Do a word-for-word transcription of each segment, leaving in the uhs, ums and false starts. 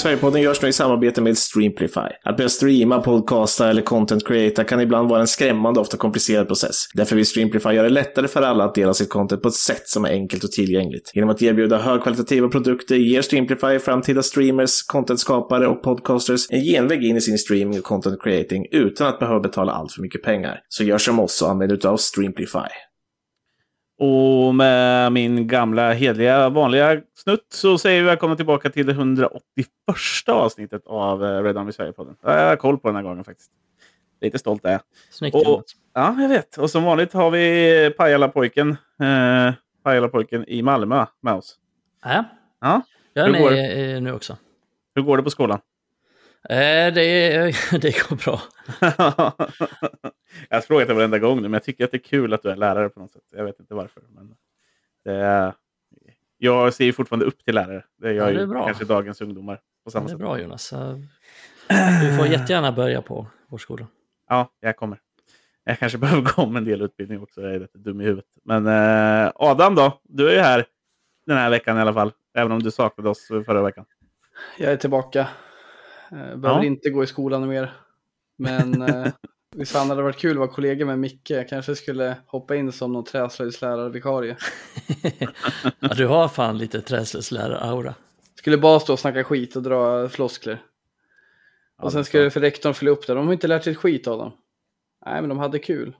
Sverigepodden görs nu i samarbete med Streamplify. Att börja streama, podcasta eller content creata kan ibland vara en skrämmande, ofta komplicerad process. Därför vill Streamplify göra det lättare för alla att dela sitt content på ett sätt som är enkelt och tillgängligt. Genom att erbjuda högkvalitativa produkter ger Streamplify framtida streamers, contentskapare och podcasters en genväg in i sin streaming och content creating utan att behöva betala allt för mycket pengar. Så gör som oss och använd utav Streamplify. Och med min gamla, hedliga, vanliga snutt så säger vi välkomna tillbaka till det hundraåttioförsta avsnittet av Red Army Sverige-podden. Jag har koll på den här gången faktiskt. Lite stolt är jag. Snyggt. Och, ja, jag vet. Och som vanligt har vi Pajala-pojken, eh, Pajala-pojken i Malmö med oss. Ja, ja. jag är med går, nu också. Hur går det på skolan? Eh, det, det går bra. Jag har frågat det varenda gång nu, men jag tycker att det är kul att du är lärare på något sätt. Jag vet inte varför. Men det är... Jag ser ju fortfarande upp till lärare. Det gör ja, det är ju kanske dagens ungdomar på samma sätt. Det är bra, Jonas. Du får jättegärna börja på vår skola. Ja, jag kommer. Jag kanske behöver gå om en del utbildning också. Jag är lite dum i huvudet. Men eh, Adam då? Du är ju här den här veckan i alla fall. Även om du saknade oss förra veckan. Jag är tillbaka. Behöver ja. inte gå i skolan mer. Men eh, visst fan hade det varit kul att vara kollega med Micke. Jag kanske skulle hoppa in som någon träslöjdslärare-vikarie. Ja, du har fan lite träslöjdslärare-aura. Skulle bara stå och snacka skit och dra floskler. Och ja, sen skulle för rektorn fylla upp det. De har inte lärt sig ett skit av dem. Nej, men de hade kul.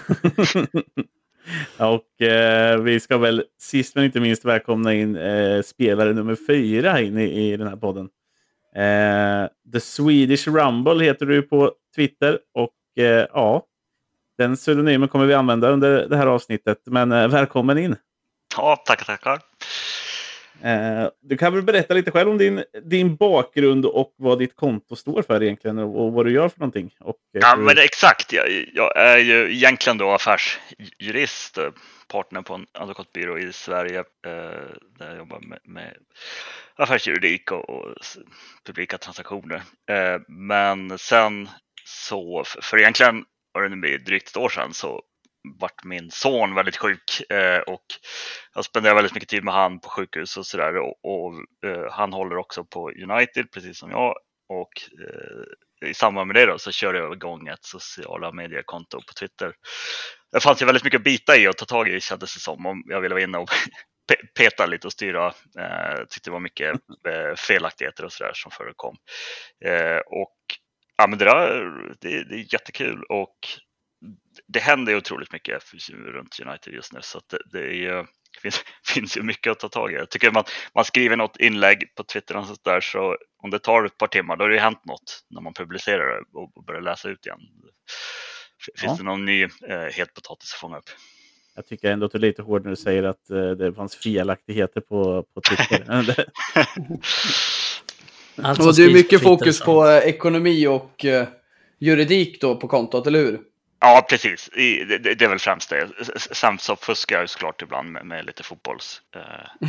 Och eh, vi ska väl sist men inte minst välkomna in eh, spelare nummer fyra in i, i den här podden. Eh, The Swedish Rumble heter du på Twitter. Och eh, ja, den pseudonymen kommer vi använda under det här avsnittet. Men eh, välkommen in. Ja, tackar, tackar. Eh, du kan väl berätta lite själv om din, din bakgrund och vad ditt konto står för egentligen och, och vad du gör för någonting. Och, eh, ja, men det, exakt. Jag, jag är ju egentligen då affärsjurist, partner på en advokatbyrå i Sverige eh, där jag jobbar med, med affärsjuridik och, och publika transaktioner. Eh, men sen så, för egentligen var det nu drygt ett år sedan så vart min son väldigt sjuk eh, och jag spenderar väldigt mycket tid med han på sjukhus och sådär och, och eh, han håller också på United precis som jag och eh, i samband med det då så körde jag igång ett sociala mediekonto på Twitter. Det fanns ju väldigt mycket att bita i och ta tag i, kändes det som, om jag ville vara inne och peta lite och styra. Eh, tyckte det var mycket eh, felaktigheter och sådär som förekom. Eh, och ja, men det, där, det, det är jättekul och det händer ju otroligt mycket runt United just nu så att det, det, är, det finns, finns ju mycket att ta tag i. Jag tycker man, man skriver något inlägg på Twitter och så där så om det tar ett par timmar då har det ju hänt något när man publicerar det och, och börjar läsa ut igen. Finns ja. det någon ny eh, het potatis att fånga upp? Jag tycker ändå att det är lite hårt när du säger att eh, det fanns felaktigheter på, på Twitter. Alltså, och det är mycket fokus sant. på eh, ekonomi och eh, juridik då på kontot, eller hur? Ja, precis. I, det, det är väl främst det. Samt så fuskar jag såklart ibland med, med lite fotbolls eh,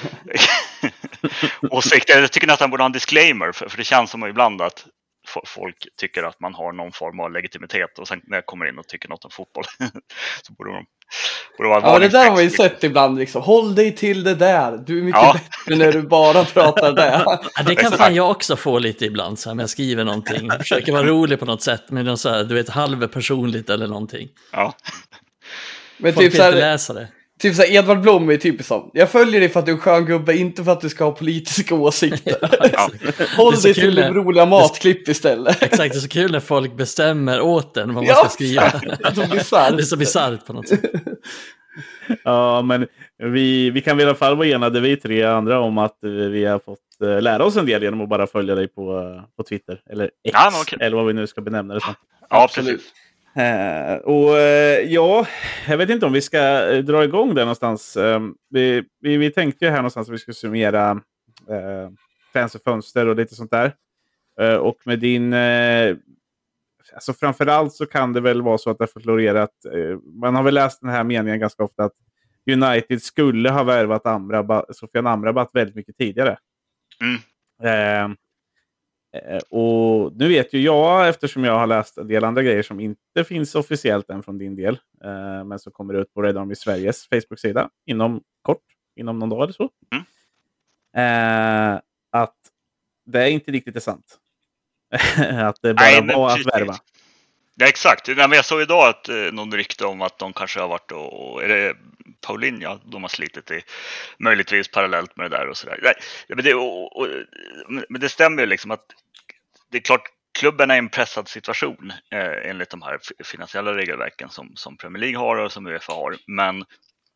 åsikter. Jag tycker att han borde ha en disclaimer. För, för det känns som ibland att folk tycker att man har någon form av legitimitet. Och sen när jag kommer in och tycker något om fotboll så borde de... Borde vara ja, det där har vi sett ibland. Liksom. Håll dig till det där. Du är mycket ja. bättre när du bara pratar där. Ja, det kan fan jag också få lite ibland. Så här, när jag skriver någonting. Jag försöker vara rolig på något sätt. Men något så här, du vet, halvpersonligt eller någonting. Ja. Men folk typ så här, inte läsa det. Typ så här, Edvard Blom är typiskt som. Jag följer dig för att du är en skön gubbe, inte för att du ska ha politiska åsikter. Ja. Håll dig till det roliga matklipp istället. Exakt, det är så kul när folk bestämmer åt den vad man ja, ska skriva. Det är så bisarrt på något sätt. Ja, men vi, vi kan i alla fall vara enade, vi tre andra, om att vi har fått uh, lära oss en del genom att bara följa dig på, uh, på Twitter. Eller X, ja, okay. eller vad vi nu ska benämna det som. Ja, absolut. Uh, och uh, ja, jag vet inte om vi ska uh, dra igång det någonstans. Uh, vi, vi, vi tänkte ju här någonstans att vi skulle summera uh, fans och fönster och lite sånt där. Uh, och med din... Uh, alltså framförallt så kan det väl vara så att det har florerat. Uh, man har väl läst den här meningen ganska ofta att United skulle ha värvat Amrabat, Sofian Amrabat väldigt mycket tidigare. Mm. Uh, Och nu vet ju jag, eftersom jag har läst en del andra grejer som inte finns officiellt än från din del, eh, men som kommer ut på Red Army Sveriges Facebook-sida inom kort, inom någon dag eller så. Mm. Eh, att det är inte riktigt sant. Att det bara Nej, var precis. att värva. Ja, exakt. Nej, men jag såg idag att eh, någon rykte om att de kanske har varit och, är det Paulinho de har slitit i, möjligtvis parallellt med det där och sådär. Nej, men det, och, och, men det stämmer ju liksom att det är klart klubben är i en pressad situation eh, enligt de här finansiella regelverken som, som Premier League har och som UEFA har. Men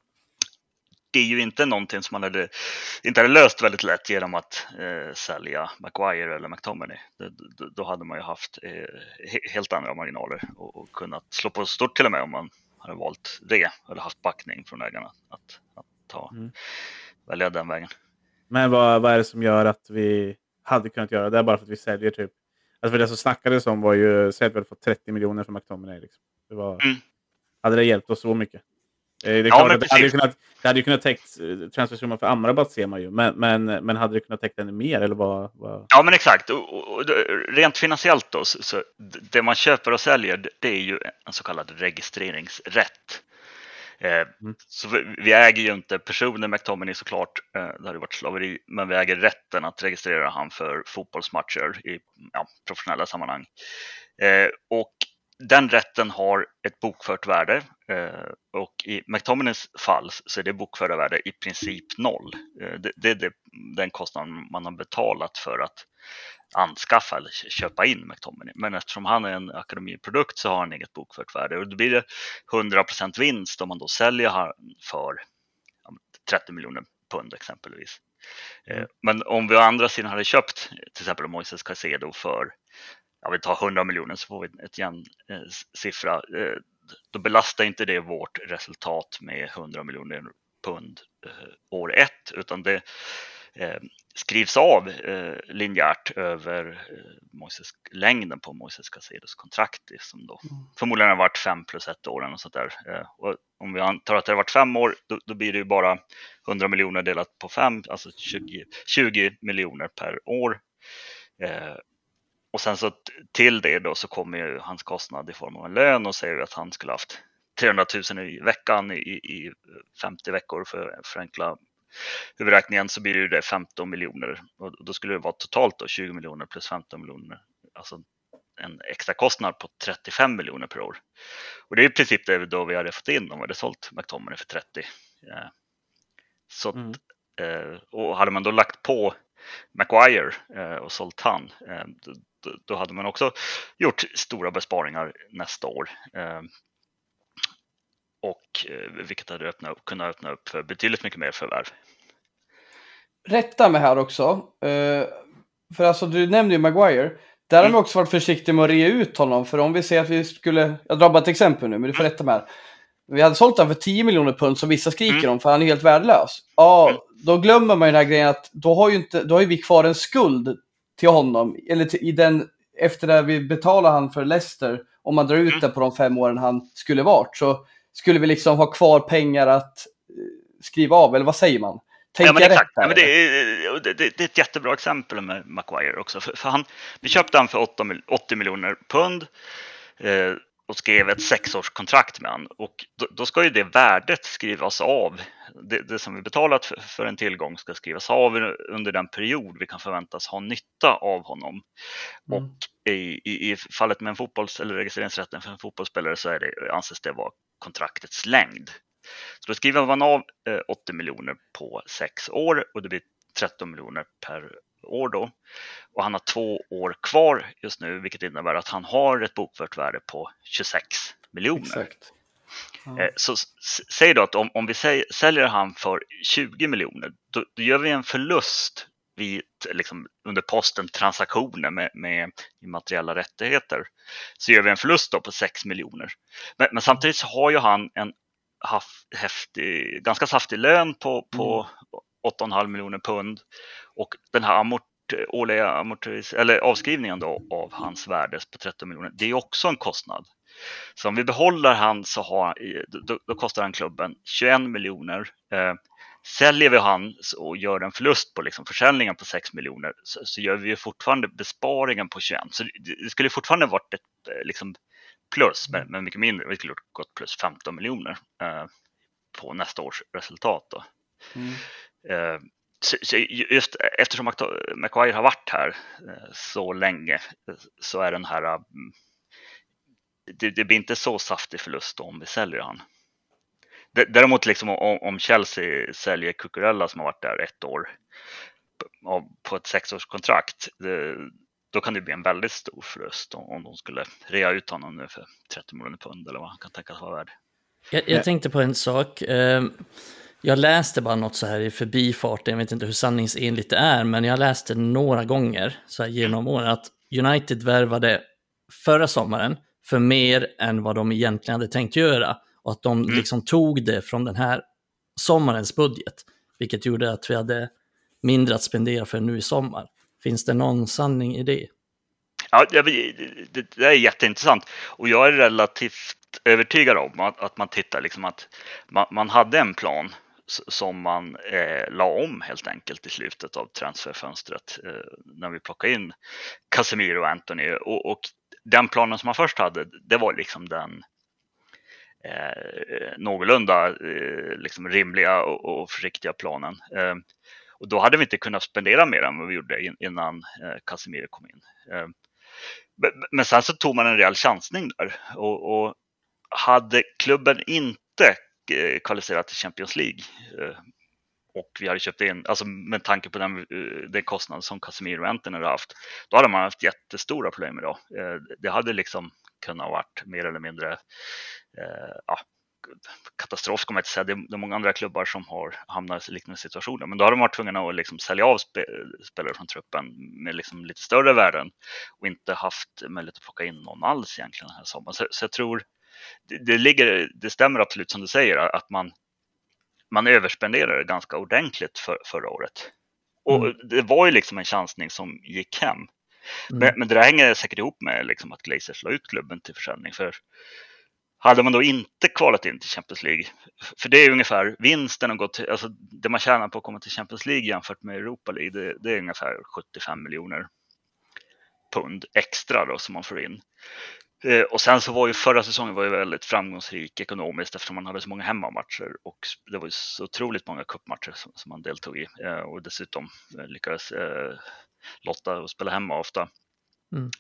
det är ju inte någonting som man hade, inte hade löst väldigt lätt genom att eh, sälja Maguire eller McTominay. Då, då hade man ju haft eh, helt andra marginaler och, och kunnat slå på stort till och med om man hade valt det eller haft backning från ägarna att, att ta, mm. välja den vägen. Men vad, vad är det som gör att vi hade kunnat göra det? Bara för att vi säljer typ. Alltså för det som snackades om var ju, säg att vi hade fått trettio miljoner för McTominay. Liksom. Det var, mm. Hade det hjälpt oss så mycket? Det är klart ja, att det hade, kunnat, det hade ju kunnat täckt transfersumman för Amrabat ser man ju. Men, men, men hade det kunnat täckt ännu mer? Eller vad, vad... Ja men exakt. Och, och, och, rent finansiellt då. Så, så det man köper och säljer det är ju en så kallad registreringsrätt. Eh, mm. Så vi, vi äger ju inte personen McTominay såklart. Eh, det hade varit slaveri. Men vi äger rätten att registrera han för fotbollsmatcher i ja, professionella sammanhang. Eh, och den rätten har ett bokfört värde eh, och i McTominays fall så är det bokförda värde i princip noll. Eh, det, det är det, den kostnaden man har betalat för att anskaffa eller köpa in McTominay. Men eftersom han är en akademiprodukt så har han inget bokfört värde och då blir det hundra procent vinst om man då säljer han för ja, trettio miljoner pund exempelvis. Mm. Eh, men om vi å andra sidan hade köpt till exempel Moises Caicedo för ja, vi tar hundra miljoner så får vi ett jämn eh, siffra. Eh, då belastar inte det vårt resultat med hundra miljoner pund eh, år ett utan det eh, skrivs av eh, linjärt över eh, Moises, längden på Moises Caicedos kontrakt som då mm. förmodligen har varit fem plus ett år och sånt där. Eh, och om vi antar att det har varit fem år då, då blir det ju bara hundra miljoner delat på fem, alltså tjugo, tjugo miljoner per år. Eh, Och sen så till det då så kommer ju hans kostnad i form av en lön och säger att han skulle haft trehundratusen i veckan i, i femtio veckor för att förenkla huvudräkningen så blir det ju det femton miljoner och då skulle det vara totalt då tjugo miljoner plus femton miljoner, alltså en extra kostnad på trettiofem miljoner per år. Och det är i princip det då vi hade fått in om vi hade sålt McTominay för trettio. Ja. Så mm. Och hade man då lagt på Maguire och sålt han då, då hade man också gjort stora besparingar nästa år. Och vilket hade öppnat upp, kunnat öppna upp för betydligt mycket mer förvärv. Rätta mig här också. För alltså du nämnde ju Maguire. Där mm. har man också varit försiktig med att rea ut honom. För om vi säger att vi skulle, jag drar bara ett exempel nu men du får rätta mig här. Vi hade sålt honom för tio miljoner pund som vissa skriker mm. om för han är helt värdelös. Ja, mm. då glömmer man ju den här grejen att då har ju, inte, då har ju vi kvar en skuld till honom. Eller till, i den, efter det vi betalar han för Leicester, om man drar ut mm. det på de fem åren han skulle varit, så skulle vi liksom ha kvar pengar att skriva av, eller vad säger man? Ja, men exakt. Ja, men det, är, det, det är ett jättebra exempel med Maguire också. För, för han, vi köpte han för åttio miljoner pund eh, och skrev ett sexårskontrakt med han. Och då, då ska ju det värdet skrivas av. Det, det som vi betalat för, för en tillgång ska skrivas av under den period vi kan förväntas ha nytta av honom. Mm. Och i, i, i fallet med en fotbolls- eller registreringsrätten för en fotbollsspelare så är det, anses det vara kontraktets längd. Så då skriver man av eh, åttio miljoner på sex år och det blir tretton miljoner per år då. Och han har två år kvar just nu vilket innebär att han har ett bokfört värde på tjugosex miljoner. Exakt. Mm. Eh, så s- säg då att om, om vi säg, säljer han för tjugo miljoner då, då gör vi en förlust vid, liksom, under posten transaktioner med, med immateriella rättigheter. Så gör vi en förlust då på sex miljoner. Men, men samtidigt så har ju han en haft häftig, ganska saftig lön på, på mm. åtta komma fem miljoner pund och den här amort, årliga amortis, eller avskrivningen då av hans värde på tretton miljoner, det är också en kostnad. Så om vi behåller han så har, då, då kostar han klubben tjugoett miljoner. Eh, säljer vi han och gör en förlust på liksom försäljningen på sex miljoner så, så gör vi ju fortfarande besparingen på tjugoett. Så det, det skulle fortfarande varit ett liksom plus, men, men mycket mindre. Vi skulle ha gått plus femton miljoner eh, på nästa års resultat då. Mm. Eh, så, så just eftersom Maguire har varit här så länge så är den här det, det blir inte så saftig förlust om vi säljer han. Däremot liksom om, om Chelsea säljer Cucurella som har varit där ett år på ett sexårskontrakt, det, då kan det bli en väldigt stor förlust om, om de skulle rea ut honom nu för trettio miljoner pund eller vad han kan tänkas vara värd. Jag, jag tänkte på en sak. Jag läste bara något så här i förbifarten, jag vet inte hur sanningsenligt det är, men jag läste några gånger så här genom åren att United värvade förra sommaren för mer än vad de egentligen hade tänkt göra. Och att de liksom tog det från den här sommarens budget. Vilket gjorde att vi hade mindre att spendera för nu i sommar. Finns det någon sanning i det? Ja, det, det, det är jätteintressant. Och jag är relativt övertygad om att, att man tittar liksom att man, man hade en plan som man eh, la om helt enkelt i slutet av transferfönstret. Eh, när vi plockade in Casemiro och Anthony. Och, och den planen som man först hade, det var liksom den Eh, någorlunda eh, liksom rimliga och, och försiktiga planen. Eh, och då hade vi inte kunnat spendera mer än vad vi gjorde in, innan eh, Casemiro kom in. Eh, men sen så tog man en rejäl chansning där och, och hade klubben inte eh, kvalificerat till Champions League eh, och vi hade köpt in, alltså med tanke på den, den kostnad som Casemiro och Anthony hade haft, då hade man haft jättestora problem idag. Eh, det hade liksom kunnat ha varit mer eller mindre Eh, ja, katastrof ska man inte säga. Det är, det är många andra klubbar som har hamnat i liknande situationer. Men då har de varit tvungna att liksom sälja av spe- spelare från truppen med liksom lite större värden och inte haft möjlighet att plocka in någon alls egentligen den här sommaren. Så, så jag tror det, det, ligger, det stämmer absolut som du säger att man, man överspenderade ganska ordentligt för, förra året. Och mm. det var ju liksom en chansning som gick hem. Mm. Men, men det där hänger säkert ihop med liksom att Glazers la ut klubben till försäljning. För hade man då inte kvalat in till Champions League, för det är ungefär vinsten och gått, alltså det man tjänar på att komma till Champions League jämfört med Europa League, det, det är ungefär sjuttiofem miljoner pund extra då som man får in. Eh, och sen så var ju förra säsongen var ju väldigt framgångsrik ekonomiskt eftersom man hade så många hemmamatcher och det var ju så otroligt många cupmatcher som, som man deltog i eh, och dessutom eh, lyckades eh, lotta och spela hemma ofta. Mm.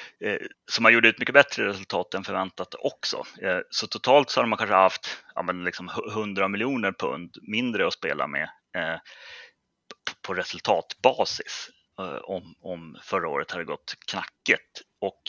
Så man gjorde ett mycket bättre resultat än förväntat också. Så totalt så har man kanske haft ja, men liksom hundra miljoner pund mindre att spela med eh, på resultatbasis eh, om, om förra året hade gått knackigt. Och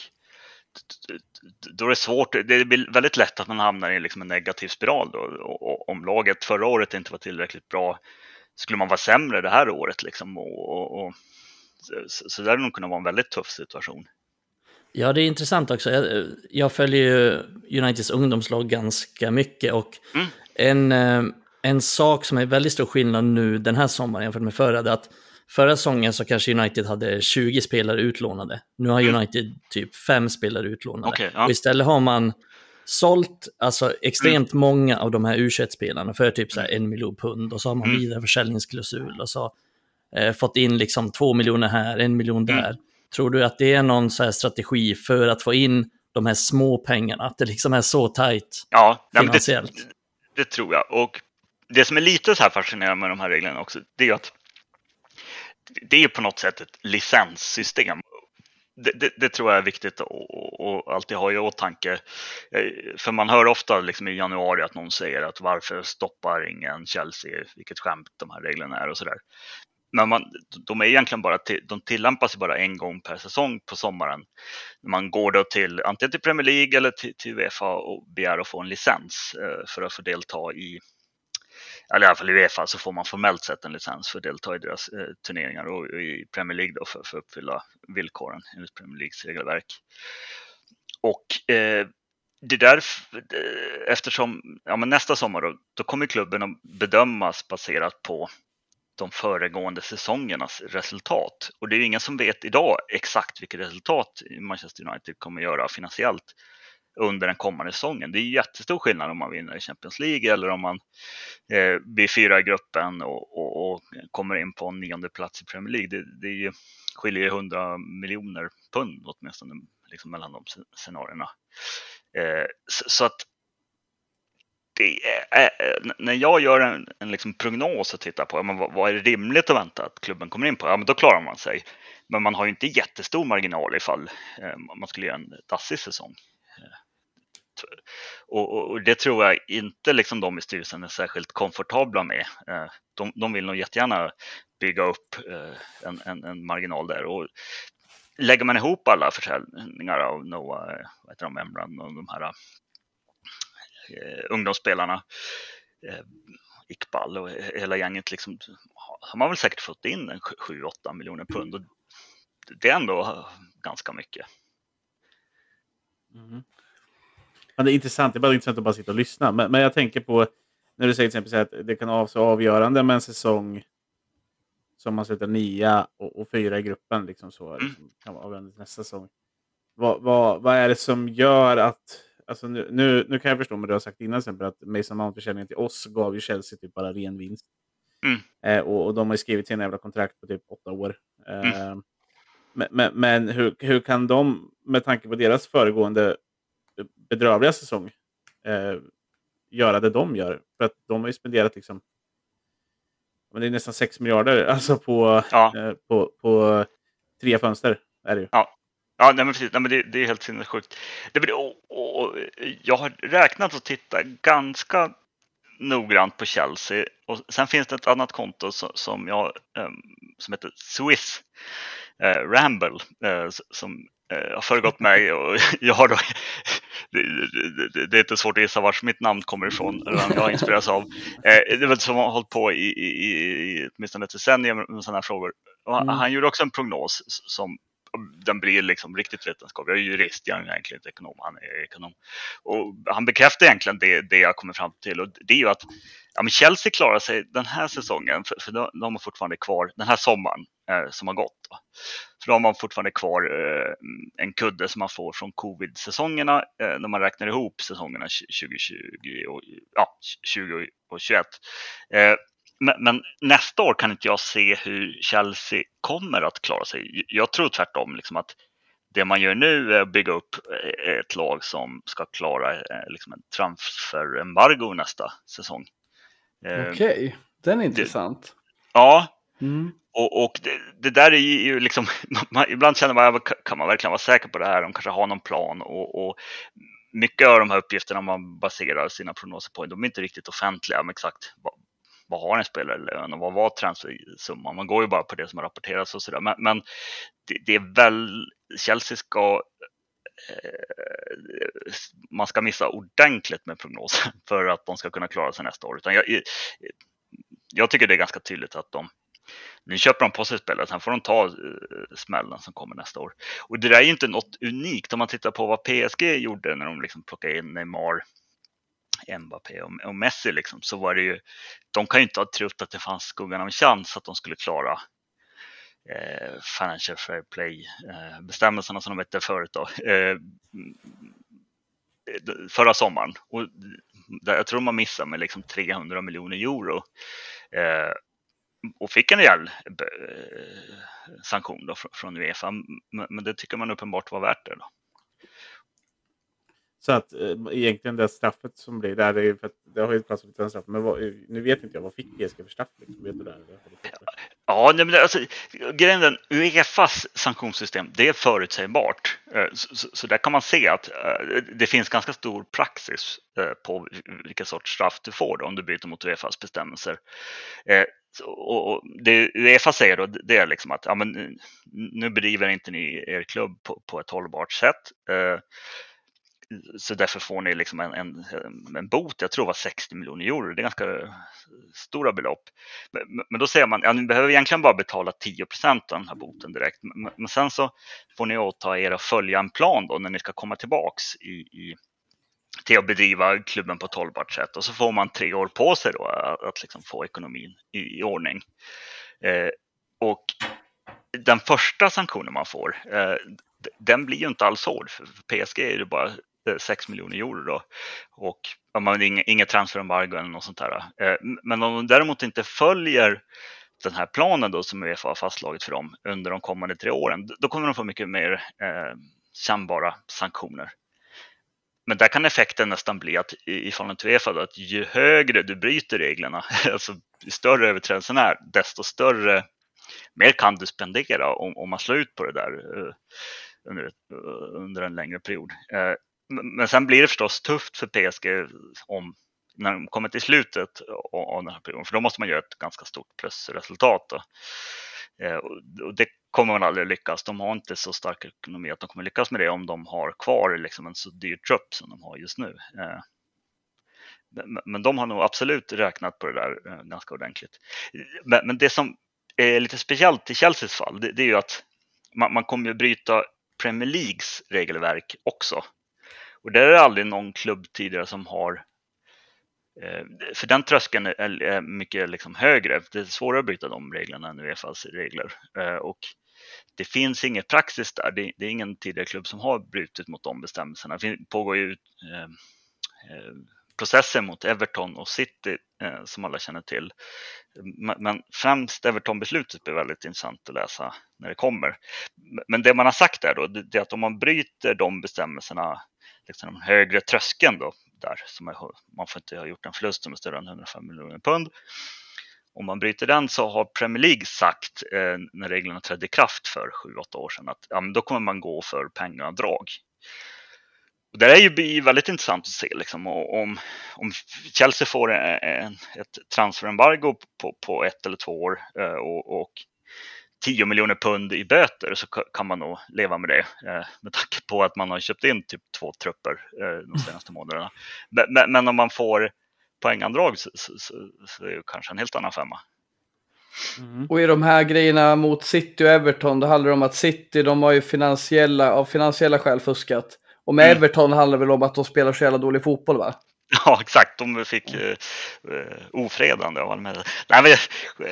då är det svårt, det blir väldigt lätt att man hamnar i liksom en negativ spiral då. Och om laget förra året inte var tillräckligt bra skulle man vara sämre det här året liksom och, och, och Så, så det hade nog kunnat vara en väldigt tuff situation. Ja, det är intressant också. Jag, jag följer ju Uniteds ungdomslag ganska mycket och mm. en, en sak som är väldigt stor skillnad nu den här sommaren jämfört med förra är att förra säsongen så kanske United hade tjugo spelare utlånade. Nu har United mm. typ fem spelare utlånade. Okay, ja. Och istället har man sålt alltså extremt mm. många av de här U tjugoett-spelarna för typ så här en miljon pund och så har man mm. vidare försäljningsklausul och så eh, fått in liksom två miljoner här, en miljon där. Mm. Tror du att det är någon så här strategi för att få in de här små pengarna? Att det liksom är så tajt ja, finansiellt? Det, det tror jag. Och det som är lite så här fascinerande med de här reglerna också, det är att det är på något sätt ett licenssystem. Det, det, det tror jag är viktigt att och alltid ha i åtanke. För man hör ofta liksom i januari att någon säger att varför stoppar ingen Chelsea, vilket skämt de här reglerna är och sådär. Men man, de är egentligen bara till, de tillämpas bara en gång per säsong på sommaren. Man går då till antingen till Premier League eller till, till UEFA och begär att få en licens eh, för att få delta i, eller i alla fall i UEFA så får man formellt sett en licens för att delta i deras eh, turneringar och i Premier League då för, för att uppfylla villkoren enligt Premier Leagues regelverk. Och eh, det där, eftersom ja, men nästa sommar då, då kommer klubben att bedömas baserat på de föregående säsongernas resultat. Och det är ju ingen som vet idag exakt vilket resultat Manchester United kommer göra finansiellt under den kommande säsongen. Det är jättestor skillnad om man vinner i Champions League eller om man eh, blir fyra i gruppen och, och, och kommer in på en nionde plats i Premier League. Det, det är ju, skiljer hundra miljoner pund åtminstone liksom mellan de scenarierna. Eh, så, så att det är, när jag gör en, en liksom prognos och tittar på men vad, vad är det rimligt att vänta att klubben kommer in på, ja men då klarar man sig. Men man har ju inte jättestor marginal ifall eh, man skulle göra en dassig säsong. Och, och, och det tror jag inte liksom de i styrelsen är särskilt komfortabla med. Eh, de, de vill nog jättegärna bygga upp eh, en, en, en marginal där. Och lägger man ihop alla försäljningar av Noah, vad heter de, Emran och de här eh, ungdomsspelarna, eh, Iqbal och hela gänget, liksom, har man väl säkert fått in en sju åtta miljoner pund. Och det är ändå ganska mycket. Mm. Men det är intressant, det är bara intressant att bara sitta och lyssna. Men, men jag tänker på, när du säger till exempel att det kan vara så avgörande med en säsong som man sätter nia och, och fyra i gruppen, liksom så, mm. liksom, kan vara avgörande nästa säsong. Vad, vad, vad är det som gör att, alltså nu, nu, nu kan jag förstå, men du har sagt innan exempel att Mason Mount-försäljningen till oss gav ju Chelsea typ bara ren vinst. Mm. Eh, och, och de har ju skrivit sina jävla kontrakt på typ åtta år. Eh, mm. Men, men, men hur, hur kan de, med tanke på deras föregående bedrövliga säsong, eh, göra det de gör? För att de har ju spenderat liksom, men det är nästan sex miljarder alltså på, ja. eh, på, på tre fönster är det ju. Ja, ja nej, men precis. Nej, men det, det är helt sinnessjukt. Det, och, och, jag har räknat och tittat ganska noggrant på Chelsea. Och sen finns det ett annat konto som, som, jag, som heter Swiss eh, Ramble eh, som eh, har föregått mig. Och jag har då, det, det, det är inte svårt att gissa var mitt namn kommer ifrån eller vad jag inspireras av. Eh, det är väl som har hållit på i, i, i åtminstone ett decennium med sådana här frågor. Och mm. Han gjorde också en prognos som den blir liksom riktigt vetenskaplig. Jag är jurist, jag är egentligen inte ekonom, han är ekonom. Och han bekräftar egentligen det, det jag kommer fram till. Och det är ju att ja, men Chelsea klarar sig den här säsongen, för, för de har fortfarande kvar den här sommaren eh, som har gått. Då. För de har fortfarande kvar eh, en kudde som man får från covid-säsongerna eh, när man räknar ihop säsongerna tjugo tjugo och, ja, tjugo och tjugoett. Eh, Men, men nästa år kan inte jag se hur Chelsea kommer att klara sig. Jag tror tvärtom liksom att det man gör nu är att bygga upp ett lag som ska klara liksom en transferembargo nästa säsong. Okej, okay. Den är intressant. Det, ja, mm. och, och det, det där är ju liksom, man, ibland känner man, kan man verkligen vara säker på det här? De kanske har någon plan och, och mycket av de här uppgifterna man baserar sina prognoser på, de är inte riktigt offentliga, men exakt vad vad har en spelare lön och vad var transfersumman? Man går ju bara på det som har rapporterats och sådär. Men, men det, det är väl, Chelsea ska eh, man ska missa ordentligt med prognosen för att de ska kunna klara sig nästa år. Utan jag, jag tycker det är ganska tydligt att de nu köper de på sig spelare, sen får de ta uh, smällen som kommer nästa år. Och det där är ju inte något unikt om man tittar på vad P S G gjorde när de liksom plockade in Neymar, Mbappé och, och Messi liksom, så var det ju, de kan ju inte ha trott att det fanns skuggan av en chans att de skulle klara eh, financial fair play eh, bestämmelserna som de hette förut då, eh, förra sommaren, och där, jag tror man missade med liksom trehundra miljoner euro eh, och fick en rejäl eh, sanktion då från, från UEFA, men, men det tycker man uppenbart var värt det då. Så att eh, egentligen det straffet som blir där, det, är för att, det har ju plats för straff. Men vad, nu vet inte jag, vad fick P S G för straff? Liksom? Vet du det? Ja, men alltså, grejen är, UEFAs sanktionssystem, det är förutsägbart. Så, så, så där kan man se att det finns ganska stor praxis på vilka sorts straff du får då, om du bryter mot UEFAs bestämmelser. Och det UEFA säger då, det är liksom att ja, men, nu bedriver inte ni er klubb på, på ett hållbart sätt. Så därför får ni liksom en, en, en bot, jag tror det var sextio miljoner euro, det är ganska stora belopp. Men, men då säger man, ja, ni behöver egentligen bara betala tio procent av den här boten direkt. Men, men sen så får ni åta er att följa en plan då när ni ska komma tillbaks i, i, till att bedriva klubben på ett hållbart sätt. Och så får man tre år på sig då att, att liksom få ekonomin i, i ordning. Eh, och den första sanktionen man får, eh, den blir ju inte alls hård. För P S G är det bara sex miljoner euro då. Och man inget, inget transferembargo eller något sånt där. Men om de däremot inte följer den här planen då som UEFA har fastslagit för dem under de kommande tre åren, då kommer de få mycket mer eh, kännbara sanktioner. men där kan effekten nästan bli att i, i förhållande till UEFA då, att ju högre du bryter reglerna, alltså ju större överträdelsen är, desto större, mer kan du spendera om, om man slår ut på det där uh, under, uh, under en längre period. Uh, men, men sen blir det förstås tufft för P S G om när de kommer till slutet av, av den här perioden, för då måste man göra ett ganska stort plusresultat då. Uh, och det kommer man aldrig lyckas. De har inte så stark ekonomi att de kommer lyckas med det om de har kvar liksom en så dyr trupp som de har just nu. Uh, Men de har nog absolut räknat på det där ganska ordentligt. Men, men det som är lite speciellt i Chelseas fall, det, det är ju att man, man kommer ju bryta Premier Leagues regelverk också. Och där är det aldrig någon klubb tidigare som har, eh, för den tröskeln är, är mycket liksom högre. Det är svårare att bryta de reglerna än UEFAs regler. Eh, och det finns ingen praxis där. Det, det är ingen tidigare klubb som har brutit mot de bestämmelserna. Det pågår ju eh, eh, processer mot Everton och City eh, som alla känner till. Men, men främst Everton-beslutet blir väldigt intressant att läsa när det kommer. Men det man har sagt där då, det, det är att om man bryter de bestämmelserna, liksom den högre tröskeln då, där som är, man får inte ha gjort en förlust som är större än hundrafem miljoner pund. Om man bryter den så har Premier League sagt eh, när reglerna trädde i kraft för sju åtta år sedan att ja, men då kommer man gå för pengadrag. Och det är ju väldigt intressant att se liksom, om, om Chelsea får en, ett transferembargo på, på ett eller två år och, och tio miljoner pund i böter, så kan man nog leva med det med tanke på att man har köpt in typ två trupper de senaste månaderna. Men, men om man får poängandrag så, så, så, så är det kanske en helt annan femma. Mm. Och i de här grejerna mot City och Everton, det handlar om att City, de har ju finansiella, av finansiella skäl fuskat. Och med mm. Everton handlar det väl om att de spelar så jävla dålig fotboll, va? Ja, exakt. De fick eh, ofredande av med. Nej, men,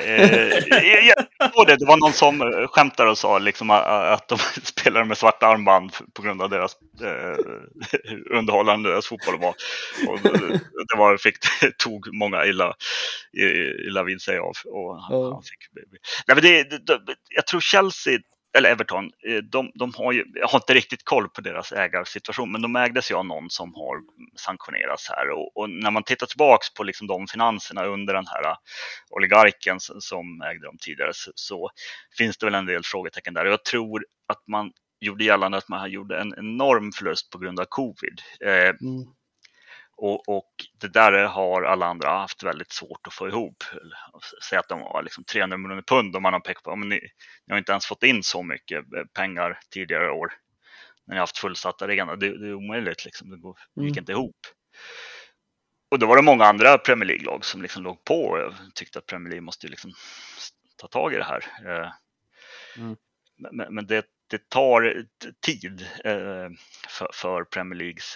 eh, jag, jag, det, det var någon som skämtade och sa liksom att de spelar med svarta armband på grund av deras eh, underhållande deras fotboll var. Och det var, fick, tog många illa, illa vid sig av. Och mm. han fick, nej, men det, det, jag tror Chelsea eller Everton, de, de har ju, jag har inte riktigt koll på deras ägarsituation, men de ägdes ju av någon som har sanktionerats här. Och, och när man tittar tillbaks på liksom de finanserna under den här oligarken som ägde dem tidigare, så, så finns det väl en del frågetecken där. Och jag tror att man gjorde gällande att man gjorde en enorm förlust på grund av covid. Eh, mm. Och, och det där har alla andra haft väldigt svårt att få ihop. Säg att de har liksom trehundra miljoner pund och man har pekat på, men ni, ni har inte ens fått in så mycket pengar tidigare år när ni har haft fullsatta arenor. Det, det är omöjligt, liksom. Det går, gick mm. inte ihop. Och då var det många andra Premier League-lag som liksom låg på och tyckte att Premier League måste liksom ta tag i det här. Mm. Men, men det, det tar tid för, för Premier Leagues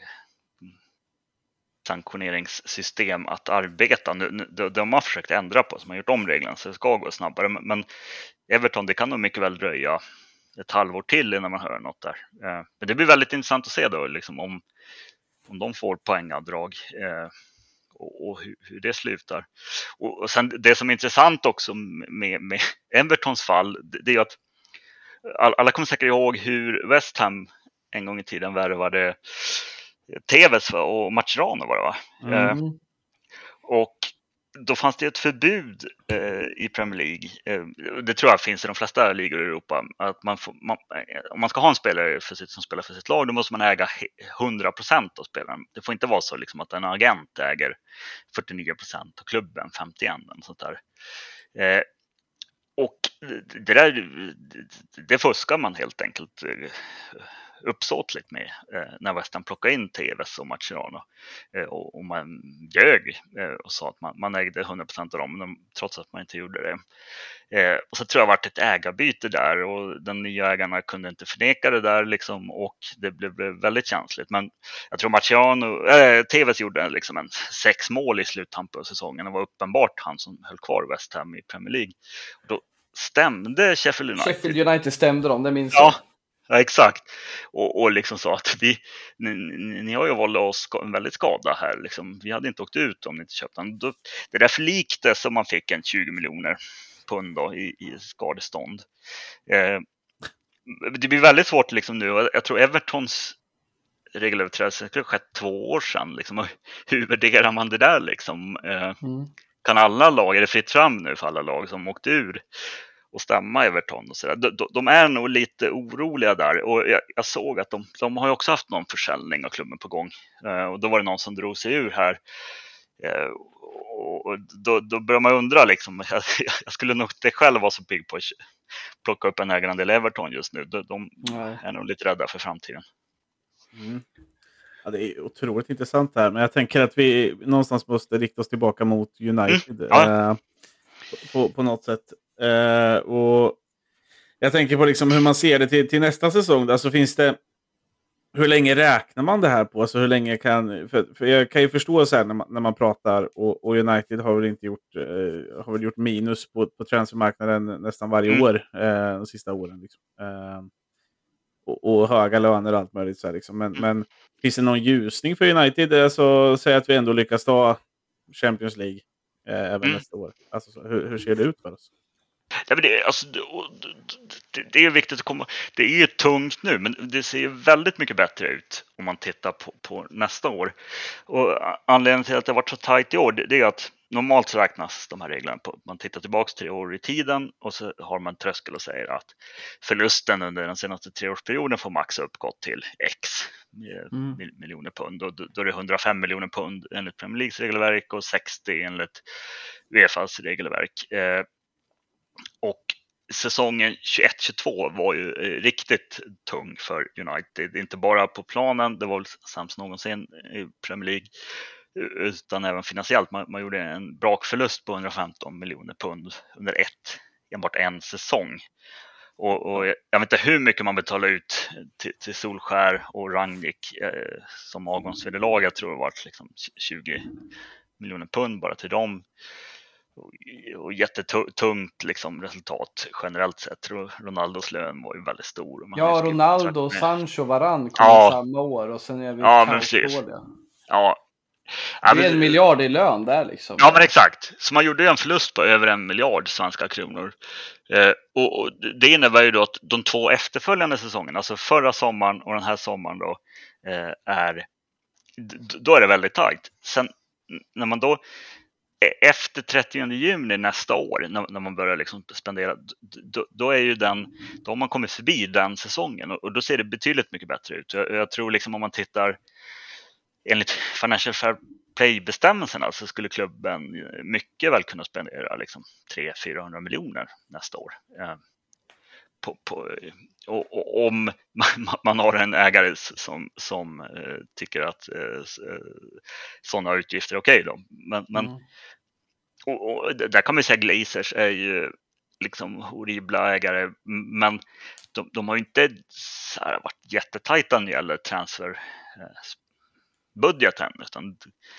sanktioneringssystem att arbeta. Nu, de har försökt ändra på, som har gjort om reglerna så det ska gå snabbare. Men Everton, det kan nog mycket väl dröja ett halvår till innan man hör något där. Men det blir väldigt intressant att se då, liksom, om, om de får poängavdrag eh, och, och hur, hur det slutar. Och, och sen det som är intressant också med, med Evertons fall, det, det är att alla kommer säkert ihåg hur West Ham en gång i tiden värvade Tevez och Mascherano var det, va? Mm. Eh, och då fanns det ett förbud eh, i Premier League. Eh, det tror jag finns i de flesta ligor i Europa. Att man får, man, om man ska ha en spelare för sitt, som spelar för sitt lag, då måste man äga hundra procent av spelaren. Det får inte vara så liksom, att en agent äger fyrtionio procent och klubben femtioen. Sånt där. Eh, och det där, det fuskar man helt enkelt uppsåtligt med eh, när West Ham plockade in Tevez och Mascherano eh, och, och man ljög eh, och sa att man, man ägde hundra procent av dem, men trots att man inte gjorde det. Eh, och så tror jag det varit ett ägarbyte där och den nya ägarna kunde inte förneka det där liksom, och det blev, blev väldigt känsligt. Men jag tror Mascherano, eh, Tevez gjorde liksom en sex mål i sluttampen på säsongen och var uppenbart han som höll kvar West Ham i Premier League. Och då stämde Sheffield United. Sheffield United stämde dem, det minns jag. Ja. Ja, exakt. Och, och liksom sa att vi, ni, ni har ju vållat oss en väldigt skada här. Liksom. Vi hade inte åkt ut om ni inte köpte den. Då, det där förlikte som man fick en tjugo miljoner pund då, i, i skadestånd. Eh, det blir väldigt svårt liksom nu. Jag tror Evertons regelöverträdelsen skulle ha skett två år sedan. Liksom. Och hur värderar man det där? Liksom? Eh, Mm. Kan alla lag, är det fritt fram nu för alla lag som åkte ur och stämma Everton och sådär? De, de är nog lite oroliga där. Och jag, jag såg att de, de har ju också haft någon försäljning av klubben på gång. Eh, och då var det någon som drog sig ur här. Eh, och då, då börjar man undra liksom, jag, jag skulle nog inte själv vara så pigg på att plocka upp en ägarandel Everton just nu. De, de är nog lite rädda för framtiden. Mm. Ja, det är otroligt intressant här, men jag tänker att vi någonstans måste rikta oss tillbaka mot United mm. ja. eh, på, på något sätt. Eh, och jag tänker på liksom hur man ser det till, till nästa säsong. Alltså finns det, hur länge räknar man det här på? Alltså hur länge kan, för, för jag kan ju förstå så här när man, när man pratar och, och United har väl inte gjort, eh, har väl gjort minus på, på transfermarknaden nästan varje mm. år eh, de sista åren. Liksom. Eh, och, och höga löner och allt möjligt. Så här, liksom. men, mm. men finns det någon ljusning för United? Alltså säg att vi ändå lyckas ta Champions League eh, även mm. nästa år. Alltså, så, hur, hur ser det ut för oss? Ja, men det, alltså, det, det är viktigt att komma. Det är ju tungt nu, men det ser väldigt mycket bättre ut om man tittar på, på nästa år. Och anledningen till att det har varit så tajt i år, det, det är att normalt så räknas de här reglerna på. Man tittar tillbaka tre år i tiden och så har man tröskel och säger att förlusten under den senaste treårsperioden får max uppgått till X mm. miljoner pund. Och då, då är det hundrafem miljoner pund enligt Premier Leagues regelverk och sextio enligt UEFAs regelverk. Eh, Och säsongen tjugoett tjugotvå var ju riktigt tung för United. Inte bara på planen, det var väl sämst någonsin i Premier League, utan även finansiellt. Man, man gjorde en brakförlust på hundrafemton miljoner pund under ett, enbart en säsong. Och, och jag vet inte hur mycket man betalar ut till, till Solskär och Rangnick eh, som avgångsvederlag. Jag tror det var liksom tjugo miljoner pund bara till dem. Och jättetungt liksom, resultat generellt sett. Ronaldos lön var ju väldigt stor. Man ja, Ronaldo, Sancho, Varane kom ja. samma år och sen är vi ja, men precis. Ja. Ja, det är en miljard i lön där liksom. Ja, men exakt. Så man gjorde en förlust på över en miljard svenska kronor. Eh, och, och det innebär ju då att de två efterföljande säsongerna, alltså förra sommaren och den här sommaren då, eh, är då är det väldigt tajt. Sen när man då efter trettionde juni nästa år, när, när man börjar liksom spendera, då, då är ju den, då har man kommit förbi den säsongen och, och då ser det betydligt mycket bättre ut. Jag, jag tror liksom om man tittar enligt Financial Fair Play-bestämmelserna så skulle klubben mycket väl kunna spendera liksom tre till fyrahundra miljoner nästa år. Eh, på, på, och, och om man, man har en ägare som, som eh, tycker att eh, sådana utgifter är okej okay då. Men, men mm. och, och där kan man säga Glazers är ju liksom horribla ägare, men de, de har ju inte så här varit jättetajta när det gäller transferbudgeten, utan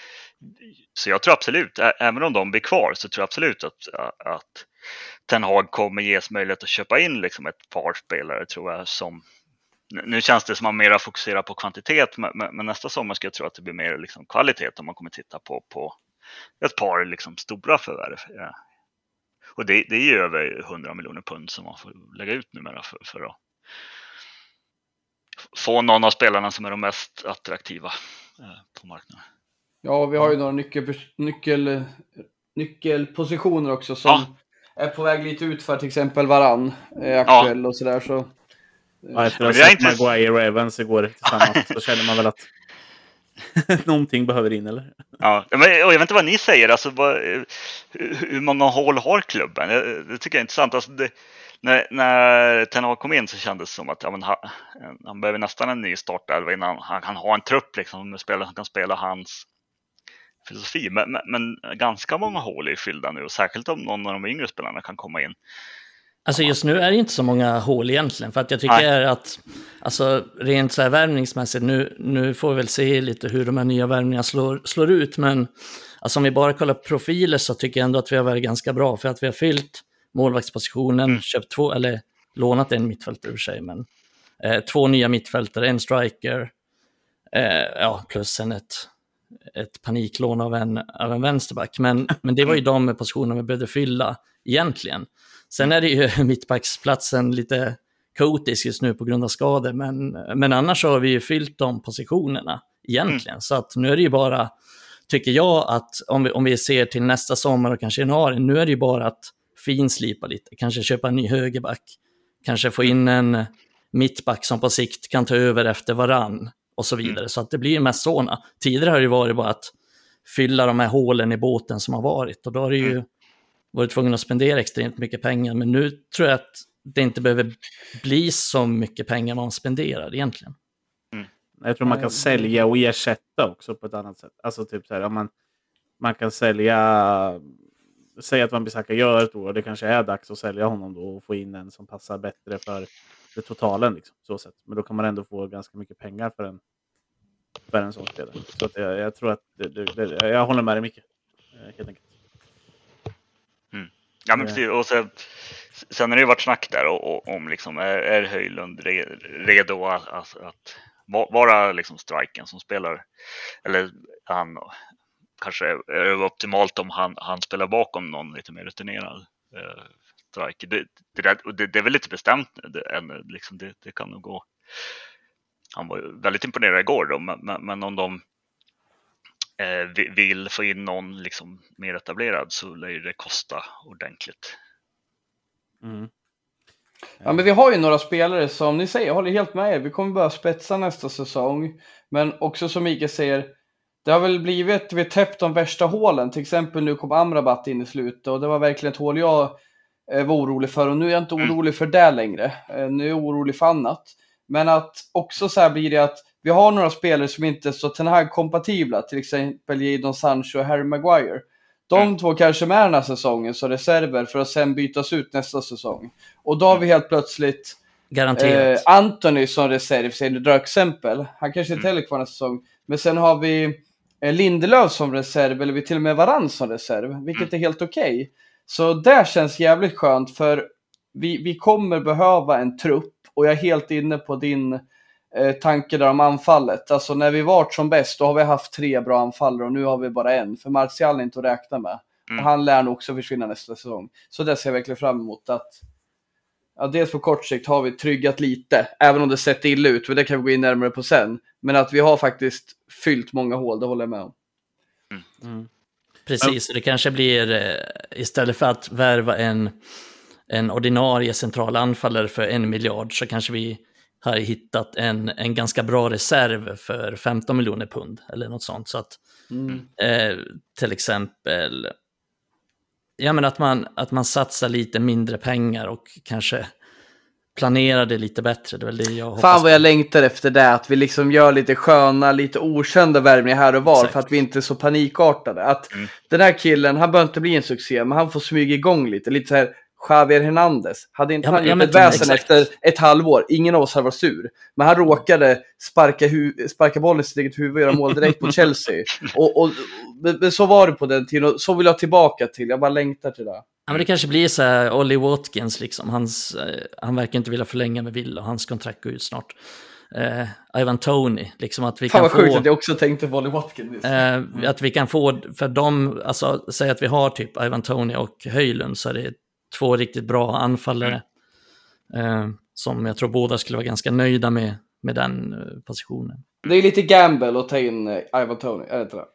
så jag tror absolut, även om de blir kvar, så tror jag absolut att, att Ten Hag kommer ges möjlighet att köpa in liksom ett par spelare, tror jag, som nu känns det som man mer fokuserar på kvantitet, men, men nästa sommar ska jag tro att det blir mer liksom kvalitet om man kommer titta på, på ett par liksom stora förvärv. Ja. Och det, det är ju över hundra miljoner pund som man får lägga ut numera för, för att få någon av spelarna som är de mest attraktiva eh, på marknaden. Ja, vi har ju några nyckel, nyckel, nyckelpositioner också som ja. är på väg lite ut för till exempel Varane är aktuell ja. och sådär. Så. Ja, efter att ha sett inte... Maguire och Evans igår tillsammans så känner man väl att någonting behöver in, eller? Ja, men jag vet inte vad ni säger, alltså vad, hur många hål har klubben? Det tycker jag är intressant. Alltså det, när, när Ten Hag kom in så kändes det som att ja, men han, han behöver nästan en ny startelva innan han kan ha en trupp liksom, med spelare som kan spela hans filosofi. Men, men, men ganska många hål är fyllda nu, och särskilt om någon av de yngre spelarna kan komma in. Alltså just nu är det inte så många hål egentligen, för att jag tycker Nej. att alltså rent så här värvningsmässigt, nu, nu får vi väl se lite hur de här nya värvningarna slår, slår ut, men alltså om vi bara kollar profiler så tycker jag ändå att vi har varit ganska bra, för att vi har fyllt målvaktspositionen, mm. köpt två, eller lånat en mittfältare ur sig, men eh, två nya mittfältare, en striker, eh, ja, plus sen ett, ett paniklån av en, av en vänsterback, men, men det var ju de positionerna vi behövde fylla egentligen. Sen är det ju mittbacksplatsen lite Coatis just nu på grund av skador. Men, men annars har vi ju fyllt de positionerna egentligen. Mm. Så att nu är det ju bara, tycker jag, att om vi, om vi ser till nästa sommar och kanske januari, nu är det ju bara att finslipa lite. Kanske köpa en ny högerback. Kanske få in en mittback som på sikt kan ta över efter varann och så vidare. Mm. Så att det blir mest såna. Tidigare har det varit bara att fylla de här hålen i båten som har varit. Och då har det ju mm. varit tvungen att spendera extremt mycket pengar. Men nu tror jag att det inte behöver bli så mycket pengar man spenderar egentligen. Mm. Jag tror man kan sälja och ersätta också på ett annat sätt. Alltså typ så här, om man, man kan sälja, säga att man Bissaka gör ett år, det kanske är dags att sälja honom då och få in en som passar bättre för det totalen liksom, så sätt. Men då kan man ändå få ganska mycket pengar för en för en sån spelare. Så att jag, jag tror att det, det, det, jag håller med dig mycket, helt enkelt. Mm. Ja, men precis. Och sen, sen har det ju varit snack där och, och, om liksom, är, är Höjlund redo att, att, att vara liksom striken som spelar, eller han kanske är det optimalt om han, han spelar bakom någon lite mer rutinerad eh, striker. Det, det, där, det, det är väl lite bestämt det, liksom, det, det kan nog gå. Han var väldigt imponerad igår då, men, men, men om de eh, vill få in någon liksom mer etablerad så lär det kosta ordentligt. Mm. Ja, men vi har ju några spelare som ni säger, jag håller helt med er. Vi kommer börja spetsa nästa säsong. Men också som Mikael säger, det har väl blivit, vi har täppt de värsta hålen. Till exempel nu kom Amrabat in i slutet och det var verkligen ett hål jag eh, var orolig för. Och nu är jag inte orolig för det längre. Eh, nu är jag orolig för annat. Men att också så här blir det att vi har några spelare som inte är så Ten Hag-kompatibla. Till exempel Jadon Sancho och Harry Maguire. De mm. två kanske med den här säsongen så reserver för att sen bytas ut nästa säsong. Och då har vi helt plötsligt garanterat eh, Anthony som reserv, säger du drar exempel. Han kanske inte heller kvar nästa säsong. Men sen har vi eh, Lindelöf som reserv, eller vi till och med Varane som reserv. Vilket är helt okej. Okay. Så det känns jävligt skönt för vi, vi kommer behöva en trupp. Och jag är helt inne på din eh, tanke där om anfallet. Alltså när vi varit som bäst då har vi haft tre bra anfallare och nu har vi bara en. För Martial är inte att räkna med. Mm. Och han lär nog också försvinna nästa säsong. Så det ser jag verkligen fram emot. Att, ja, dels på kort sikt har vi tryggat lite. Även om det sett illa ut. Men det kan vi gå in närmare på sen. Men att vi har faktiskt fyllt många hål, det håller jag med om. Mm. Mm. Precis, det kanske blir istället för att värva en en ordinarie central anfallare för en miljard så kanske vi har hittat en, en ganska bra reserv för femton miljoner pund eller något sånt. Så att mm. eh, till exempel ja, men att, man, att man satsar lite mindre pengar och kanske planerar det lite bättre. Det är väl det jag hoppas. Fan vad jag längtar efter det, att vi liksom gör lite sköna, lite okända värvningar här och var. Exakt. För att vi inte är så panikartade. Att mm. den här killen, han behöver inte bli en succé, men han får smyga igång lite. Lite så här Javier Hernandez. Hade inte ja, han gjort ja, ett väsen efter ett halvår. Ingen av oss hade varit sur. Men han råkade sparka, hu- sparka bollen i sitt eget huvud och göra mål direkt på Chelsea. Och, och, men så var det på den tiden. Och så vill jag tillbaka till. Jag bara längtar till det. Ja, men det kanske blir så här Ollie Watkins liksom. Hans, eh, han verkar inte vilja förlänga med Villa. Hans kontrakt går ut snart. Eh, Ivan Toney, liksom att vi Fan kan vad få... sjukt att jag också tänkte på Ollie Watkins. Eh, mm. Att vi kan få, för dem, alltså säg att vi har typ Ivan Toney och Höjlund så är det två riktigt bra anfallare mm. eh, som jag tror båda skulle vara ganska nöjda med, med den eh, positionen. Det är lite gamble att ta in eh, Ivan Toney, är det inte det?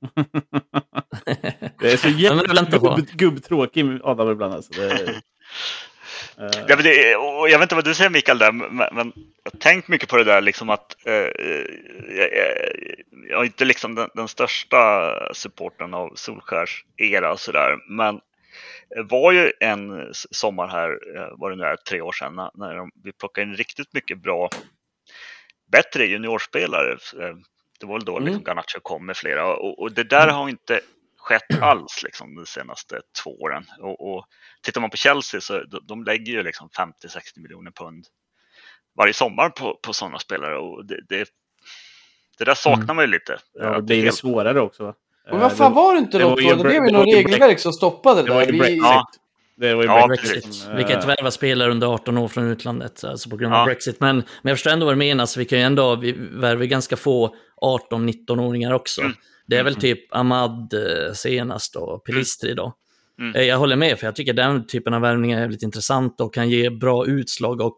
Det är så jävla gubbtråkig Adam ibland alltså. Det är, uh... ja, men det, och jag vet inte vad du säger Mikael där, men, men jag har tänkt mycket på det där liksom att uh, jag, jag är inte liksom den, den största supporten av Solskjärs era och sådär, men det var ju en sommar här, var det nu är, tre år sedan, när de, vi plockade in riktigt mycket bra, bättre juniorspelare. Det var väl då liksom Garnacho kom med flera. Och, och det där har inte skett alls liksom, de senaste två åren. Och, och tittar man på Chelsea så de, de lägger ju liksom femtio till sextio miljoner pund varje sommar på, på sådana spelare. Och det, det, det där saknar mm. man ju lite. Ja, det blir svårare också. Men vad fan var det inte det, då? Det, det blev ju någon regelverk som stoppade det. Det var ju vi... ja. Det var ju ja, Brexit. Brexit. Vi kan inte värva spelare under arton år från utlandet alltså på grund av ja. Brexit. Men, men jag förstår ändå vad det menas. Vi kan ju ändå vi värva ganska få arton-nitton-åringar också. Mm. Det är väl typ Ahmad senast och Pelistri då. Mm. Jag håller med, för jag tycker den typen av värvningar är väldigt intressant och kan ge bra utslag. Och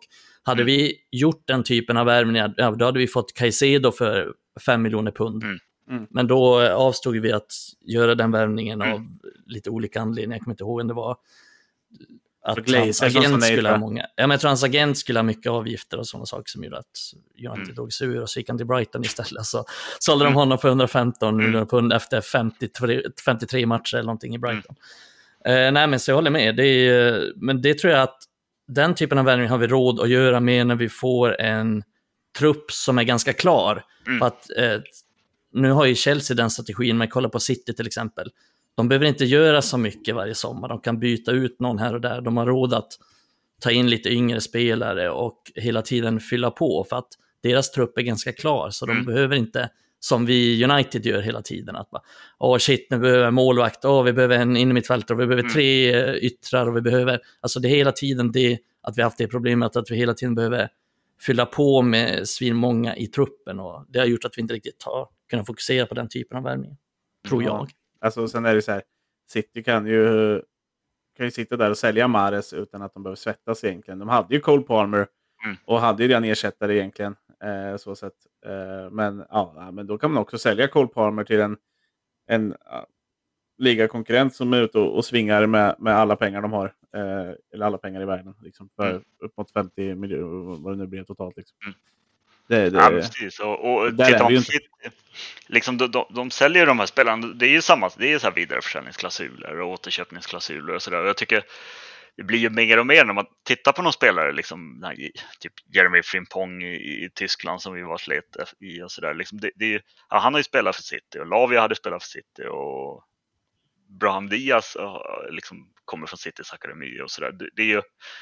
Hade Mm. vi gjort den typen av värvningar, ja, då hade vi fått Caicedo för fem miljoner pund. Mm. Mm. Men då avstod vi att göra den värvningen Mm. av lite olika anledningar. Jag kommer inte ihåg om det var att Glazer hans som sa agent nej, skulle tror ha jag. många. Ja, men jag tror hans agent skulle ha mycket avgifter och sådana saker som gjorde att United Mm. låg sur och så gick han till Brighton istället. Så sålde Mm. de honom för hundrafemton Mm. miljoner pund efter femtiotre, femtiotre matcher eller någonting i Brighton. Mm. Eh, nej, men så jag håller med. Det är, men det tror jag att den typen av värvning har vi råd att göra med när vi får en trupp som är ganska klar. Mm. För att eh, nu har ju Chelsea den strategin, men kolla på City till exempel. De behöver inte göra så mycket varje sommar. De kan byta ut någon här och där. De har råd att ta in lite yngre spelare och hela tiden fylla på för att deras trupp är ganska klar. Så Mm. de behöver inte, som vi United gör hela tiden, att bara, åh shit, nu behöver vi en målvakt, åh vi behöver en innermittfältare, vi behöver Mm. tre eh, yttrar och vi behöver, alltså det är hela tiden det, att vi har haft det problemet att vi hela tiden behöver fylla på med svinmånga i truppen och det har gjort att vi inte riktigt har kunnat fokusera på den typen av värvning, tror Ja. jag. Alltså sen är det så här, City kan ju kan ju sitta där och sälja Mahrez utan att de behöver svettas egentligen. De hade ju Cole Palmer Mm. och hade ju redan ersättare egentligen. Eh, så sätt. Eh, men, ja, men då kan man också sälja Cole Palmer till en, en ja, ligakonkurrent som är ute och, och svingar med, med alla pengar de har. Eh, eller alla pengar i världen. Liksom, för Mm. upp mot femtio miljoner, vad det nu blir totalt. Liksom. Mm. Det, det, Ja, precis. Och, och där titta är vi ju om inte. City, liksom, de, de, de säljer ju de här spelarna. Det är ju samma, det är ju så här vidareförsäljningsklausuler och återköpningsklausuler och sådär. Och jag tycker det blir ju mer och mer när man tittar på någon spelare, liksom, nej, typ Jeremy Frimpong i, i Tyskland som vi var slet i och sådär. Liksom, det, det är, ja, han har ju spelat för City och Lavia hade spelat för City och Brahim Diaz liksom, kommer från Citys akademi och sådär. Det, det är ju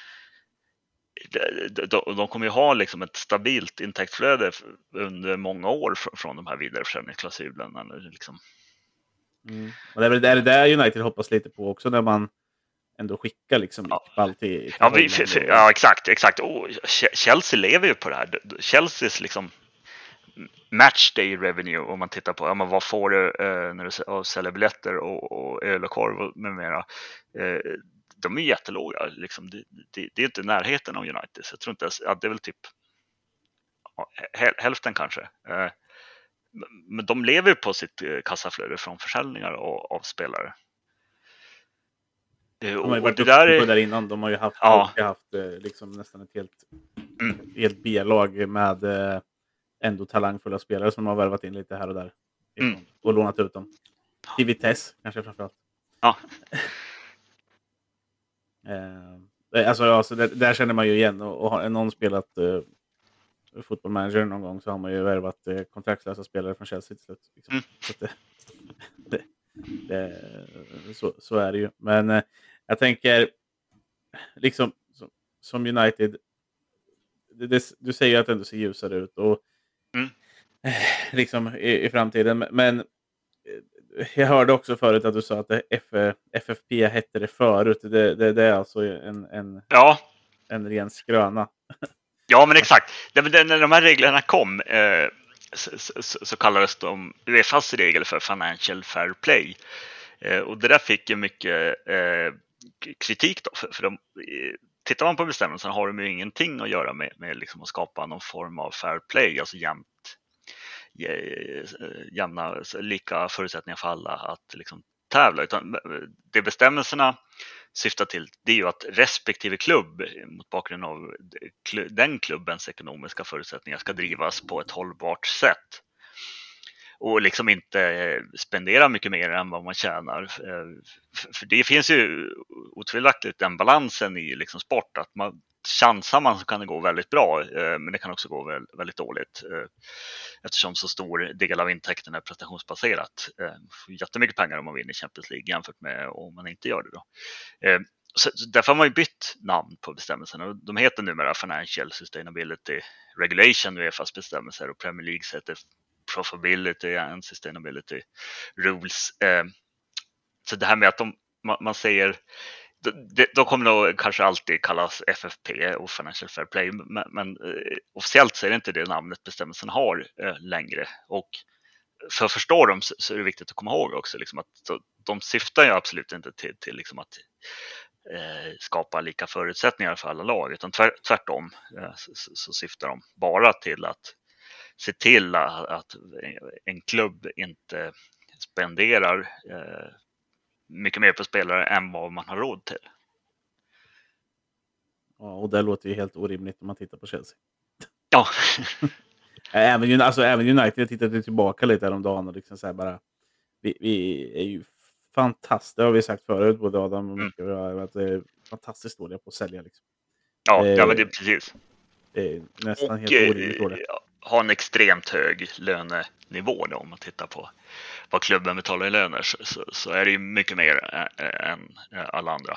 De, de, de kommer ju ha liksom ett stabilt intäktsflöde under många år från, från de här vidareförsäljningsklausulerna. Liksom. Mm. Och det är väl det, är det där United hoppas lite på också när man ändå skickar liksom Ja. Iqbal till, till Ja, vi, Holland för, för, och- ja, exakt. exakt. Oh, Chelsea lever ju på det här. Chelseas liksom matchday revenue, om man tittar på ja, men vad får du eh, när du oh, säljer biljetter och, och öl och korv med mera. Eh, de är jättelåga. Liksom. Det, det, det är inte närheten av United. Så jag tror inte ens, ja, det är väl typ ja, hälften kanske. Eh, men de lever på sitt kassaflöde från försäljningar av, av spelare. De har ju Och varit det uppe där på är, där innan. De har ju haft, Ja. alltid haft eh, liksom nästan ett helt, Mm. helt B-lag med eh, ändå talangfulla spelare som de har värvat in lite här och där. Mm. Och lånat ut dem. Till Vitesse kanske framförallt. ja, Eh, alltså, alltså där, där känner man ju igen. Och, och har någon spelat eh, Football Manager någon gång så har man ju värvat eh, kontraktslösa spelare från Chelsea till slut. Liksom. Mm. Så, att det, det, det, så, så är det ju. Men eh, jag tänker liksom som, som United, det, det, du säger att det ändå ser ljusare ut och Mm. eh, liksom i, i framtiden. Men eh, jag hörde också förut att du sa att det F, F F P hette det förut. Det, det, det är alltså en, en, ja. en ren skröna. Ja, men exakt. När de här reglerna kom eh, så, så, så kallades de Uefas regel för Financial Fair Play. Eh, och det där fick ju mycket eh, kritik då. För, för de, eh, tittar man på bestämmelserna har de ju ingenting att göra med, med liksom att skapa någon form av fair play, alltså jämnt, jämna, lika förutsättningar för alla att liksom tävla. Utan det bestämmelserna syftar till, det är ju att respektive klubb mot bakgrund av den klubbens ekonomiska förutsättningar ska drivas på ett hållbart sätt. Och liksom inte spendera mycket mer än vad man tjänar. För det finns ju otvivelaktigt den balansen i liksom sport, att man chansar man så kan det gå väldigt bra, men det kan också gå väldigt dåligt. Eftersom så stor del av intäkterna är prestationsbaserat. Jättemycket pengar om man vinner Champions League jämfört med om man inte gör det då. Så därför har man ju bytt namn på bestämmelserna. De heter numera Financial Sustainability Regulation, Uefas bestämmelser, och Premier League heter Profitability and Sustainability Rules. Så det här med att de, man säger, de kommer nog kanske alltid kallas F F P och Financial Fair Play, men, men officiellt så är det inte det namnet bestämmelsen har längre. Och för att förstå dem så är det viktigt att komma ihåg också liksom att de syftar ju absolut inte till, till liksom att eh, skapa lika förutsättningar för alla lag, utan tvärt, tvärtom eh, så, så syftar de bara till att se till att, att en klubb inte spenderar eh, mycket mer på spelare än vad man har råd till. Ja, och det låter ju helt orimligt om man tittar på Chelsea. Ja. även, alltså, även United, jag tittade tillbaka lite häromdagen och liksom så här bara, vi, vi är ju fantastiskt, det har vi sagt förut, både Adam och Micke, mm. att det är fantastiskt dåliga på att sälja. Liksom. Ja, eh, ja, men det är precis. Det är nästan och, helt orimligt dåligt. Ja, ha en extremt hög lönenivå då, om man tittar på vad klubben betalar i löner, så, så, så är det ju mycket mer än alla andra.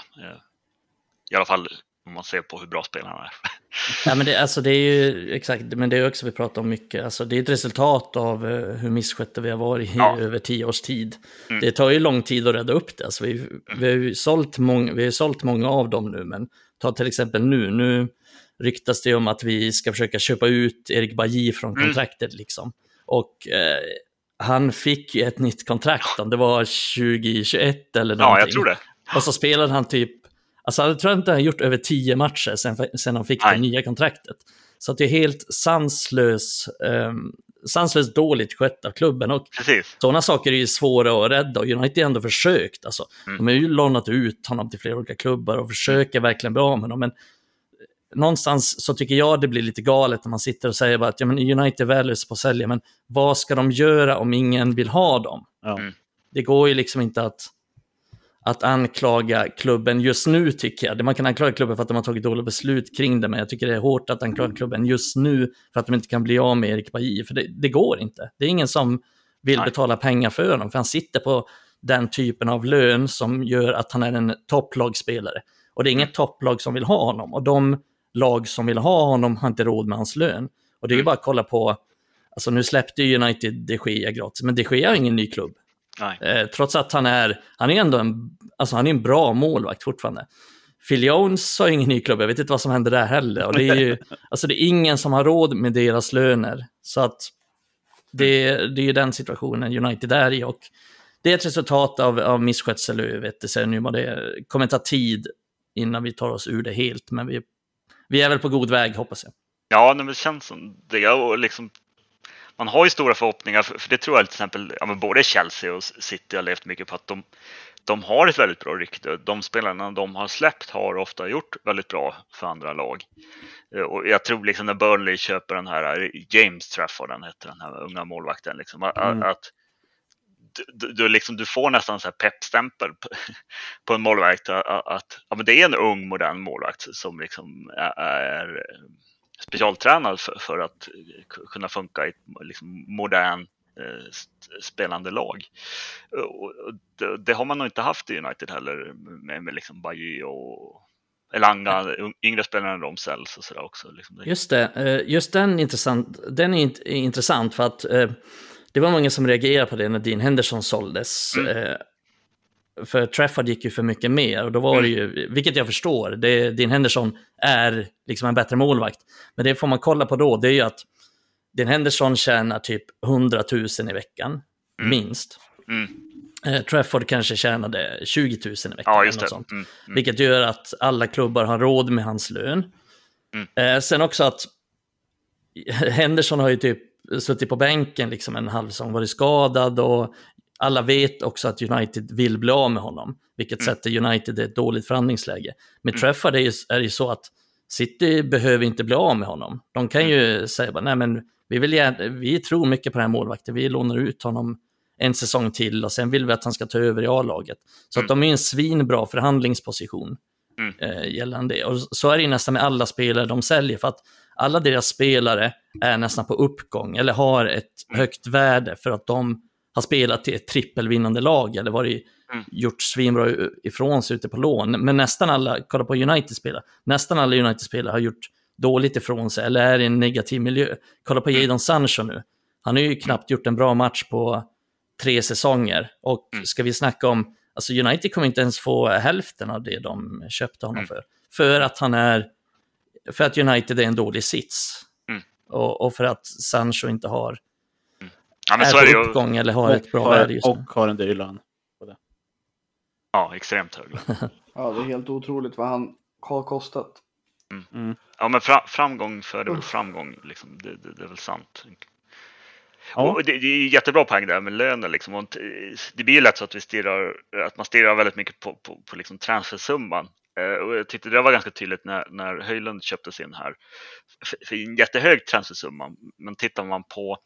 I alla fall om man ser på hur bra spelarna är. Ja, men det, alltså det är ju exakt, men det är också vi pratar om mycket. Alltså det är ett resultat av hur misskötta vi har varit i ja. över tio års tid. Mm. Det tar ju lång tid att rädda upp det. Alltså vi, mm. vi har ju sålt många, vi har sålt många av dem nu, men ta till exempel nu, nu ryktas det om att vi ska försöka köpa ut Erik Bailly från kontraktet mm. liksom. Och eh, han fick ju ett nytt kontrakt, om det var tjugohundratjugoett eller någonting. Ja, jag tror det. Och så spelade han typ, alltså jag tror inte han har gjort över tio matcher sen, sen han fick Nej. det nya kontraktet. Så att det är helt sanslös, eh, sanslöst dåligt skött av klubben. Och Precis. sådana saker är ju svåra att rädda, och United har ändå försökt. Alltså. Mm. De har ju lånat ut honom till flera olika klubbar och försöker verkligen bli av med dem. Men någonstans så tycker jag det blir lite galet när man sitter och säger bara att ja, men United är värdelösa på att sälja, men vad ska de göra om ingen vill ha dem? Mm. Det går ju liksom inte att att anklaga klubben just nu, tycker jag. Man kan anklaga klubben för att de har tagit dåliga beslut kring det, men jag tycker det är hårt att anklaga klubben just nu för att de inte kan bli av med Erik Bailly, för det, det går inte. Det är ingen som vill Nej. betala pengar för honom, för han sitter på den typen av lön som gör att han är en topplagspelare. Och det är inget topplag som vill ha honom, och de lag som vill ha honom har inte råd med hans lön. Och det är ju bara att kolla på, alltså nu släppte United De Gea gratis, men De Gea är ingen ny klubb. Eh, trots att han är han är ändå en, alltså han är en bra målvakt fortfarande. Phil Jones har ingen ny klubb, jag vet inte vad som händer där heller. Och det är ju, alltså det är ingen som har råd med deras löner. Så att det, det är ju den situationen United är i, och det är ett resultat av, av misskötsel. Jag vet inte nu, men det kommer ta tid innan vi tar oss ur det helt, men vi, vi är väl på god väg, hoppas jag. Ja, men det känns som det, och liksom man har ju stora förhoppningar, för, för det tror jag till exempel, ja, men både Chelsea och City har levt mycket på att de, de har ett väldigt bra rykte. De spelarna de har släppt har ofta gjort väldigt bra för andra lag. Och jag tror liksom när Burnley köper den här James Trafford, den heter den här unga målvakten, liksom, mm. att du, du, liksom, du får nästan så här peppstämpel på, på en målvakt, att, att ja, men det är en ung modern målvakt som liksom är, är specialtränad för, för att kunna funka i ett liksom, modern eh, spelande lag. Och det, det har man nog inte haft i United heller, med, med liksom Bailly och Elanga, yngre spelare än de säljs och sådär också. Liksom. Just det, just den, intressant, den är intressant för att eh, det var många som reagerade på det när Dean Henderson såldes. Mm. Eh, för Trafford gick ju för mycket mer, och då var det ju, vilket jag förstår, det, Dean Henderson är liksom en bättre målvakt. Men det får man kolla på då, det är ju att Dean Henderson tjänar typ hundratusen i veckan, mm. minst. Mm. Eh, Trafford kanske tjänade tjugotusen i veckan. Ja, just det. Eller sånt, mm. Mm. Vilket gör att alla klubbar har råd med hans lön. Mm. Eh, sen också att Henderson har ju typ suttit på bänken liksom en halv säsong, varit skadad, och alla vet också att United vill bli av med honom, vilket mm. sätter United i ett dåligt förhandlingsläge. Med mm. Trafford är, ju, är det ju så att City behöver inte bli av med honom. De kan ju mm. säga bara, nej men vi, vill gärna, vi tror mycket på den här målvakten, vi lånar ut honom en säsong till och sen vill vi att han ska ta över i A-laget. Så mm. att de är en svinbra förhandlingsposition mm. eh, gällande det. Och så är det nästan med alla spelare de säljer, för att alla deras spelare är nästan på uppgång eller har ett mm. högt värde för att de har spelat till ett trippelvinnande lag eller varit mm. gjort svinbra ifrån sig ute på lån. Men nästan alla, kolla på United-spelare, nästan alla United-spelare har gjort dåligt ifrån sig eller är i en negativ miljö. Kolla på Jadon Sancho nu. Han har ju knappt gjort en bra match på tre säsonger. Och ska vi snacka om, alltså United kommer inte ens få hälften av det de köpte honom för. För att han är, för att United är en dålig sits. Mm. Och, och för att Sancho inte har Ja, men är så är det på uppgång ju... eller har och, ett bra har, värde just nu. Och har en dyr lön på det. Ja, extremt hög lön. Ja, det är helt otroligt vad han har kostat. Mm. Mm. Ja, men fra, framgång före väl framgång, liksom. det, det, det är väl sant. Ja. Och det, det är jättebra poäng där med löner. Liksom. Och det blir ju lätt så att, vi stirrar, att man stirrar väldigt mycket på, på, på liksom transfersumman. Och jag tyckte det var ganska tydligt när, när Höjlund köptes in här. För, för en jättehög transfersumma, men tittar man på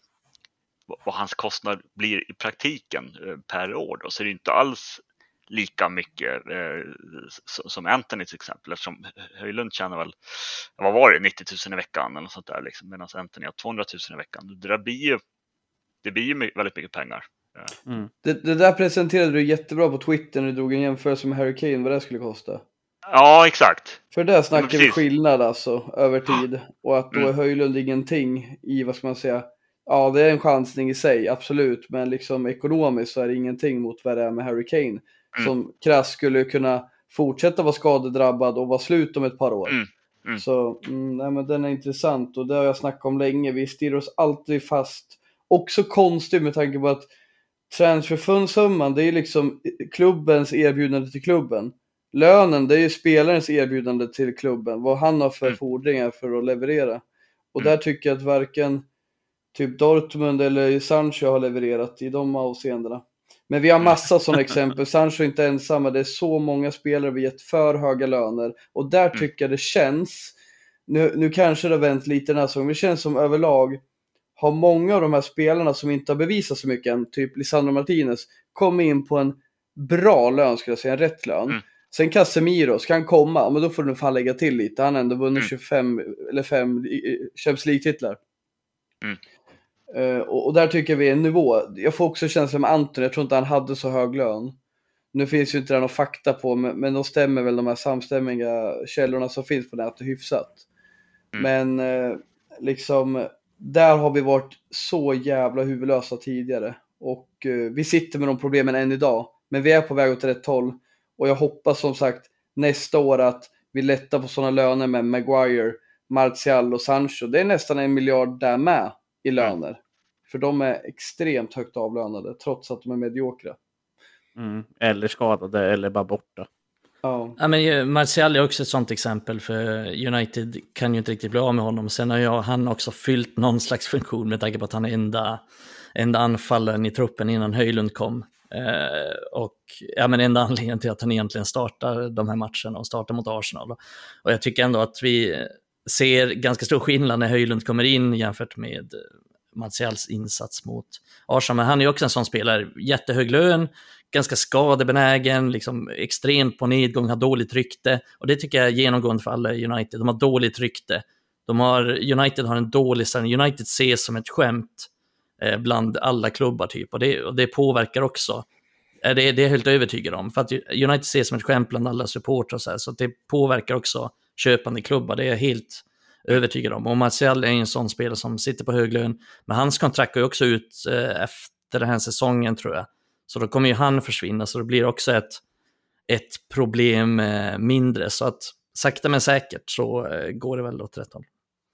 vad hans kostnad blir i praktiken per år då, så är det inte alls lika mycket eh, som Anthony till exempel, eftersom Höjlund tjänar väl, vad var det, nittio tusen i veckan eller något sånt där, liksom, medan Anthony har tvåhundra tusen i veckan. Det där blir ju, det blir ju väldigt mycket pengar. Mm. Det, det där presenterade du jättebra på Twitter när du drog en jämförelse med Harry Kane, vad det skulle kosta. Ja, exakt. För där snackar ja, vi skillnad alltså, över tid. Och att då Mm. är Höjlund ingenting i, vad ska man säga, ja det är en chansning i sig, absolut. Men liksom ekonomiskt så är det ingenting mot vad det är med Harry Kane. Mm. Som krasst skulle kunna fortsätta vara skadedrabbad och vara slut om ett par år. Mm. Mm. Så mm, nej, men den är intressant och det har jag snackat om länge. Vi stirrar oss alltid fast. Också konstigt med tanke på att transferfundsumman, det är liksom klubbens erbjudande till klubben. Lönen, det är ju spelarens erbjudande till klubben. Vad han har för mm. fordringar för att leverera. Och mm. där tycker jag att varken typ Dortmund eller Sancho har levererat i de avseendena. Men vi har massa sådana exempel. Sancho är inte ensamma. Det är så många spelare vi gett för höga löner. Och där tycker jag det känns. Nu, nu kanske det har vänt lite den här säsongen. Men det känns som överlag har många av de här spelarna som inte har bevisat så mycket än, typ Lisandro Martinez, kommit in på en bra lön, skulle jag säga, en rätt lön. Mm. Sen Casemiro ska han komma, men då får du fan lägga till lite. Han har ändå vunnit mm. tjugofem eller fem Champions League-titlar. Mm. Uh, och, och där tycker vi en nivå. Jag får också känsla med Anton, jag tror inte han hade så hög lön. Nu finns ju inte det någon fakta på, men, men de stämmer väl, de här samstämmiga källorna som finns på nätet hyfsat. Mm. Men uh, liksom där har vi varit så jävla huvudlösa tidigare. Och uh, vi sitter med de problemen än idag. Men vi är på väg åt rätt håll. Och jag hoppas som sagt nästa år att vi lättar på sådana löner med Maguire, Martial och Sancho. Det är nästan en miljard där med i löner. Mm. För de är extremt högt avlönade trots att de är mediokra. Mm. Eller skadade eller bara borta. Ja. Ja, men Martial är också ett sånt exempel, för United kan ju inte riktigt bli av med honom. Sen har jag, han också fyllt någon slags funktion med tanke på att han är enda, enda anfallaren i truppen innan Höjlund kom. Eh, och ja, men enda anledningen till att han egentligen startar de här matcherna och startar mot Arsenal. Och jag tycker ändå att vi ser ganska stor skillnad när Höjlund kommer in jämfört med Martials insats mot Arsenal. Men han är ju också en sån spelare, jättehög lön, ganska skadebenägen, liksom extremt på nedgång, har dåligt rykte. Och det tycker jag är genomgående för alla United. De har dåligt rykte. De har, United har en dålig ställning. United ses som ett skämt eh, bland alla klubbar typ. Och det, och det påverkar också. Eh, det, det är jag helt övertygad om. För att United ses som ett skämt bland alla supportrar. Så, här, så det påverkar också köpande klubbar. Det är jag helt övertygad om. Och Martial är en sån spelare som sitter på hög lön. Men hans kontrakt går ju också ut eh, efter den här säsongen, tror jag. Så då kommer ju han försvinna, så det blir också ett, ett problem eh, mindre. Så att sakta men säkert så eh, går det väl åt rätt håll.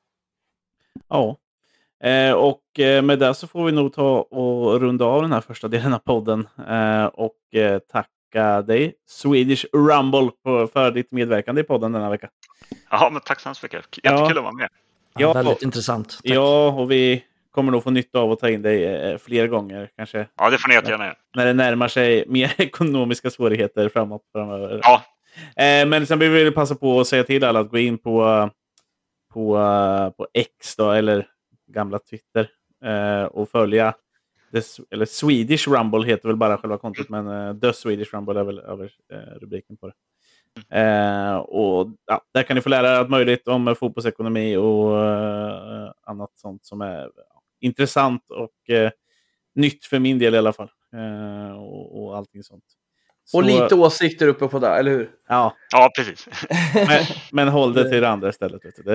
Ja, eh, och eh, med det så får vi nog ta och runda av den här första delen av podden. Eh, och eh, tacka dig, Swedish Rumble, på, för ditt medverkande i podden denna vecka. Jaha, men tack så hemskt mycket. Jättekul ja. att vara med. Ja, ja, väldigt och, intressant. Tack. Ja, och vi kommer nog få nytta av att ta in dig eh, fler gånger kanske. Ja, det får ni jättegärna göra. När det närmar sig mer ekonomiska svårigheter framåt framöver. Ja. Eh, men sen vill vi passa på att säga till alla att gå in på, på, på X då, eller gamla Twitter, eh, och följa the, eller Swedish Rumble heter väl bara själva kontot, men uh, The Swedish Rumble är väl över uh, rubriken på det. Uh, och ja, där kan ni få lära er allt möjligt om uh, fotbollsekonomi och uh, annat sånt som är uh, intressant och uh, nytt för min del i alla fall. Uh, och, och allting sånt. Så, och lite åsikter uppe på det, eller hur? Ja, ja precis. men, men håll det till det andra istället. Vet du.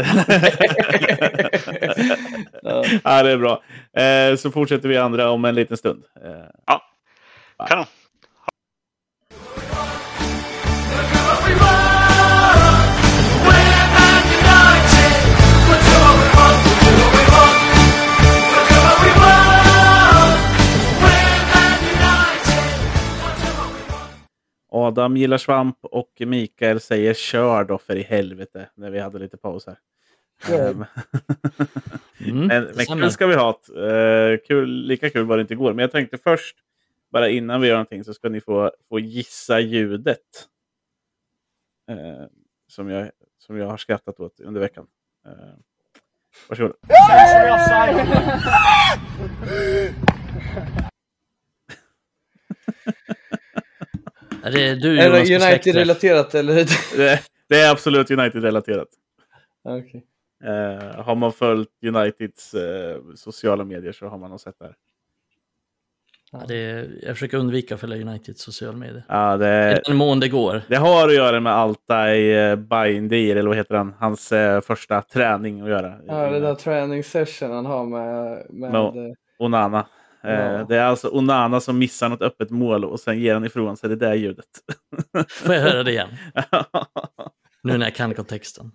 ja. ja, det är bra. Uh, så fortsätter vi andra om en liten stund. Uh, ja, kanon. Adam gillar svamp och Mikael säger kör då för i helvete när vi hade lite paus här. Mm. men men kul ska vi ha. Uh, kul, lika kul var det inte igår. Men jag tänkte först, bara innan vi gör någonting så ska ni få, få gissa ljudet. Uh, som, jag, som jag har skrattat åt under veckan. Uh, varsågod. Är det du, är det United-relaterat eller? det, det är absolut United-relaterat. Okay. Uh, har man följt Uniteds uh, sociala medier så har man nog sett det här. Ja, det är, jag försöker undvika att följa Uniteds sociala medier. Ja, det, den mån det går. Det har att göra med Altai uh, Bindir, eller vad heter han? Hans uh, första träning att göra. Ja, det där träningssession han har med... med no, Onana. Uh, ja. Det är alltså Onana som missar något öppet mål och sen ger han ifrån sig det där ljudet. Får jag höra det igen? Nu när jag kan kontexten.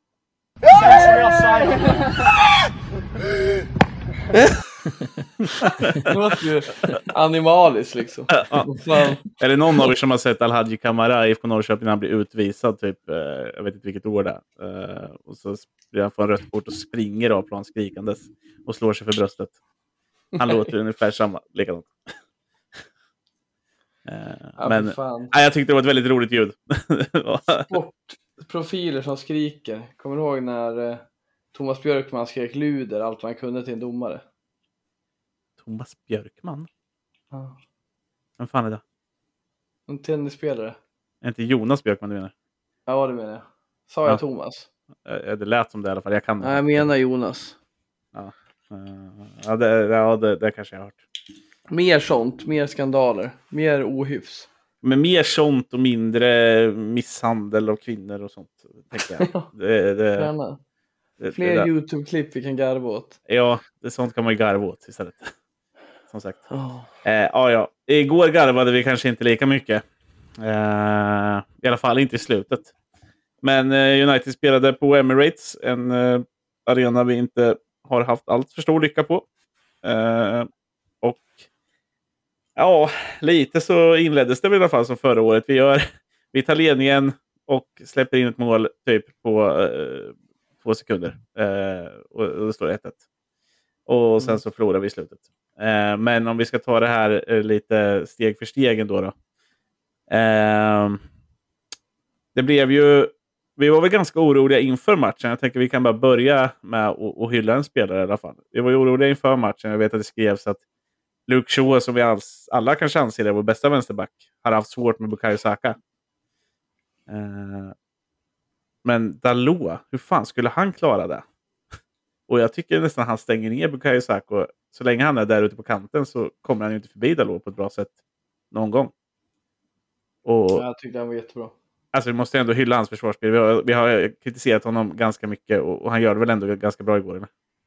Det låter ju animaliskt liksom. Ja. Är det någon av er som har sett Al-Hadji Kamara i I F K Norrköping när han blir utvisad typ, eh, jag vet inte vilket år det är. Eh, och så blir han från rött kort och springer av plan skrikandes och slår sig för bröstet. Han låter ungefär samma, likadant. Eh, ja, men nej, jag tyckte det var ett väldigt roligt ljud. Sportprofiler som skriker. Kommer du ihåg när eh, Thomas Björkman skrek luder allt man kunde till en domare? Thomas Björkman? Ja. Vem fan är det? En tennisspelare. Är inte Jonas Björkman du menar? Ja, det menar jag. Sa jag ja. Thomas? Det lät som det i alla fall. Jag kan det. Nej, jag menar Jonas. Ja, ja, det, ja det, det kanske jag har hört. Mer sånt, mer skandaler, mer ohyfs. Men mer sånt och mindre misshandel av kvinnor och sånt, tänker jag. det, det, det, Fler det YouTube-klipp vi kan garva åt. Ja, det, sånt kan man ju garva åt istället. Som sagt. Oh. Eh, ja, ja. Igår garvade vi kanske inte lika mycket. Eh, I alla fall inte i slutet. Men eh, United spelade på Emirates, en eh, arena vi inte har haft allt för stor lycka på. Eh, och ja, lite så inleddes det i alla fall som förra året. Vi gör vi tar ledningen och släpper in ett mål typ på eh, två sekunder. Eh, och, och det står ett ett. Och sen så förlorar vi i slutet. Eh, men om vi ska ta det här eh, lite steg för steg ändå då. Eh, det blev ju... Vi var väl ganska oroliga inför matchen. Jag tänker vi kan bara börja med att, att hylla en spelare i alla fall. Vi var ju oroliga inför matchen. Jag vet att det skrevs att Luke Shaw, som vi alls, alla kanske anser är vår bästa vänsterback, har haft svårt med Bukayo Saka. Eh, men Dalot, hur fan skulle han klara det? Och jag tycker nästan han stänger ner Bukayo Saka. Så länge han är där ute på kanten så kommer han ju inte förbi Dalot på ett bra sätt någon gång. Och, jag tyckte han var jättebra. Alltså vi måste ändå hylla hans försvarsspel. Vi har, vi har kritiserat honom ganska mycket och, och han gör det väl ändå ganska bra igår. Eller?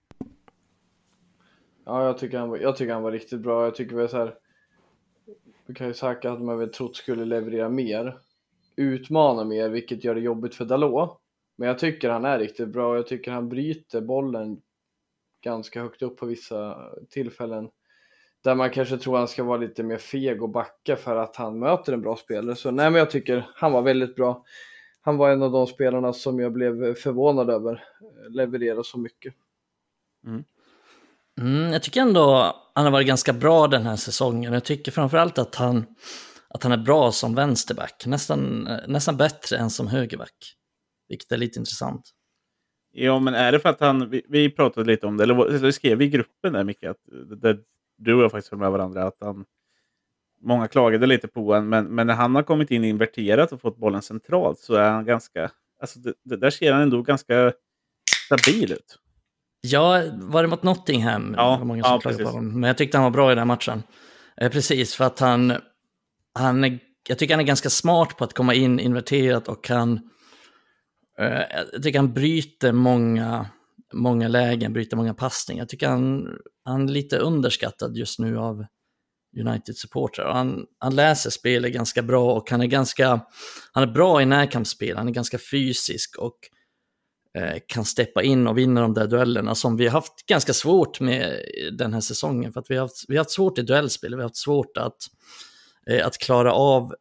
Ja, jag tycker han var, jag tycker han var riktigt bra. Jag tycker väl så här, Bukayo Saka hade man väl trott skulle leverera mer, utmana mer, vilket gör det jobbigt för Dalot. Men jag tycker han är riktigt bra. Jag tycker han bryter bollen ganska högt upp på vissa tillfällen. Där man kanske tror han ska vara lite mer feg och backa för att han möter en bra spelare. Så nej, men jag tycker han var väldigt bra. Han var en av de spelarna som jag blev förvånad över. Leverera så mycket. Mm. Mm, jag tycker ändå han har varit ganska bra den här säsongen. Jag tycker framförallt att han, att han är bra som vänsterback. Nästan, nästan bättre än som högerback. Vilket är lite intressant. Ja, men är det för att han... Vi, vi pratade lite om det. Eller, eller skrev vi i gruppen där, Micke, att det, du och jag faktiskt höll med varandra, att han, många klagade lite på honom, men, men när han har kommit in inverterat och fått bollen centralt så är han ganska, alltså det, det där ser han ändå ganska stabil ut. Ja, var det mot Nottingham? Ja, många som ja klagade precis. på honom. Men jag tyckte han var bra i den här matchen. Eh, precis, för att han, han är, jag tycker han är ganska smart på att komma in inverterat och kan, eh, jag tycker han bryter många många lägen, bryter många passningar. Jag tycker han, han är lite underskattad just nu av United-supportrar. Han, han läser spelet ganska bra och han är ganska han är bra i närkampsspel. Han är ganska fysisk och eh, kan steppa in och vinna de där duellerna som vi har haft ganska svårt med den här säsongen. För att vi har haft, vi har haft svårt i duellspel. Vi har haft svårt att, eh, att klara av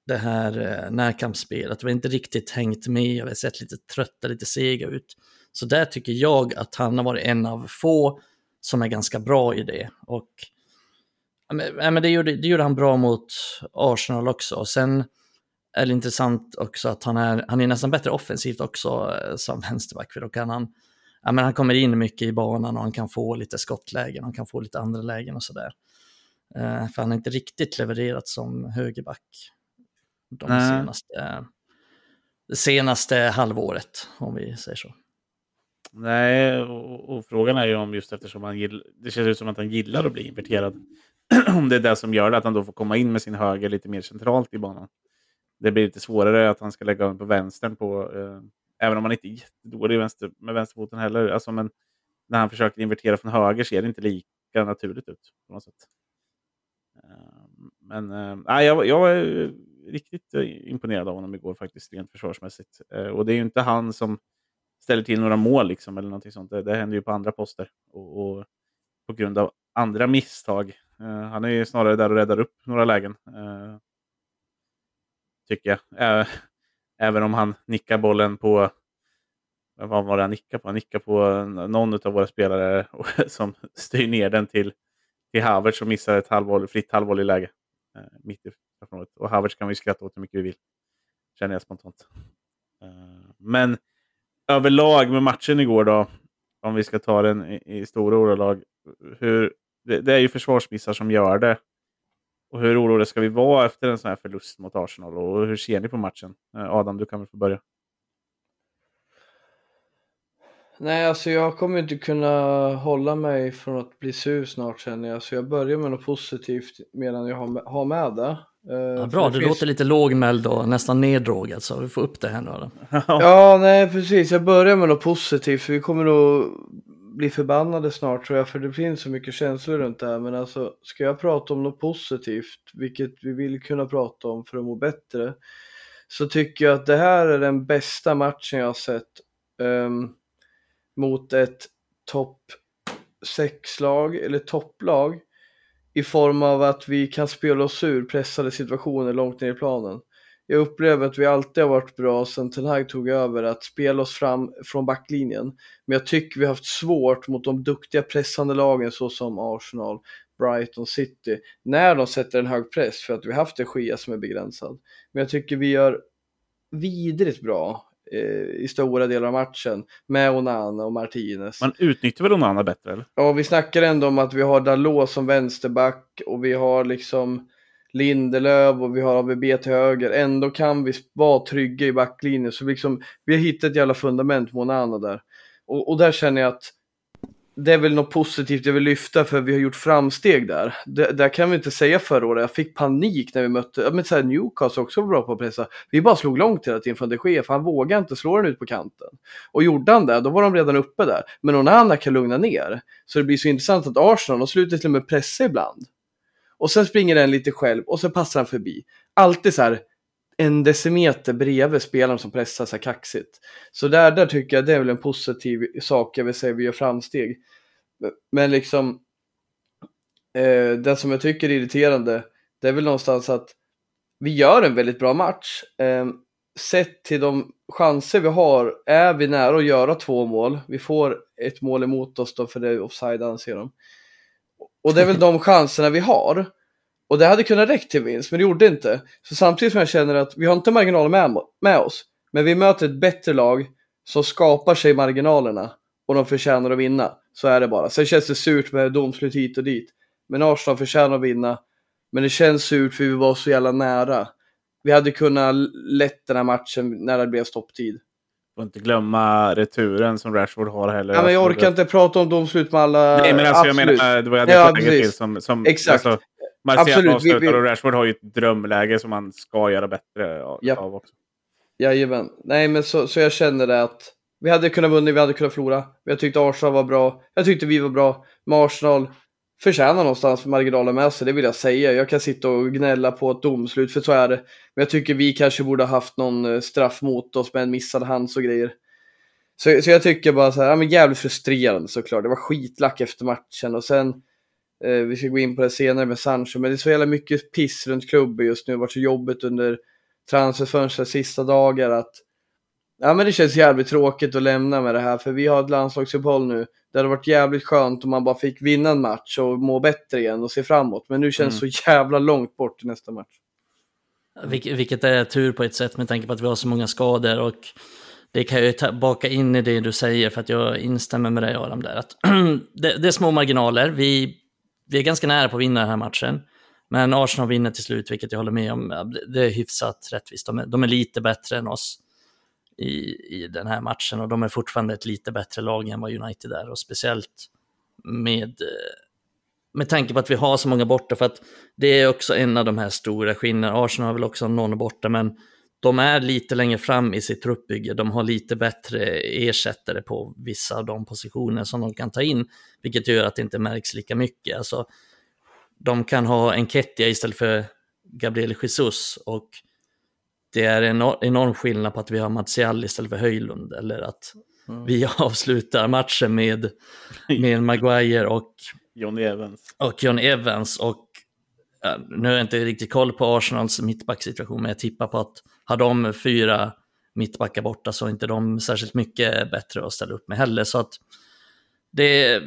det här eh, närkampsspelet. Det var inte riktigt hängt med, jag har sett lite trötta, lite sega ut. Så där tycker jag att han har varit en av få som är ganska bra i det. Och ja, men det, gjorde, det gjorde han bra mot Arsenal också. Och sen är det intressant också att han är, han är nästan bättre offensivt också eh, som vänsterback. För då kan han, ja, men han kommer in mycket i banan och han kan få lite skottlägen, han kan få lite andra lägen och sådär. Eh, för han har inte riktigt levererat som högerback de Nej. senaste, det senaste halvåret, om vi säger så. Nej, och, och frågan är ju om just eftersom han gill, det känns ut som att han gillar att bli inverterad. Om det är det som gör det, att han då får komma in med sin höger lite mer centralt i banan. Det blir lite svårare att han ska lägga på vänstern på, eh, även om han inte är jättedålig vänster, med vänsterfoten heller. Alltså, men när han försöker invertera från höger ser det inte lika naturligt ut på något sätt. Uh, men uh, jag, jag var riktigt imponerad av honom igår faktiskt, rent försvarsmässigt. Uh, och det är ju inte han som ställer till några mål liksom, eller någonting sånt. Det, det händer ju på andra poster. Och, och på grund av andra misstag. Uh, han är ju snarare där och räddar upp några lägen. Uh, tycker jag. Uh, även om han nickar bollen på... Vad var det han nickade på? Han nickade på någon av våra spelare som styr ner den till, till Havertz som missar ett halvvolley, fritt halvvolley läge. Uh, mitt i straffområdet. Och Havertz kan vi skratta åt hur mycket vi vill. Känner jag spontant. Uh, men överlag med matchen igår då, om vi ska ta den i, i stora ordalag, hur, det, det är ju försvarsmissar som gör det. Och hur oroliga ska vi vara efter en sån här förlust mot Arsenal? Och hur ser ni på matchen? Adam, du kan väl få börja. Nej, alltså jag kommer inte kunna hålla mig från att bli sur snart, känner jag. Så jag börjar med något positivt medan jag har med, har med det. Ja, bra, det, det finns... låter lite lågmäld och nästan neddrogad, så vi får upp det här nu. Då. Ja, nej precis. Jag börjar med något positivt, för vi kommer nog bli förbannade snart, tror jag, för det finns så mycket känslor runt det här. Men alltså, ska jag prata om något positivt, vilket vi vill kunna prata om för att må bättre, så tycker jag att det här är den bästa matchen jag har sett um, mot ett topp sex-lag eller topplag, i form av att vi kan spela oss ur pressade situationer långt ner i planen. Jag upplever att vi alltid har varit bra sen Ten Hag tog över att spela oss fram från backlinjen. Men jag tycker vi har haft svårt mot de duktiga pressande lagen såsom Arsenal, Brighton, City, när de sätter en hög press, för att vi har haft en skia som är begränsad. Men jag tycker vi gör vidrigt bra i stora delar av matchen med Onana och Martinez. Man utnyttjar väl Onana bättre, eller? Ja, vi snackar ändå om att vi har Dalot som vänsterback och vi har liksom Lindelöf och vi har A V B till höger. Ändå kan vi vara trygga i backlinjen, så liksom, vi har hittat ett jävla fundament med Onana där. Och, och där känner jag att det är väl något positivt jag vill lyfta, för vi har gjort framsteg där. Det, där kan vi inte säga förra året. Jag fick panik när vi mötte, ja, men så här, Newcastle också var bra på att pressa. Vi bara slog långt hela tiden från De Gea, för han vågade inte slå den ut på kanten. Och gjorde han det, då var de redan uppe där. Men någon annan kan lugna ner. Så det blir så intressant att Arsenal, de slutar till och med pressa ibland. Och sen springer den lite själv och så passar han förbi. Alltid så här en decimeter bredvid spelaren som pressar så här kaxigt. Så där, där tycker jag det är väl en positiv sak, jag vill säga, vi gör framsteg. Men liksom eh, det som jag tycker är irriterande, det är väl någonstans att vi gör en väldigt bra match. Eh, sett till de chanser vi har är vi nära att göra två mål. Vi får ett mål emot oss då, för det är offside, anser de. Och det är väl de chanserna vi har. Och det hade kunnat räcka till vinst, men det gjorde inte. Så samtidigt som jag känner att vi har inte marginaler med, med oss, men vi möter ett bättre lag som skapar sig marginalerna och de förtjänar att vinna. Så är det bara. Sen känns det surt med domslut hit och dit. Men Arsenal förtjänar att vinna. Men det känns surt för vi var så jävla nära. Vi hade kunnat lätt den här matchen när det blev stopptid. Och inte glömma returen som Rashford har heller. Ja, men jag orkar inte prata om domslut med alla. Nej, men alltså, jag menar, det var jag hade ja, lägga till som, som exakt. Alltså, Martial avslutar och Rashford har ju ett drömläge som man ska göra bättre av, ja. av också. Jajamän. Nej, men så, så jag känner det att vi hade kunnat vinna, vi hade kunnat förlora. Jag tyckte Arsenal var bra. Jag tyckte vi var bra. Men Arsenal förtjänar någonstans för marginalen med sig, det vill jag säga. Jag kan sitta och gnälla på ett domslut, för så är det. Men jag tycker vi kanske borde ha haft någon straff mot oss med en missad hands och grejer. Så, så jag tycker bara så här, ja, men jävligt frustrerande såklart. Det var skitlack efter matchen. Och sen, eh, vi ska gå in på det senare med Sancho, men det är så jävla mycket piss runt klubben just nu. Det har varit så jobbigt under transferfönster sista dagar att ja, men det känns jävligt tråkigt att lämna med det här, för vi har ett landslagsuppehåll nu. Det hade varit jävligt skönt om man bara fick vinna en match och må bättre igen och se framåt. Men nu känns det mm. så jävla långt bort till nästa match. Vil- vilket är tur på ett sätt med tanke på att vi har så många skador, och det kan jag ju ta- baka in i det du säger, för att jag instämmer med dig, Adam, där. Att det, det är små marginaler. Vi, vi är ganska nära på att vinna den här matchen. Men Arsenal vinner till slut, vilket jag håller med om. Det är hyfsat rättvist. De är, de är lite bättre än oss i, i den här matchen, och de är fortfarande ett lite bättre lag än vad United är, och speciellt med, med tanke på att vi har så många borta, för att det är också en av de här stora skillnaderna. Arsenal har väl också någon borta, men de är lite längre fram i sitt truppbygge. De har lite bättre ersättare på vissa av de positioner som de kan ta in, vilket gör att det inte märks lika mycket. Alltså, de kan ha Nketiah istället för Gabriel Jesus, och det är en enorm skillnad på att vi har Martial istället för Höjlund, eller att mm. vi avslutar matchen med, med Maguire och John Evans. Och John Evans och ja, nu har jag inte riktigt koll på Arsenals mittbacksituation, men jag tippar på att har de fyra mittbackar borta så är inte de särskilt mycket bättre att ställa upp med heller. Så att det,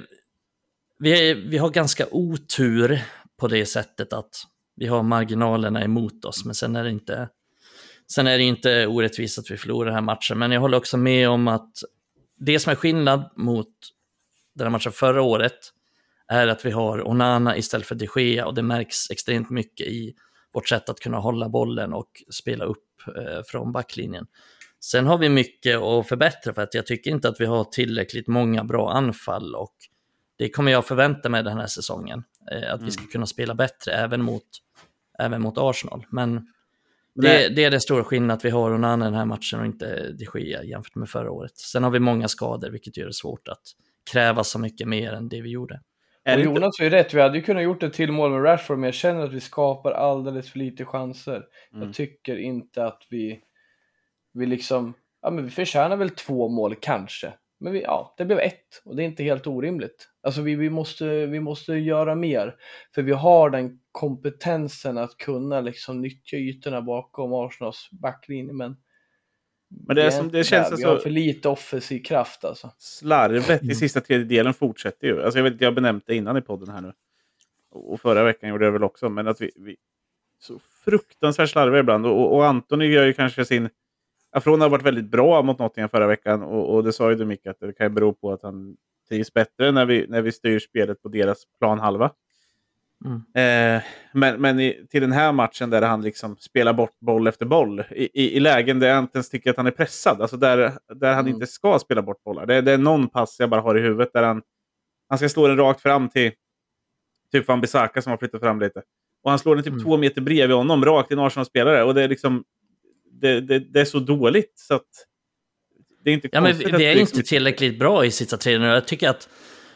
vi, vi har ganska otur på det sättet att vi har marginalerna emot oss, men sen är det inte sen är det inte orättvist att vi förlorar den här matchen. Men jag håller också med om att det som är skillnad mot den här matchen förra året är att vi har Onana istället för De Gea, och det märks extremt mycket i vårt sätt att kunna hålla bollen och spela upp eh, från backlinjen. Sen har vi mycket att förbättra, för att jag tycker inte att vi har tillräckligt många bra anfall, och det kommer jag förvänta mig den här säsongen, eh, att mm. vi ska kunna spela bättre även mot, även mot Arsenal. Men det, det är det stora skillnaden, att vi har Onana den här matchen och inte De Gea jämfört med förra året. Sen har vi många skador, vilket gör det svårt att kräva så mycket mer än det vi gjorde. Och Jonas är ju rätt, vi hade ju kunnat gjort ett till mål med Rashford, men jag känner att vi skapar alldeles för lite chanser. Mm. Jag tycker inte att vi vi liksom, ja men vi förtjänar väl två mål kanske. Men vi, ja, det blev ett, och det är inte helt orimligt. Alltså vi, vi, måste, vi måste göra mer, för vi har den kompetensen att kunna liksom nyttja ytorna bakom Arsenals backlinje, men Men det, är som, det känns där, alltså, vi har för lite offensiv kraft alltså. Slarvet i sista tredjedelen fortsätter ju. Alltså jag vet, jag har benämnt det innan i podden här nu. Och förra veckan gjorde jag väl också. Men att vi, vi så fruktansvärt slarvar ibland. Och, och Antoni gör ju kanske sin... Afron har varit väldigt bra mot Nottingham förra veckan. Och, och det sa ju du, Micke, att det kan ju bero på att han trivs bättre när vi, när vi styr spelet på deras planhalva. Mm. Eh, men men i, till den här matchen där han liksom spelar bort boll efter boll i, i, i lägen där jag inte ens tycker att han är pressad, alltså där, där han mm. inte ska spela bort bollar. Det, det är någon pass jag bara har i huvudet där han, han ska slå den rakt fram till typ Van Bissaka som har flyttat fram lite, och han slår den typ mm. två meter bredvid honom rakt in Arsenal-spelare, och det är liksom det, det, det är så dåligt så att det är inte ja, men vi är det liksom... inte tillräckligt bra i sista tiden. Jag tycker att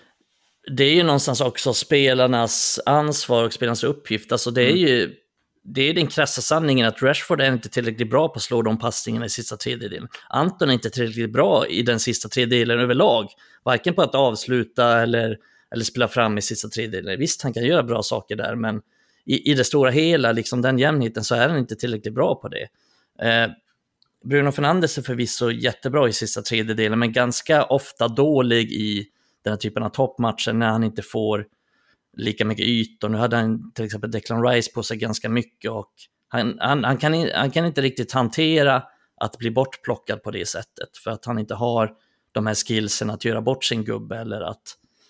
det är ju någonstans också spelarnas ansvar och spelarnas uppgift. Alltså det är mm. ju det är den krassa sanningen att Rashford är inte tillräckligt bra på att slå de passningarna i sista tredjedelen. Anton är inte tillräckligt bra i den sista tredjedelen överlag. Varken på att avsluta eller, eller spela fram i sista tredjedelen. Visst, han kan göra bra saker där, men i, i det stora hela, liksom den jämnheten, så är han inte tillräckligt bra på det. Eh, Bruno Fernandes är förvisso jättebra i sista tredjedelen, men ganska ofta dålig i den här typen av toppmatcher när han inte får lika mycket ytor. Nu hade han till exempel Declan Rice på sig ganska mycket, och han, han, han, kan, han kan inte riktigt hantera att bli bortplockad på det sättet, för att han inte har de här skillsen att göra bort sin gubbe eller att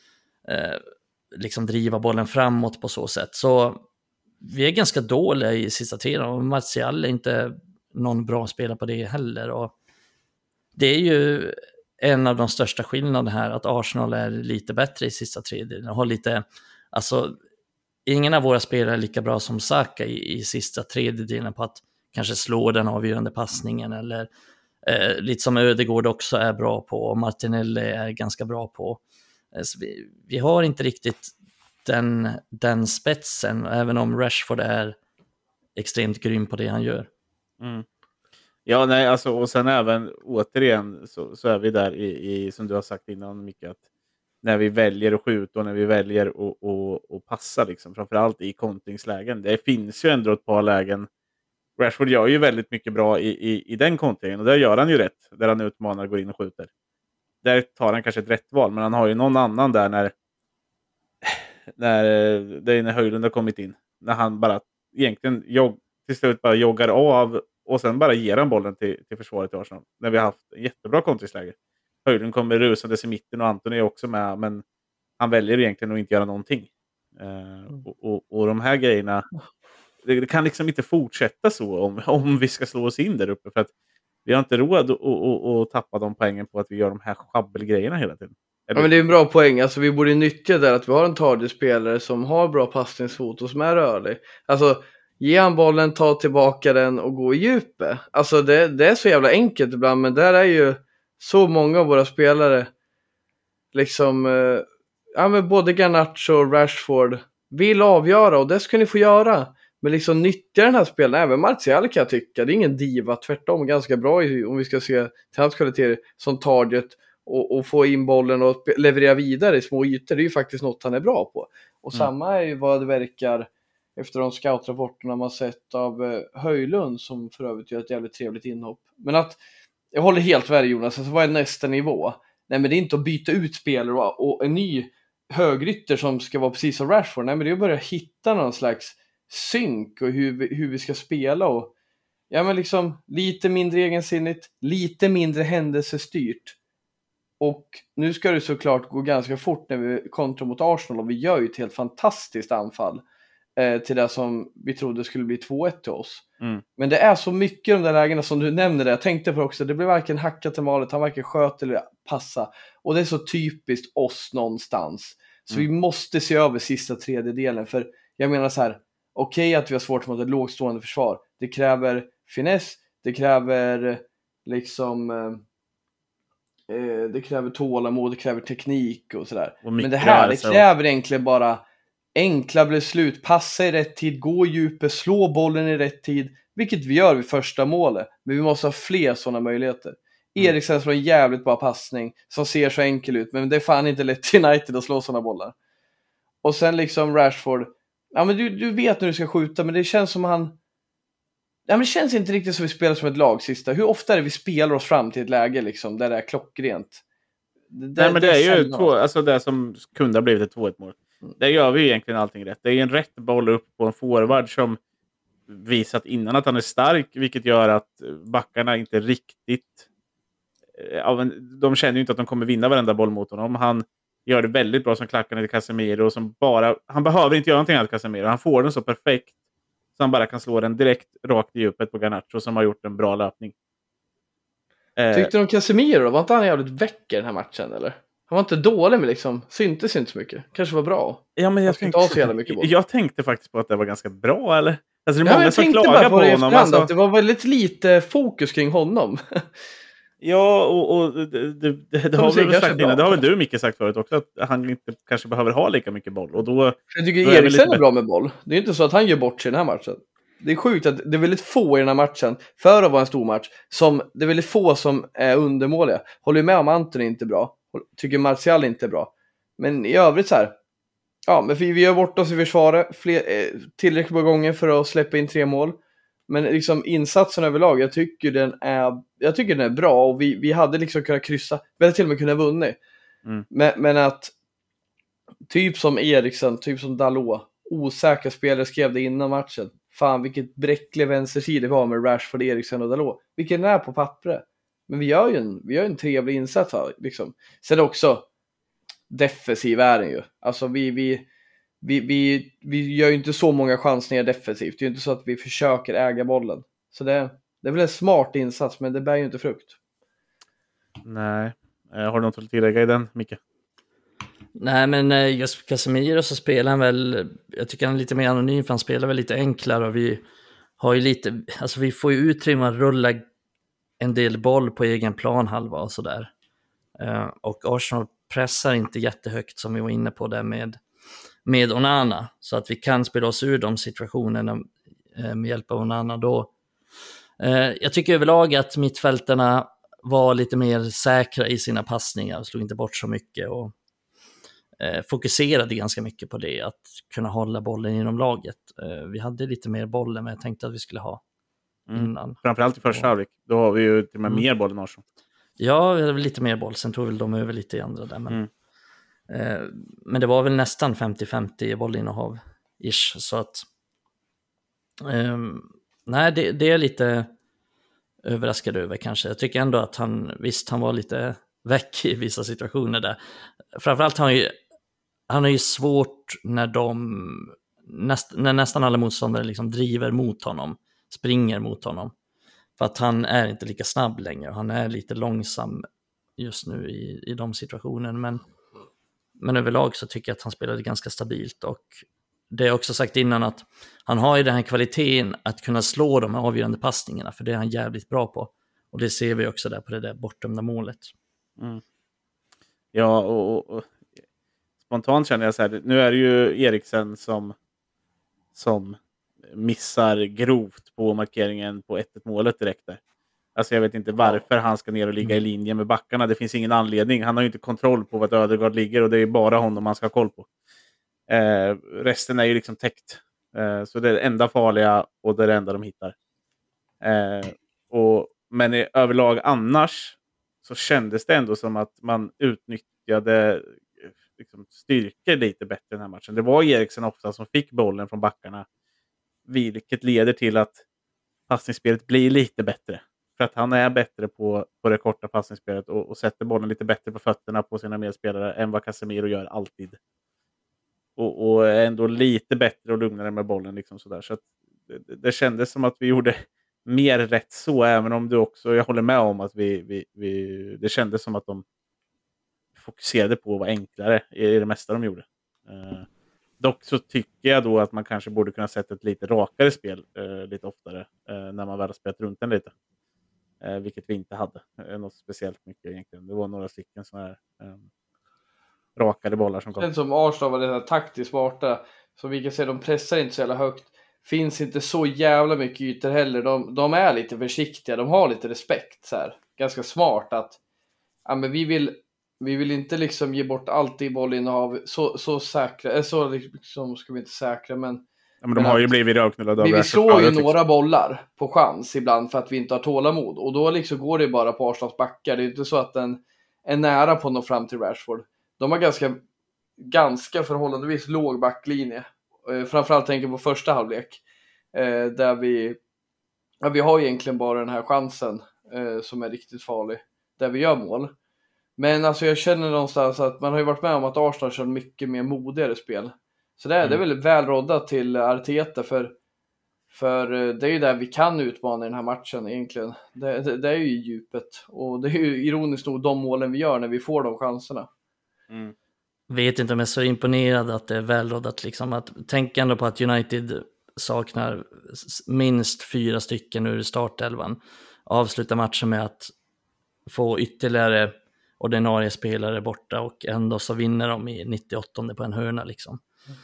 eh, liksom driva bollen framåt på så sätt. Så vi är ganska dåliga i sista tiden, och Martial är inte någon bra spelare på det heller, och det är ju en av de största skillnaderna här, att Arsenal är lite bättre i sista tredjedelen och har lite, alltså ingen av våra spelare är lika bra som Saka i, i sista tredjedelen på att kanske slå den avgörande passningen, eller eh, lite som Ödegård också är bra på, och Martinelli är ganska bra på. Eh, vi, vi har inte riktigt den, den spetsen, även om Rashford är extremt grym på det han gör. Mm. Ja, nej, alltså, och sen även återigen så, så är vi där i, i, som du har sagt innan, Micke, att när vi väljer att skjuta och när vi väljer att, att, att passa, liksom, framförallt i kontringslägen. Det finns ju ändå ett par lägen Rashford gör ju väldigt mycket bra i, i, i den kontringen. Och där gör han ju rätt. Där han utmanar, går in och skjuter. Där tar han kanske ett rätt val. Men han har ju någon annan där när... När, det är när Höjlund har kommit in. När han bara egentligen jogg, till slut bara joggar av. Och sen bara ger han bollen till, till försvaret i Arsenal. När vi har haft en jättebra kontringsläge. Höjlund kommer rusandes i mitten och Antoni är också med. Men han väljer egentligen att inte göra någonting. Uh, och, och, och de här grejerna... Det, det kan liksom inte fortsätta så om, om vi ska slå oss in där uppe. För att vi har inte råd att, att, att tappa de poängen på att vi gör de här schabbelgrejerna hela tiden. Ja, men det är en bra poäng. Alltså, vi borde nyttja där att vi har en targetspelare som har bra passningsfot och som är rörlig. Alltså, ge han bollen, ta tillbaka den och gå i djupet. Alltså, det, det är så jävla enkelt ibland, men där är ju så många av våra spelare liksom, eh, ja, men både Garnacho och Rashford vill avgöra, och det ska ni få göra. Men liksom nyttja den här spelen, även Martial kan jag tycka. Det är ingen diva, tvärtom ganska bra i, om vi ska se till hans kvaliteter som target. Och, och få in bollen och leverera vidare i små ytor, det är ju faktiskt något han är bra på. Och mm. samma är ju vad det verkar efter de scoutrapporterna man sett av eh, Höjlund, som för övrigt gör ett jävligt trevligt inhopp. Men att, jag håller helt med Jonas, alltså vad är nästa nivå? Nej, men det är inte att byta ut spelare och, och en ny högrytter som ska vara precis som Rashford. Nej, men det är att börja hitta någon slags synk och hur vi, hur vi ska spela. Och ja, men liksom lite mindre egensinnigt, lite mindre händelsestyrt. Och nu ska det såklart gå ganska fort när vi kontrar mot Arsenal, och vi gör ju ett helt fantastiskt anfall eh, till det som vi trodde skulle bli två ett till oss. Mm. Men det är så mycket de där lägena som du nämnde där. Jag tänkte på också, det blir varken hackat till målet, han varken sköt eller passa. Och det är så typiskt oss någonstans. Så mm. vi måste se över sista tredjedelen. För jag menar så här, okej okay, att vi har svårt mot ett lågstående försvar. Det kräver finess, det kräver liksom... Eh, det kräver tålamod, det kräver teknik och sådär. Och men det här, det kräver egentligen bara enkla beslut, passa i rätt tid, gå i djupet, slå bollen i rätt tid, vilket vi gör vid första målet. Men vi måste ha fler sådana möjligheter. Mm. Eriksen slår en jävligt bra passning som ser så enkel ut, men det är fan inte lätt till United att slå sådana bollar. Och sen liksom Rashford, ja men du, du vet när du ska skjuta, men det känns som han Ja, men det känns inte riktigt som vi spelar som ett lag sista. Hur ofta är det vi spelar oss fram till ett läge liksom, där det är klockrent? Det, Nej, men det, det är, är ju två, alltså det som kunde ha blivit ett två ett mål. Mm. Där gör vi egentligen allting rätt. Det är en rätt boll upp på en forward som visat innan att han är stark, vilket gör att backarna inte riktigt... De känner ju inte att de kommer vinna varenda boll mot honom. Han gör det väldigt bra som klackarna till Casemiro. Som bara, han behöver inte göra någonting annat, Casemiro. Han får den så perfekt. Så han bara kan slå den direkt rakt i djupet på Garnacho som har gjort en bra löpning. Tyckte du om Casemiro då? Var inte han jävligt väcker den här matchen, eller? Han var inte dålig, men liksom syntes inte så mycket. Kanske var bra. Ja, men jag, tänkte, så mycket boll. jag tänkte faktiskt på att det var ganska bra, eller? Alltså det är ja, många som klagar på det honom. Alltså... att det var väldigt lite fokus kring honom. Ja, och, och det, det, det, det har väl sagt innan. Det har väl du, Micke, sagt förut också, att han inte kanske behöver ha lika mycket boll. Och då, jag tycker Eriksen är, lite... är bra med boll. Det är inte så att han gör bort sig i den här matchen. Det är sjukt att det är väldigt få i den här matchen, för att vara en stor match, som det är väldigt få som är undermåliga. Håller med om Antoni inte är bra. Tycker Martial inte är bra. Men i övrigt så här, ja, men vi gör bort oss i försvaret fler, tillräckligt många gånger för att släppa in tre mål. Men liksom insatsen överlag, jag tycker den är, jag tycker den är bra, och vi, vi hade liksom kunnat kryssa, vi hade till och med kunnat vunnit. Mm. Men, men att typ som Eriksen, typ som Dalot, osäkra spelare skrev det innan matchen. Fan, vilket bräcklig vänstersida vi har med Rashford, Eriksen och Dalot. Vilken är på pappret. Men vi gör ju en, vi gör en trevlig insats här, liksom. Sen också defensiv är den ju. Alltså vi, vi, vi, vi, vi gör ju inte så många chansningar defensivt. Det är ju inte så att vi försöker äga bollen. Så det, det är väl en smart insats, men det bär ju inte frukt. Nej. Har du något att tillägga i den, Micke? Nej, men just Casemiro så spelar han väl, jag tycker han är lite mer anonym, för han spelar väl lite enklare, och vi har ju lite, alltså vi får ju utrymme att rulla en del boll på egen plan halva och sådär. Uh, och Arsenal pressar inte jättehögt, som vi var inne på där med, med Onana, så att vi kan spela oss ur de situationerna uh, med hjälp av Onana då. Uh, jag tycker överlag att mittfältarna var lite mer säkra i sina passningar och slog inte bort så mycket, och Eh, fokuserade ganska mycket på det, att kunna hålla bollen inom laget. Eh, vi hade lite mer bollen, men jag tänkte att vi skulle ha. mm. innan. Framförallt i första halvlek. Då har vi ju till och med mm. mer boll än Arsenal. Ja, vi hade väl lite mer boll. Sen tog väl de över lite i andra där. Men, mm. eh, men det var väl nästan femtio femtio bollinnehav ish. Så att eh, nej, det, det är lite överraskad över kanske. Jag tycker ändå att han, visst han var lite väck i vissa situationer där. Framförallt har han ju, han är ju svårt när de näst, när nästan alla motståndare liksom driver mot honom, springer mot honom. För att han är inte lika snabb längre. Han är lite långsam just nu i, i de situationerna. Men, men överlag så tycker jag att han spelade ganska stabilt. Och det har jag också sagt innan att han har ju den här kvaliteten att kunna slå de här avgörande passningarna. För det är han jävligt bra på. Och det ser vi också där på det där bortdömda målet. Mm. Ja, och, och, och spontant känner jag så här. Nu är det ju Eriksen som som missar grovt på markeringen på ett ett målet direkt där. Alltså jag vet inte varför han ska ner och ligga i linje med backarna. Det finns ingen anledning. Han har ju inte kontroll på vart Ödegaard ligger och det är bara honom man ska ha koll på. Eh, resten är ju liksom täckt. Eh, så det är det enda farliga och det är det enda de hittar. Eh, och, men i överlag annars så kändes det ändå som att man utnyttjade liksom, styrkor lite bättre den här matchen. Det var Eriksen ofta som fick bollen från backarna. Vilket leder till att passningsspelet blir lite bättre. För att han är bättre på, på det korta passningsspelet och, och sätter bollen lite bättre på fötterna på sina medspelare än vad Casemiro gör alltid. Och, och är ändå lite bättre och lugnare med bollen. Liksom sådär. Så att det, det kändes som att vi gjorde mer rätt så. Även om du också, jag håller med om att vi, vi, vi, det kändes som att de fokuserade på att vara enklare i, i det mesta de gjorde. Uh, dock så tycker jag då att man kanske borde kunna sätta ett lite rakare spel uh, lite oftare uh, när man väl har spelat runt den lite. Uh, vilket vi inte hade. Uh, något speciellt mycket egentligen. Det var några stycken sådana här um, rakade bollar som kom. Den som Arsenal var det taktiskt smarta. Så vi kan säga de pressar inte så jävla högt. Finns inte så jävla mycket ytor heller. De, de är lite försiktiga. De har lite respekt. Så här. Ganska smart att ja, men vi vill vi vill inte liksom ge bort allt i bollinnehav. Så, så säkra. Så liksom ska vi inte säkra. Men, ja, men de men har ju blivit röknullade. Vi, vi slår ju några bollar på chans ibland. För att vi inte har tålamod. Och då liksom går det bara på Arsenals backar. Det är inte så att den är nära på att nå fram till Rashford. De har ganska, ganska förhållandevis låg backlinje. Eh, framförallt tänker på första halvlek. Eh, där vi, ja, vi har egentligen bara den här chansen eh, som är riktigt farlig. Där vi gör mål. Men alltså jag känner någonstans att man har ju varit med om att Arsenal kör mycket mer modigare spel. Så det är, mm. det är väl väl råddat till Arteta för, för det är ju där vi kan utmana i den här matchen egentligen. Det, det, det är ju i djupet. Och det är ju ironiskt nog de målen vi gör när vi får de chanserna. Mm. Vet inte om jag är så imponerad att det är välrådat liksom att tänka ändå på att United saknar minst fyra stycken ur startelvan. Avsluta matchen med att få ytterligare ordinarie spelare borta och ändå så vinner de i nittioåttonde på en hörna liksom.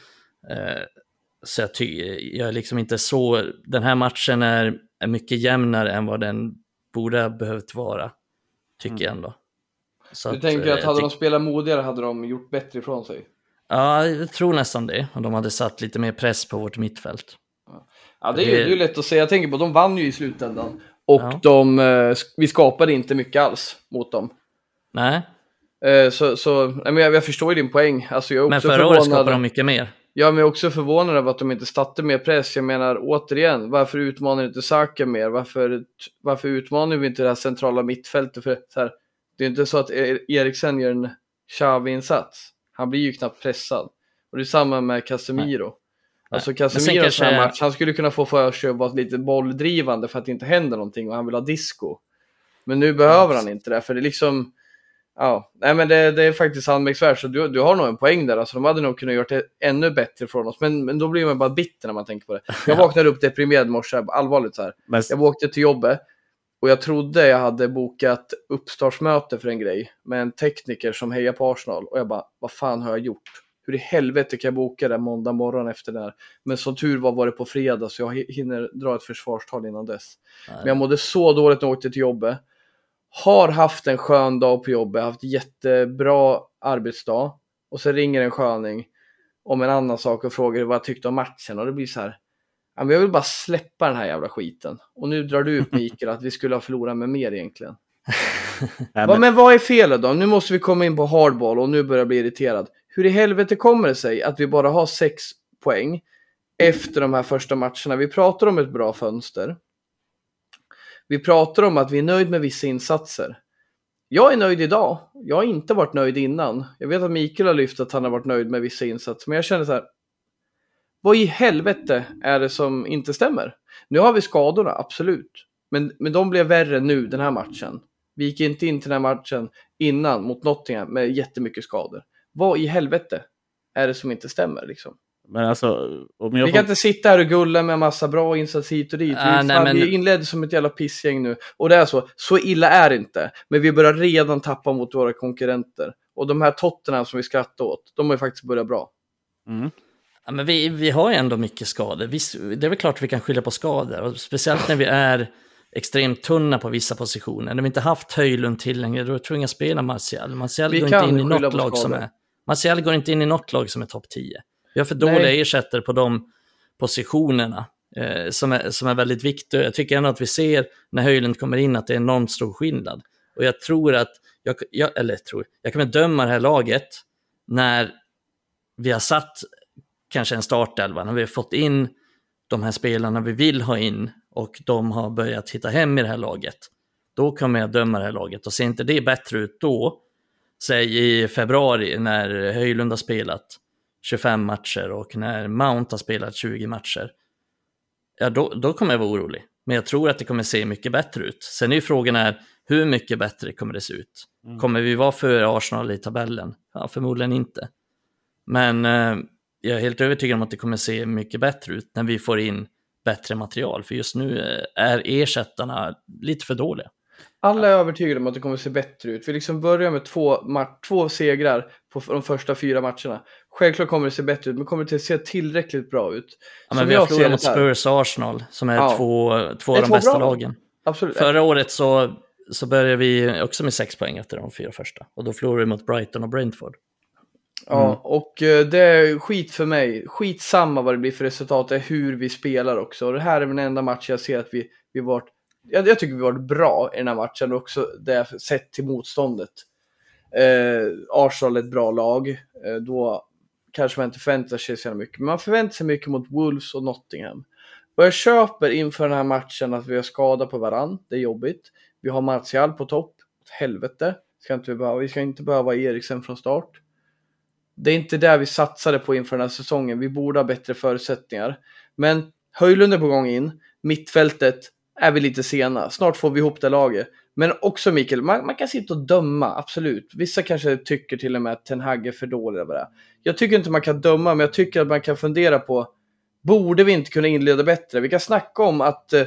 Mm. Eh, så jag tycker jag är liksom inte så, den här matchen är, är mycket jämnare än vad den borde ha behövt vara, tycker mm. jag ändå. Så du att, tänker att hade tyck- de spelat modigare hade de gjort bättre ifrån sig? Ja, jag tror nästan det. Och de hade satt lite mer press på vårt mittfält. Ja, det är ju, det är ju lätt att säga. Jag tänker på, de vann ju i slutändan. Och ja. de, vi skapade inte mycket alls mot dem. Nej. Så, så men jag, jag förstår ju din poäng. Alltså, jag är också men förra året skapade de mycket mer. Ja, men jag är också förvånad över att de inte satte mer press. Jag menar, återigen, varför utmanar inte Saka mer? Varför, varför utmanar vi inte det här centrala mittfältet? För så här, det är inte så att Eriksen gör en Xavi-insats. Han blir ju knappt pressad. Och det är samma med Casemiro. Nej. Alltså Casemiro kanske... här match, han skulle kunna få för sig att vara lite bolldrivande för att det inte händer någonting och han vill ha disco. Men nu behöver han inte det, för det är liksom... Ja, nej men det, det är faktiskt anmärkningsvärt, så du, du har nog en poäng där. Alltså de hade nog kunnat gjort det ännu bättre från oss, men, men då blir man bara bitter när man tänker på det. Jag vaknade upp deprimerad morse, allvarligt så här. Men... Jag åkte till jobbet och jag trodde jag hade bokat uppstartsmöte för en grej med en tekniker som hejar på Arsenal. Och jag bara, vad fan har jag gjort? Hur i helvete kan jag boka det måndag morgon efter det här? Men som tur var var det på fredag, så jag hinner dra ett försvarstal innan dess. Nej. Men jag mådde så dåligt när jag åkte till jobbet. Har haft en skön dag på jobbet, haft jättebra arbetsdag. Och så ringer en sköning om en annan sak och frågar vad jag tyckte om matchen. Och det blir så här, Ja, men jag vill bara släppa den här jävla skiten. Och nu drar du upp, Mikael, att vi skulle ha förlorat med mer egentligen. Nej, men... men vad är felet då? Nu måste vi komma in på hardball och nu börjar jag bli irriterad. Hur i helvete kommer det sig att vi bara har sex poäng efter de här första matcherna? Vi pratar om ett bra fönster. Vi pratar om att vi är nöjd med vissa insatser. Jag är nöjd idag. Jag har inte varit nöjd innan. Jag vet att Mikael har lyft att han har varit nöjd med vissa insatser. Men jag känner så här. Vad i helvete är det som inte stämmer? Nu har vi skadorna, absolut. Men, men de blev värre nu den här matchen. Vi gick inte in till den här matchen innan mot Nottingham med jättemycket skador. Vad i helvete är det som inte stämmer liksom? Men alltså, om jag vi kan får... inte sitta här och gulla med en massa bra insatser hit och dit. Äh, vi, nej, fan, men... vi inledde som ett jävla pissgäng nu. Och det är så. Så illa är det inte. Men vi börjar redan tappa mot våra konkurrenter. Och de här totterna som vi skrattar åt, de har ju faktiskt börjat bra. Mm. Ja, men vi, vi har ju ändå mycket skador. Vi, det är väl klart att vi kan skylla på skador. Och speciellt när vi är extremt tunna på vissa positioner. När vi inte haft Höjlund tillgänglig, då är vi tvungna att spela Martial. Martial går inte in i något lag som är... Martial går inte in i något lag som är topp tio. Vi har för dåliga Nej. ersättare på de positionerna eh, som, är, som är väldigt viktiga. Jag tycker ändå att vi ser när Höjlund kommer in att det är enormt stor skillnad. Och jag tror att, jag, jag, eller tror, jag kan döma det här laget när vi har satt kanske en startelva, när vi har fått in de här spelarna vi vill ha in och de har börjat hitta hem i det här laget. Då kommer jag döma det här laget. Och ser inte det bättre ut då, säg i februari när Höjlund har spelat tjugofem matcher och när Mount har spelat tjugo matcher, ja då, då kommer jag vara orolig. Men jag tror att det kommer se mycket bättre ut. Sen är ju frågan är, hur mycket bättre kommer det se ut? Mm. Kommer vi vara för Arsenal i tabellen? Ja, förmodligen inte. Men eh, jag är helt övertygad om att det kommer se mycket bättre ut när vi får in bättre material. För just nu är ersättarna lite för dåliga. Alla är övertygade om att det kommer se bättre ut. Vi liksom börjar med två, ma- två segrar på de första fyra matcherna. Självklart kommer det se bättre ut, men kommer det se tillräckligt bra ut. Ja, men vi har förlorat mot Spurs och Arsenal som är ja. två, två av de bästa bra. lagen. Absolut. Förra året så, så började vi också med sex poäng efter de fyra första. Och då förlorade vi mot Brighton och Brentford. Mm. Ja, och det är skit för mig. Skit samma vad det blir för resultat, det är hur vi spelar också. Och det här är den enda matchen jag ser att vi, vi varit, jag, jag tycker vi varit bra i den här matchen också, det sett till motståndet. Eh, Arsenal är ett bra lag. Eh, då kanske man inte förväntar sig så mycket. Men man förväntar sig mycket mot Wolves och Nottingham. Och jag köper inför den här matchen att vi har skada på varann. Det är jobbigt. Vi har Martial på topp. Helvete. Ska inte vi, behöva, vi ska inte behöva Eriksen från start. Det är inte där vi satsade på inför den här säsongen. Vi borde ha bättre förutsättningar. Men Höjlund är på gång in. Mittfältet är vi lite sena. Snart får vi ihop det laget. Men också Mikael, man, man kan sitta och döma, absolut. Vissa kanske tycker till och med att Ten Hag är för dålig över det. Jag tycker inte man kan döma, men jag tycker att man kan fundera på, borde vi inte kunna inleda bättre? Vi kan snacka om att eh,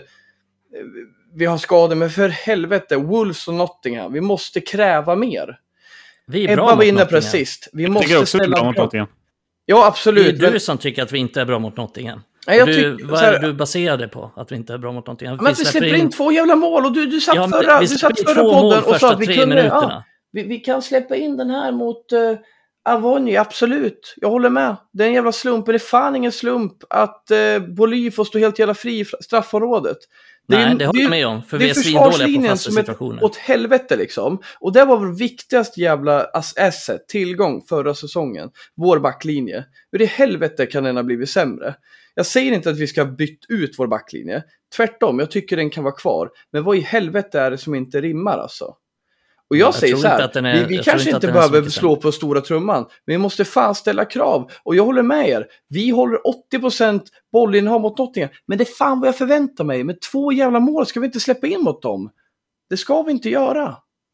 vi har skador, men för helvete, Wolves och Nottingham, vi måste kräva mer. Vi är Ebba bra var inne mot precis. Vi jag måste också ställa bra mot Nottingham. Ja, absolut. Det är du men... som tycker att vi inte är bra mot Nottingham. Nej, jag du, tyck... vad är det du baserar det på? Att vi inte är bra mot Nottingham? Men vi, vi släpper in... in två jävla mål och du, du satt ja, förra, vi du satt förra podden och sa att vi kunde... Ja, vi, vi kan släppa in den här mot uh, Avonji, absolut. Jag håller med. Det är en jävla slump, men det är fan ingen slump att uh, Boly får stå helt jävla fri i straffområdet. Det Nej, är, det håller jag med om, för vi är svindåliga på fasta situationer. Åt helvete liksom. Och det var vår viktigaste jävla asset, tillgång förra säsongen. Vår backlinje. Hur i helvete kan den ha blivit sämre? Jag säger inte att vi ska byta ut vår backlinje. Tvärtom, jag tycker den kan vara kvar. Men vad i helvete är det som inte rimmar alltså? Och jag, jag säger så här, är, vi, vi kanske inte, inte behöver slå på stora trumman, men vi måste fan ställa krav. Och jag håller med er, vi håller åttio procent bollinnehav mot Nottingham, men det är fan vad jag förväntar mig. Med två jävla mål ska vi inte släppa in mot dem. Det ska vi inte göra.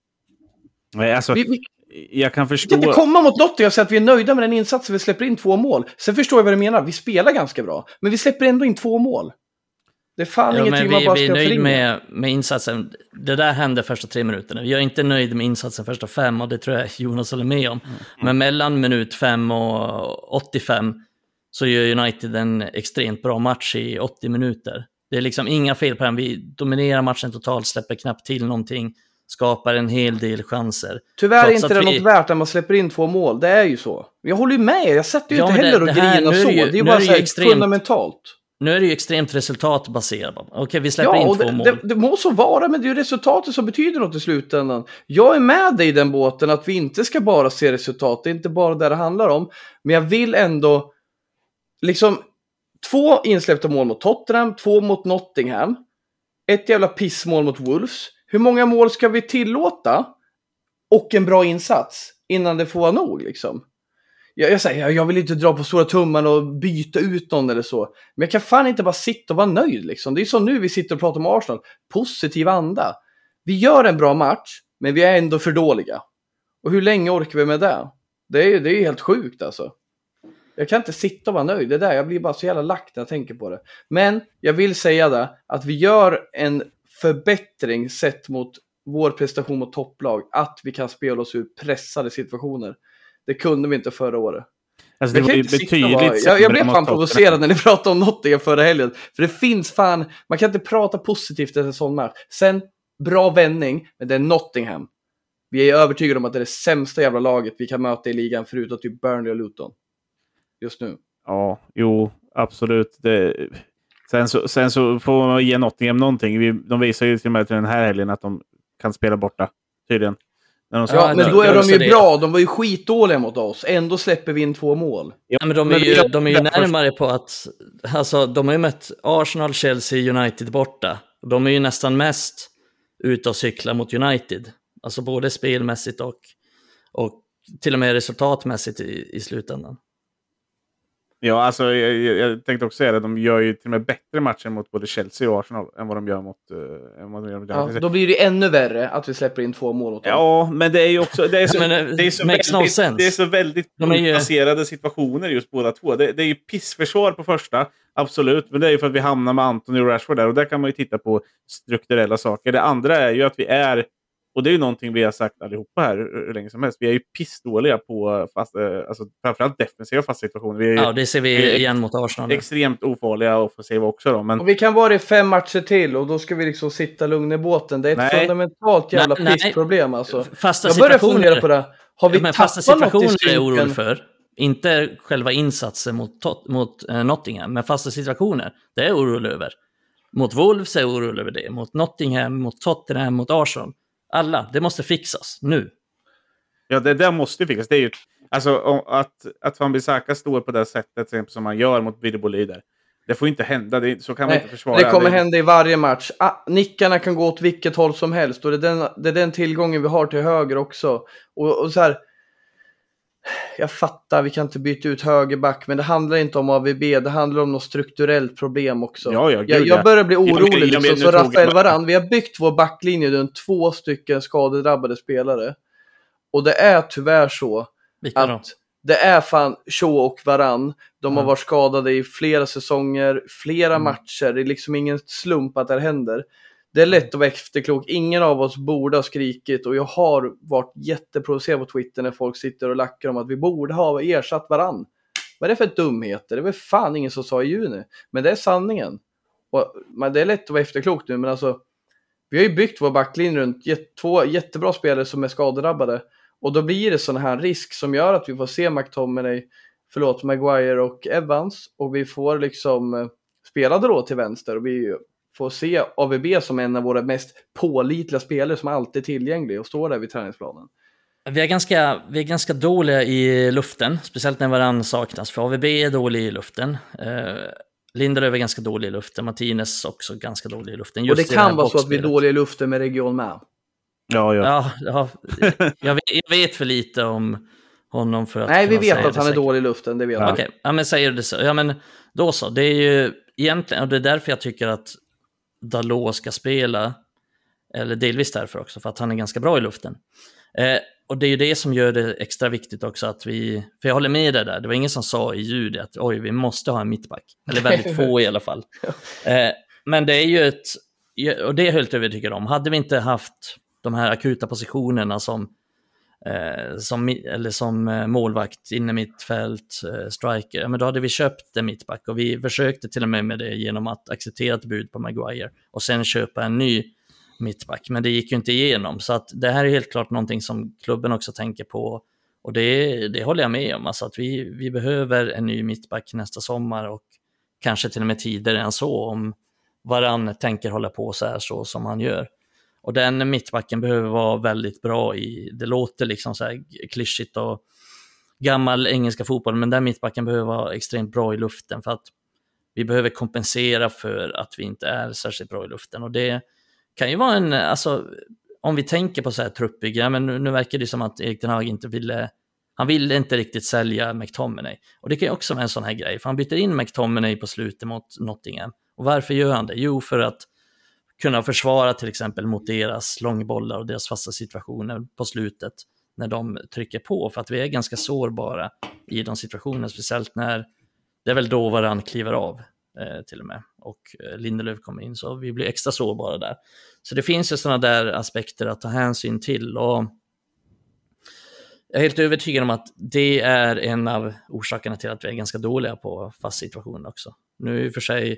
Nej, alltså, vi, vi, jag kan förstå... Vi kan inte komma mot Nottingham och säga att vi är nöjda med den insatsen, vi släpper in två mål. Sen förstår jag vad du menar, vi spelar ganska bra, men vi släpper ändå in två mål. Det är fan ja, ingenting man bara ska förringa. Vi är nöjd med, med insatsen. Det där hände första tre minuterna. Jag är inte nöjd med insatsen första fem, och det tror jag Jonas håller med om. Mm. Men mellan minut fem och åttiofem så gör United en extremt bra match i åttio minuter. Det är liksom inga fel på den. Vi dominerar matchen totalt, släpper knappt till någonting, skapar en hel del chanser. Tyvärr är inte det vi... något värt när man släpper in två mål. Det är ju så. Jag håller ju med er. Jag sätter ju ja, inte heller det, och grina så. Det är ju bara så extremt... fundamentalt. nu är det ju extremt resultatbaserat. Okej, vi släpper ja, in och två det, mål. det, det må så vara, men det är ju resultatet som betyder något i slutändan. Jag är med dig i den båten att vi inte ska bara se resultat. Det är inte bara det det handlar om. Men jag vill ändå liksom två insläppta mål mot Tottenham, två mot Nottingham, ett jävla pissmål mot Wolves. Hur många mål ska vi tillåta och en bra insats innan det får vara nog liksom? Jag, jag säger, jag vill inte dra på stora tumman och byta ut någon eller så. Men jag kan fan inte bara sitta och vara nöjd liksom. Det är som nu vi sitter och pratar om Arsenal. Positiv anda. Vi gör en bra match, men vi är ändå för dåliga. Och hur länge orkar vi med det? Det är ju det är helt sjukt alltså. Jag kan inte sitta och vara nöjd. Det där, jag blir bara så jävla lack när jag tänker på det. Men jag vill säga det, att vi gör en förbättring sett mot vår prestation mot topplag. Att vi kan spela oss ur pressade situationer. Det kunde vi inte förra året. Alltså, det jag, var ju betydligt bara, jag, jag blev fan provocerad när ni pratade om Nottingham förra helgen. För det finns fan, man kan inte prata positivt efter en sån match. Sen, bra vändning, men det är Nottingham. Vi är övertygade om att det är det sämsta jävla laget vi kan möta i ligan förutom typ Burnley och Luton. Just nu. Ja, jo, absolut. Det, sen, så, sen så får man ge Nottingham någonting. Vi, de visar ju till och med till den här helgen att de kan spela borta, tydligen. Ja, ja, men då är de ju det. Bra. De var ju skitdåliga mot oss. Ändå släpper vi in två mål. Ja, men de är ju, de är ju närmare på att... Alltså, de har ju mött Arsenal, Chelsea, United borta. De är ju nästan mest ute och cykla mot United. Alltså både spelmässigt och, och till och med resultatmässigt i, i slutändan. Ja, alltså jag, jag tänkte också säga att de gör ju till och med bättre matcher mot både Chelsea och Arsenal än vad de gör mot... Uh, än vad de gör mot ja, då blir det ännu värre att vi släpper in två mål åt dem. Ja, men det är ju också... Det är så, men, det är så väldigt, no sense. det är så väldigt de är ju... baserade situationer just båda två. Det, det är ju pissförsvar på första, absolut. Men det är ju för att vi hamnar med Anthony och Rashford där. Och där kan man ju titta på strukturella saker. Det andra är ju att vi är... Och det är ju någonting vi har sagt allihopa här hur länge som helst. Vi är ju pissdåliga på fast, alltså, framförallt defensiva fasta situationer. Vi är ja, det ser vi igen mot Arsenal. Extremt ofarliga offensiva också då. Men... Och vi kan vara det fem matcher till och då ska vi liksom sitta lugna i båten. Det är ett nej. fundamentalt jävla nej, pissproblem alltså. Fasta jag börjar fundera på det. Har vi ja, men fasta situationer är jag orolig för. Inte själva insatsen mot, tot, mot uh, Nottingham, men fasta situationer. Det är jag orolig över. Mot Wolves är jag orolig över det. Mot Nottingham, mot Tottenham, mot Arsenal. Alla, det måste fixas nu. Ja, det där måste fixas. Det är ju, alltså, att, att Van Bissaka står på det sättet till exempel, som man gör mot Videbolider. Det får inte hända, det, så kan Nej, man inte försvara. Det kommer det. hända i varje match. Ah, nickarna kan gå åt vilket håll som helst. Och det är den, det är den tillgången vi har till höger också. Och, och så här... Jag fattar, vi kan inte byta ut högerback, men det handlar inte om A V B, det handlar om något strukturellt problem också. Ja, ja, jag, jag börjar bli orolig, jag, jag, liksom, jag, så Rafael Varane, vi har byggt vår backlinje runt två stycken skadedrabbade spelare. Och det är tyvärr så Vilka att då? det är fan Shaw och Varane, de mm. har varit skadade i flera säsonger, flera mm. matcher, det är liksom ingen slump att det händer. Det är lätt att vara efterklok. Ingen av oss borde ha skrikit. Och jag har varit jätteprovocerad på Twitter när folk sitter och lackar om att vi borde ha ersatt varann. Vad är det för dumheter? Det var fan ingen som sa i juni. Men det är sanningen. Och, men det är lätt att vara efterklok nu. Men alltså, vi har ju byggt vår backlinje runt jät- två jättebra spelare som är skadedrabbade. Och då blir det sån här risk som gör att vi får se McTominay, förlåt, Maguire och Evans. Och vi får liksom eh, spela då till vänster. Och vi får se A V B som en av våra mest pålitliga spelare som alltid är tillgänglig och står där vid träningsplanen. Vi är ganska, vi är ganska dåliga i luften, speciellt när varann saknas. För A V B är dålig i luften. Eh, Lindelöf är ganska dålig i luften. Martinez också ganska dålig i luften. Just och det kan vara så att vi är dåliga i luften med region med. Ja, ja. ja, ja jag, vet, jag vet för lite om honom för att Nej, vi vet att han säkert. är dålig i luften, det vet jag. Okej, okay. Ja men säger det så. Ja men då så, det är ju egentligen, och det är därför jag tycker att Dalot ska spela, eller delvis därför också, för att han är ganska bra i luften. Eh, och det är ju det som gör det extra viktigt också att vi, för jag håller med dig där, det var ingen som sa i ljud att oj, vi måste ha en mittback, eller väldigt få i alla fall. Eh, men det är ju ett, och det är jag helt övertygad om, hade vi inte haft de här akuta positionerna som Eh, som, eller som eh, målvakt inne mittfält, eh, striker, men då hade vi köpt en mittback och vi försökte till och med med det genom att acceptera ett bud på Maguire och sen köpa en ny mittback, men det gick ju inte igenom, så att det här är helt klart någonting som klubben också tänker på och det, det håller jag med om, alltså att vi, vi behöver en ny mittback nästa sommar och kanske till och med tidigare än så, om Varane tänker hålla på så här så som han gör. Och den mittbacken behöver vara väldigt bra i, det låter liksom så här klyschigt och gammal engelska fotboll, men den mittbacken behöver vara extremt bra i luften, för att vi behöver kompensera för att vi inte är särskilt bra i luften. Och det kan ju vara en, alltså om vi tänker på så här truppbygge, men nu, nu verkar det som att Erik ten Hag inte ville, han ville inte riktigt sälja McTominay. Och det kan ju också vara en sån här grej, för han byter in McTominay på slutet mot Nottingham. Och varför gör han det? Jo, för att kunna försvara till exempel mot deras långbollar och deras fasta situationer på slutet när de trycker på, för att vi är ganska sårbara i de situationerna, speciellt när det är väl då Varane kliver av eh, till och med, och eh, Lindelöf kommer in, så vi blir extra sårbara där. Så det finns ju sådana där aspekter att ta hänsyn till, och jag är helt övertygad om att det är en av orsakerna till att vi är ganska dåliga på fast situationer också. Nu i och för sig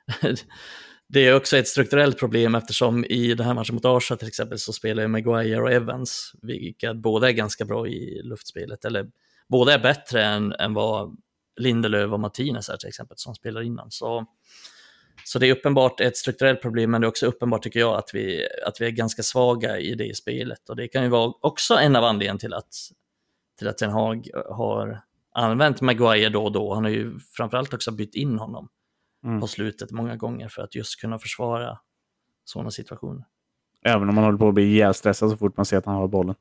det är också ett strukturellt problem, eftersom i den här matchen mot Arsenal till exempel så spelar Maguire och Evans, vilka båda är ganska bra i luftspelet, eller båda är bättre än, än vad Lindelöf och Martinez är till exempel, som spelar innan. Så, så det är uppenbart ett strukturellt problem, men det är också uppenbart tycker jag att vi, att vi är ganska svaga i det spelet, och det kan ju vara också en av anledningarna till att, till att Ten Hag har använt Maguire då och då. Han har ju framförallt också bytt in honom Mm. på slutet många gånger för att just kunna försvara sådana situationer. Även om man håller på att bli jävstressad så fort man ser att han har bollen.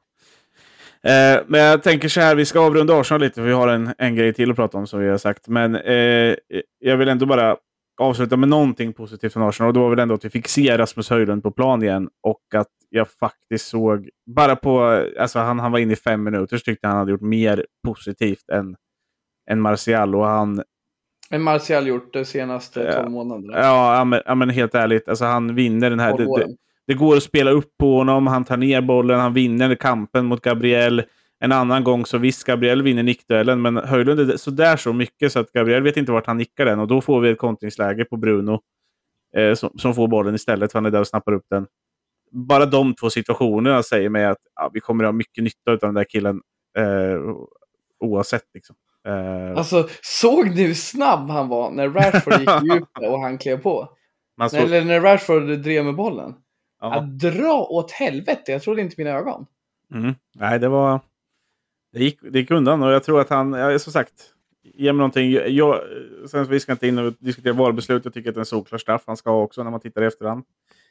Eh, men jag tänker så här, vi ska avrunda Arsenal lite, för vi har en, en grej till att prata om som vi har sagt. Men eh, jag vill ändå bara avsluta med någonting positivt från Arsenal, och då var väl ändå att vi fick se Rasmus Højlund på plan igen, och att jag faktiskt såg, bara på, alltså han, han var inne i fem minuter, så tyckte han hade gjort mer positivt än, än Martial, och han Men Martial gjort det senaste tolv månaderna. Ja, ja, men, ja, men helt ärligt. Alltså, han vinner den här. Det, det, det går att spela upp på honom. Han tar ner bollen. Han vinner kampen mot Gabriel. En annan gång så visst, Gabriel vinner nickduellen. Men Højlund är så där så mycket så att Gabriel vet inte vart han nickar den. Och då får vi ett kontringsläge på Bruno. Eh, som, som får bollen istället, för han är där och snappar upp den. Bara de två situationerna säger mig att ja, vi kommer att ha mycket nytta av den där killen. Eh, oavsett liksom. Uh, alltså, såg ni hur snabb han var när Rashford gick djupt och han klev på? såg... Eller när Rashford drev med bollen. Ja. Att dra åt helvete, jag trodde inte mina ögon. Mm. Nej, det var... Det gick, det gick undan, och jag tror att han... Ja, som sagt, ge mig någonting. Jag, sen vi ska inte in och diskutera valbeslut. Jag tycker att det är en solklar straff han ska ha också när man tittar i efterhand.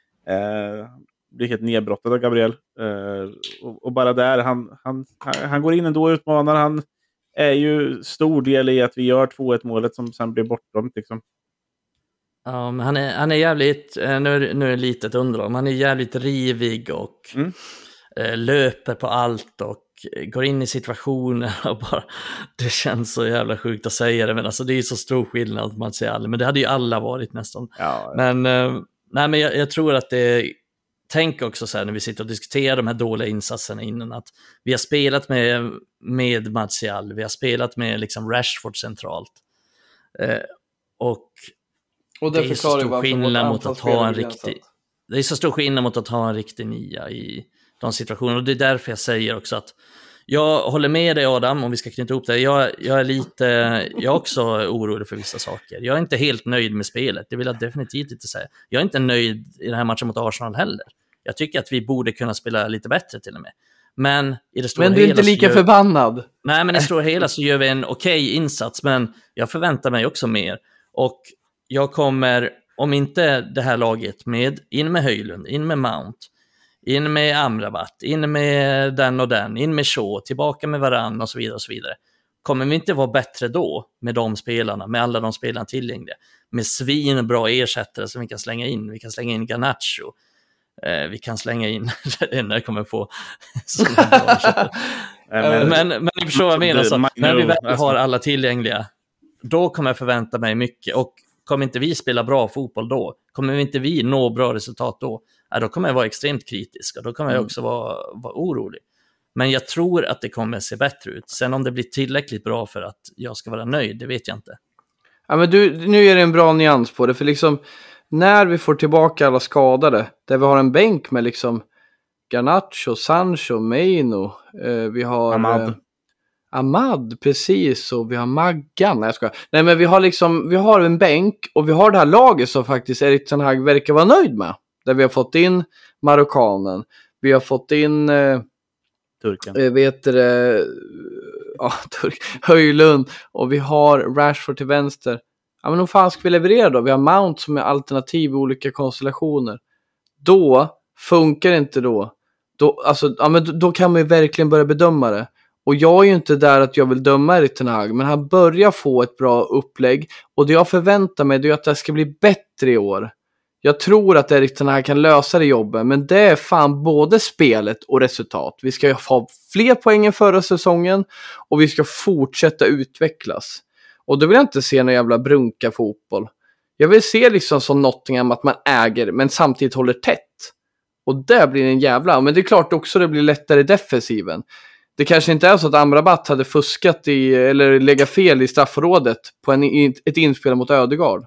Uh, blir helt nedbrottad av Gabriel. Uh, och, och bara där, han, han, han går in ändå och utmanar. Han är ju stor del i att vi gör två ett målet som sen blir bortdömt liksom. Ja, men han är, han är jävligt, nu är, nu är det litet underlag, han är jävligt rivig och mm. eh, löper på allt och går in i situationer och bara, det känns så jävla sjukt att säga det, men alltså det är så stor skillnad att man säger alla, men det hade ju alla varit nästan. Ja, ja. Men, eh, nej, men jag, jag tror att det, tänk också så här när vi sitter och diskuterar de här dåliga insatserna innan, att vi har spelat med, med Martial, vi har spelat med liksom Rashford centralt. Eh, och Och det, det är så stor skillnad mot att ha en riktig, det är så stor skillnad mot att ha en riktig nia i de situationerna, och det är därför jag säger också att jag håller med dig Adam, om vi ska knyta ihop det. Jag, jag är lite, jag är också orolig för vissa saker. Jag är inte helt nöjd med spelet, det vill jag definitivt inte säga. Jag är inte nöjd i den här matchen mot Arsenal heller. Jag tycker att vi borde kunna spela lite bättre till och med. Men i det stora Men du är inte lika gör... förbannad. Nej, men i det stora hela så gör vi en okej okay insats, men jag förväntar mig också mer. Och jag kommer, om inte det här laget med, in med Højlund, in med Mount, in med Amrabat, in med den och den, in med Shaw, tillbaka med Varane och så vidare och så vidare. Kommer vi inte vara bättre då med de spelarna, med alla de spelarna tillgängliga, med svin bra ersättare som vi kan slänga in. Vi kan slänga in Garnacho. Eh, vi kan slänga in det när jag kommer på men, men, men ni förstår vad jag menar, så, när vi väl har alla tillgängliga, då kommer jag förvänta mig mycket, och kommer inte vi spela bra fotboll då, kommer inte vi nå bra resultat då, ja, då kommer jag vara extremt kritisk, och då kommer jag också vara, vara orolig. Men jag tror att det kommer se bättre ut. Sen om det blir tillräckligt bra för att jag ska vara nöjd, det vet jag inte. Ja, men du, nu är det en bra nyans på det, för liksom när vi får tillbaka alla skadade, där vi har en bänk med liksom Garnacho, Sancho, Maino, eh, vi har Ahmad. Eh, Ahmad, precis, och vi har Maggan. Nej, jag ska. Nej, men vi har liksom, vi har en bänk och vi har det här laget som faktiskt Erik ten Hag verkar vara nöjd med. Där vi har fått in marockanen, vi har fått in eh, Turken. Eh, vet det, ja, Turk, Höjlund, och vi har Rashford till vänster. Ja, men hur fan ska vi leverera då? Vi har Mount som är alternativ i olika konstellationer. Då funkar inte då. Då, alltså, ja, men då, då kan man ju verkligen börja bedöma det. Och jag är ju inte där att jag vill döma Erik ten Hag, men han börjar få ett bra upplägg. Och det jag förväntar mig är att det ska bli bättre i år. Jag tror att Erik ten Hag kan lösa det jobbet, men det är fan både spelet och resultat. Vi ska ha fler poäng än förra säsongen och vi ska fortsätta utvecklas. Och då vill jag inte se någon jävla brunka fotboll. Jag vill se liksom som Nottingham att man äger men samtidigt håller tätt. Och det blir en jävla... Men det är klart också det blir lättare i defensiven. Det kanske inte är så att Amrabat hade fuskat i, eller legat fel i straffområdet på en, ett inspel mot Ödegaard.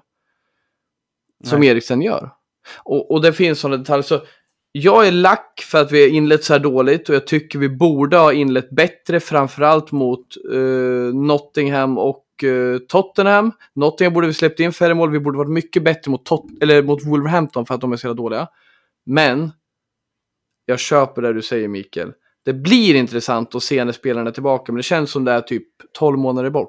Som Nej. Eriksen gör. Och, och det finns sådana detaljer. Så jag är lack för att vi har inlett så här dåligt. Och jag tycker vi borde ha inlett bättre. Framförallt mot uh, Nottingham och uh, Tottenham. Nottingham borde vi släppt in färre mål. Vi borde varit mycket bättre mot, Tot- eller mot Wolverhampton för att de är så dåliga. Men jag köper det du säger, Mikael. Det blir intressant att se när spelarna är tillbaka. Men det känns som det är typ tolv månader bort.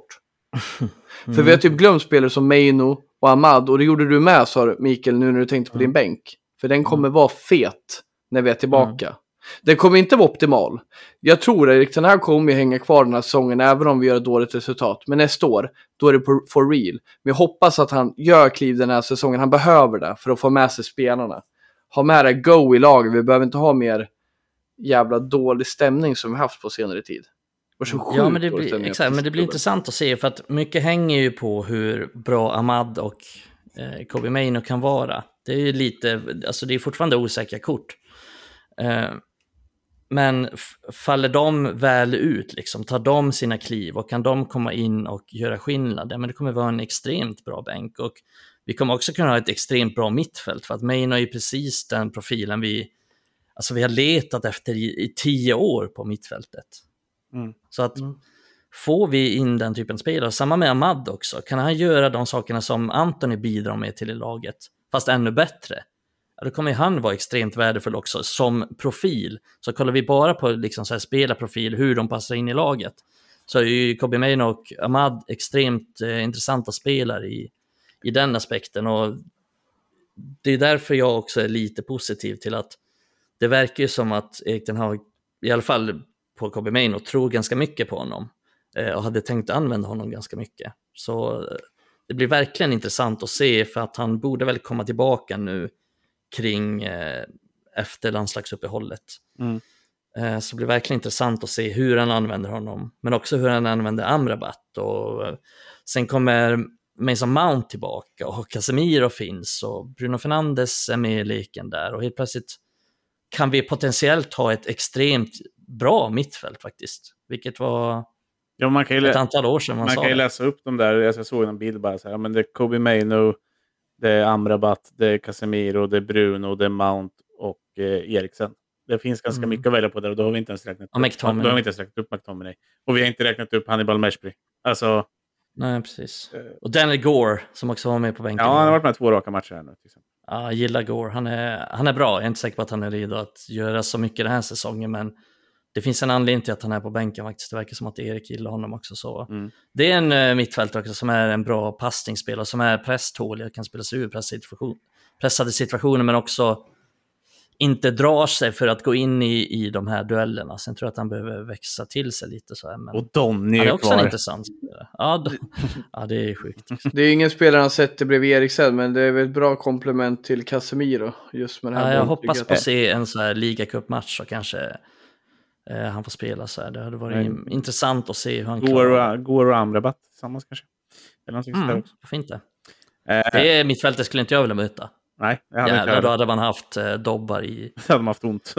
Mm. För vi har typ glömt spelare som Maino och Ahmad. Och det gjorde du med, sa Mikael, nu när du tänkte på mm. din bänk. För den kommer mm. vara fet när vi är tillbaka. Mm. Den kommer inte vara optimal. Jag tror att den här kommer hänga kvar den här säsongen även om vi gör ett dåligt resultat. Men nästa år, då är det for real. Men jag hoppas att han gör kliv den här säsongen. Han behöver det för att få med sig spelarna. Ha med det go i laget. Vi behöver inte ha mer jävla dålig stämning som vi haft på senare tid. Ja, men det blir, exakt, men det blir intressant att se för att mycket hänger ju på hur bra Ahmad och eh, Kobbie Mainoo kan vara. Det är ju lite, alltså det är fortfarande osäkra kort. Eh, men f- faller de väl ut, liksom, tar de sina kliv och kan de komma in och göra skillnad, ja, men det kommer vara en extremt bra bänk och vi kommer också kunna ha ett extremt bra mittfält för att Mainoo är ju precis den profilen vi, alltså vi har letat efter i, i tio år på mittfältet. Mm. Så att mm. får vi in den typen av spelare, samma med Ahmad också, kan han göra de sakerna som Antony bidrar med till i laget, fast ännu bättre, ja, då kommer han vara extremt värdefull också som profil. Så kollar vi bara på liksom så här spelarprofil, hur de passar in i laget, så är ju Kobbie Mainoo och Ahmad extremt eh, intressanta spelare i, i den aspekten, och det är därför jag också är lite positiv till att det verkar ju som att Erik ten Hag, i alla fall på Kobbie Mainoo, tror ganska mycket på honom eh, och hade tänkt använda honom ganska mycket. Så eh, det blir verkligen intressant att se, för att han borde väl komma tillbaka nu kring eh, efter landslagsuppehållet. Mm. Eh, så det blir verkligen intressant att se hur han använder honom, men också hur han använder Amrabat, och eh, sen kommer Mason Mount tillbaka och Casemiro finns och Bruno Fernandes är med i leken där, och helt plötsligt kan vi potentiellt ha ett extremt bra mittfält faktiskt, vilket var ja, man kan ju ett antal år sedan man, man sa kan ju det. läsa upp dem där, jag såg en bild bara så här, men det är Kobbie Mainoo, det är Amrabat, det är Casemiro, det är Bruno, det är Mount och eh, Eriksen. Det finns ganska mm. mycket att välja på där, och då har vi inte ens räknat upp, då har vi inte ens räknat upp McTominay. Och vi har inte räknat upp Hannibal Meshbury. Alltså nej, precis. Uh, och Daniel Gore som också var med på bänken. Ja, han har varit med två raka matcher här nu. Ja, jag gillar Gore. Han är, han är bra. Jag är inte säker på att han är redo att göra så mycket den här säsongen, men det finns en anledning till att han är på bänken faktiskt. Det verkar som att Erik gillar honom också. Så. Mm. Det är en uh, mittfältare också som är en bra passningsspelare, som är presstålig och kan spela sig ur pressituation, pressade situationer, men också inte drar sig för att gå in i, i de här duellerna. Sen tror jag att han behöver växa till sig lite så här. Men och Donny är också kvar. En intressant spelare. Ja, d- ja, det är sjukt. Det är ingen spelare han sätter bredvid Eriksen, men det är väl ett bra komplement till Casemiro. Just med det här ja, jag hoppas på att se en så här ligacupmatch och kanske eh, han får spela så här. Det hade varit Nej. intressant att se hur han klarar. Går och Amrabat tillsammans kanske. Eller någonting mm, också. Varför inte? Eh. Det är mittfältet skulle inte jag vilja möta. Nej, jag hade Jävlar, då hade man haft eh, dobbar i... Så hade man haft ont.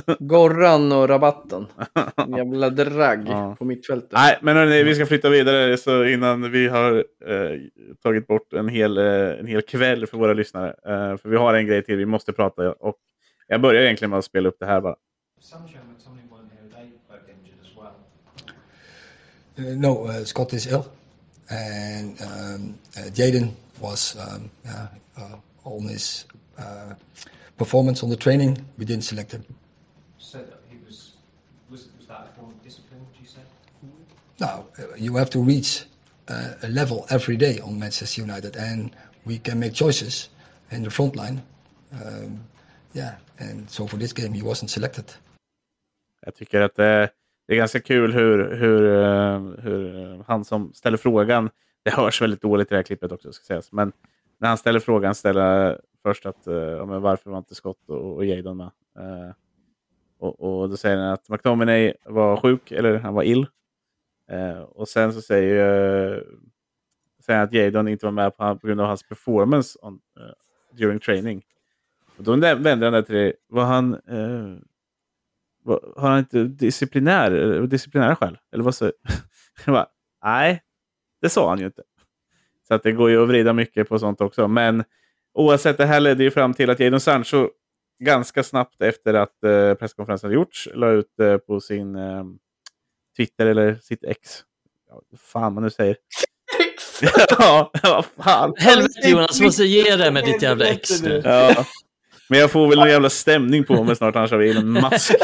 Gorran och rabatten. En jävla drag ja. På mittfältet. Nej, men hörni, vi ska flytta vidare så innan vi har eh, tagit bort en hel, eh, en hel kväll för våra lyssnare. Eh, för vi har en grej till, vi måste prata. Och jag börjar egentligen med att spela upp det här bara. Uh, no, uh, Scott is ill, and um, uh, Jaden was um, uh, uh, on his uh, performance on the training. We didn't select him. So he was was was that a form of discipline? Would you say? No, you have to reach uh, a level every day on Manchester United, and we can make choices in the front line. Um, yeah, and so for this game he wasn't selected. Jag tycker att det, det är ganska kul hur, hur, hur han som ställer frågan, det hörs väldigt dåligt i det här klippet också ska sägas, men när han ställer frågan ställer först att ja, men varför var inte Scott och, och Jadon med? Uh, och, och då säger han att McTominay var sjuk, eller han var ill. Uh, och sen så säger, uh, säger han att Jadon inte var med på, på grund av hans performance on, uh, during training. Och då vänder han där till det, var han... Uh, har han inte disciplinär disciplinära skäl? Eller vad så? bara, nej, det sa han ju inte. Så att det går ju att vrida mycket på sånt också. Men oavsett, det här ledde ju fram till att Jadon Sancho ganska snabbt efter att eh, presskonferensen hade gjorts la ut eh, på sin eh, Twitter eller sitt ex. Ja, fan man nu säger. ja, vad fan. Helvete Jonas, måste ge det med ditt jävla ex nu. Ja. Men jag får väl en jävla stämning på mig snart, annars har vi en mask.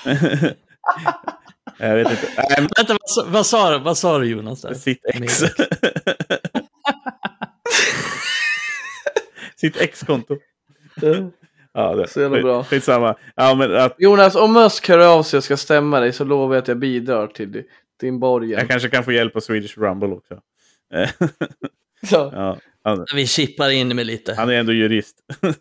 Jag vet inte. Nej, men... Vänta, vad, vad, sa, vad sa du Jonas? Där? Sitt ex. Sitt ex-konto. Ja, det så jävla bra. Skitsamma. Ja, men att... Jonas, om Musk hör av sig och ska stämma dig så lovar jag att jag bidrar till din borgen. Jag kanske kan få hjälp av Swedish Rumble också. Så. Ja, han... Vi chippar in med lite. Han är ändå jurist.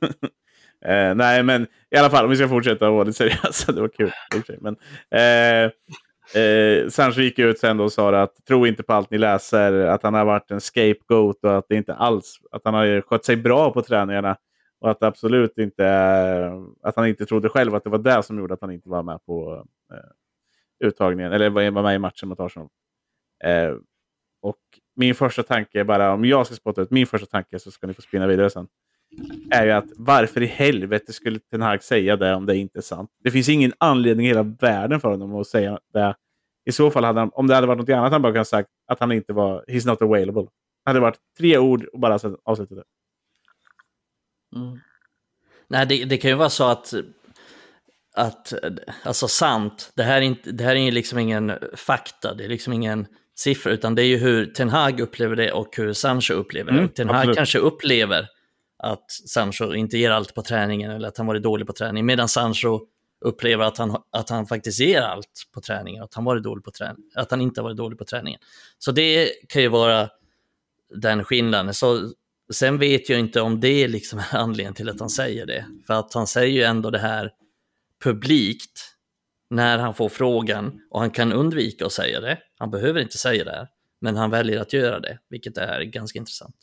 Eh, nej, men i alla fall, om vi ska fortsätta vara lite seriösa, det var kul. Men eh, eh, Sancho gick ut sen då och sa att tro inte på allt ni läser, att han har varit en scapegoat och att det inte alls, att han har skött sig bra på träningarna och att absolut inte, att han inte trodde själv att det var det som gjorde att han inte var med på eh, uttagningen, eller var med i matchen mot Arsenal. Eh, och min första tanke är bara, om jag ska spotta ut min första tanke så ska ni få spinna vidare sen, är ju att varför i helvete skulle Ten Hag säga det om det inte är sant? Det finns ingen anledning i hela världen för honom att säga det. I så fall hade han, om det hade varit något annat, han bara kan sagt att han inte var, he's not available. Det hade varit tre ord och bara avslutat det. Mm. Nej, det, det kan ju vara så att att, alltså sant, det här är inte, det här är liksom ingen fakta, det är liksom ingen siffra, utan det är ju hur Ten Hag upplever det och hur Sancho upplever det. Mm, Ten Hag absolut. Kanske upplever att Sancho inte ger allt på träningen eller att han varit dålig på träning, medan Sancho upplever att han, att han faktiskt ger allt på träningen, att han varit dålig på träning, att han inte har varit dålig på träningen. Så det kan ju vara den skillnaden. Så sen vet jag inte om det liksom är anledningen till att han säger det, för att han säger ju ändå det här publikt när han får frågan, och han kan undvika att säga det. Han behöver inte säga det här, men han väljer att göra det, vilket är ganska intressant.